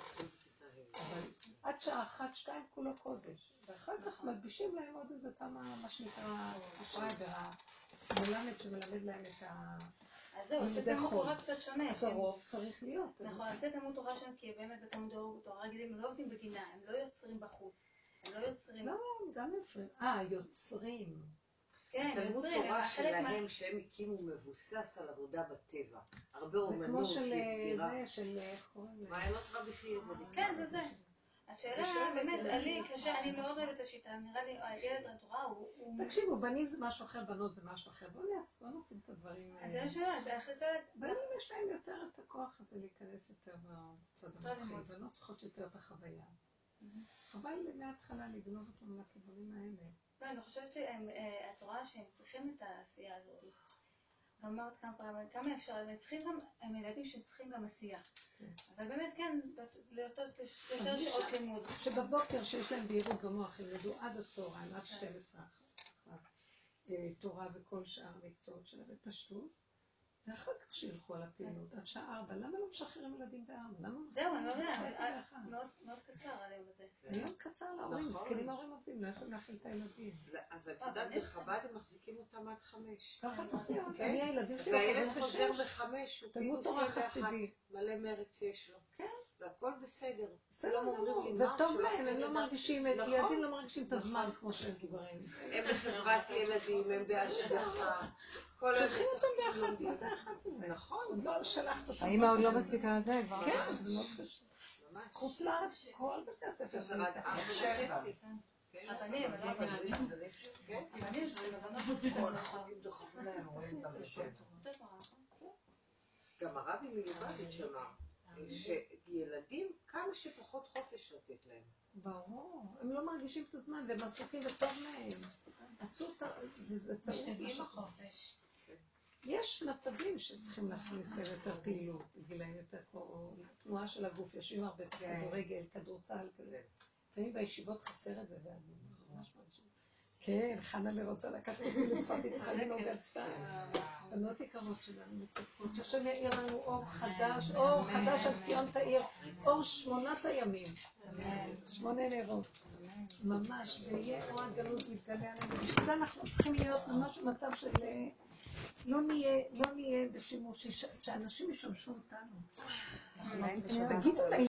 אבל עד שעה אחת, שתיים כולו קודש. ואחר כך מלבישים להם עוד איזה כמה, מה שנקרא, השרייבר, המלמד שמלמד להם את ה... אז זהו, זה תלמוד תורה קצת שונה. אז הרוב צריך להיות. נכון, זה תלמוד תורה שם, כי באמת בתלמוד תורה רגילים הם לא עובדים בגינה, הם לא יוצרים בחוץ. הם לא יוצרים... לא, הם גם יוצרים. אה, יוצרים. כן, יוצרים. תלמוד תורה שלהם שהם הקימו מבוסס על עבודה בטבע. הרבה אומנות, יצירה. זה כמו של... איך קוראים לזה? מעיינות רבי חייא. כן, זה זה. השאלה באמת, לי, כשאני מאוד אוהבת את השיטה, נראה לי, הילד התורה הוא... תקשיבו, בנים זה משהו אחר, בנות זה משהו אחר. בואו נשים את הדברים... אז אני שואלת, זה אחרי שואלת... בנים יש להם יותר את הכוח הזה להיכנס יותר בצד המוחי, בנות צריכות יותר את החוויה. חבל מההתחלה לגנוב אותם לכיוונים האלה. לא, אני חושבת שהתורה שהם צריכים את העשייה הזאת. אמרת כמה פעמים, כמה אפשר, הם צריכים גם, הם ילדים שצריכים גם עשייה. אבל באמת כן, ליותר שעות לימוד. שבבוקר שיש להם בהירות במוח, הם ידעו עד הצהריים, עד שתים עשרה תורה וכל שאר המקצועות שלה בפשטות, ואחר כך שילכו על הפעילות, עד שעה ארבע. למה לא משחררים ילדים בארבע? זהו, אני לא יודעת, מאוד קצר עליהם בזה. היום קצר להורים, מסכנים ההורים עובדים, לא יכולים להכיל את הילדים. אבל את יודעת, בחב"ד הם מחזיקים אותם עד חמש. ככה צריך להיות, אני הילדים שלי והילד חוזר בחמש, הוא כאילו עושה באחת, מלא מרץ יש לו. כן. והכל בסדר. זה טוב להם, הם לא מרגישים, ילדים לא מרגישים את הזמן כמו שהם גברים. הם בחברת ילדים, הם בהשגחה. שולחים אותם באחת, מה זה אחת הזה? נכון, עוד לא שלחת אותם. האמא עוד לא מספיקה לזה כבר. כן, זה מאוד קשה. חוץ לארץ, כל בתי הספר. עד ארבע וחצי. הבנים, אבל לא הבנים. הבנים, כל החוגים דוחפים להם, רואים אותם בשבע. גם הרבי מלובביץ' אמר שילדים כמה שפחות חופש לתת להם. ברור, הם לא מרגישים את הזמן והם עסוקים וטוב להם. עשו את זה טעות. משתגעים בחופש. יש מצבים שצריכים להכניס בהם יותר פעילות, בגילאים יותר כמו תנועה של הגוף, יושבים הרבה כדורגל, כדורסל, כזה. לפעמים בישיבות חסר את זה, ממש מרגישים. כן, חנה לי רוצה לקחת אותי לצפת התחלנו גצפה. בנות יקרות שלנו מתקפות, שהשם יאיר לנו אור חדש, אור חדש על ציון תאיר, אור שמונת הימים. שמונה נרות. ממש, ויהיה אור הגלות מתגלה עלינו. בשביל זה אנחנו צריכים להיות ממש במצב של... לא נהיה, לא נהיה בשימוש, שאנשים ישמשו אותנו. תגידו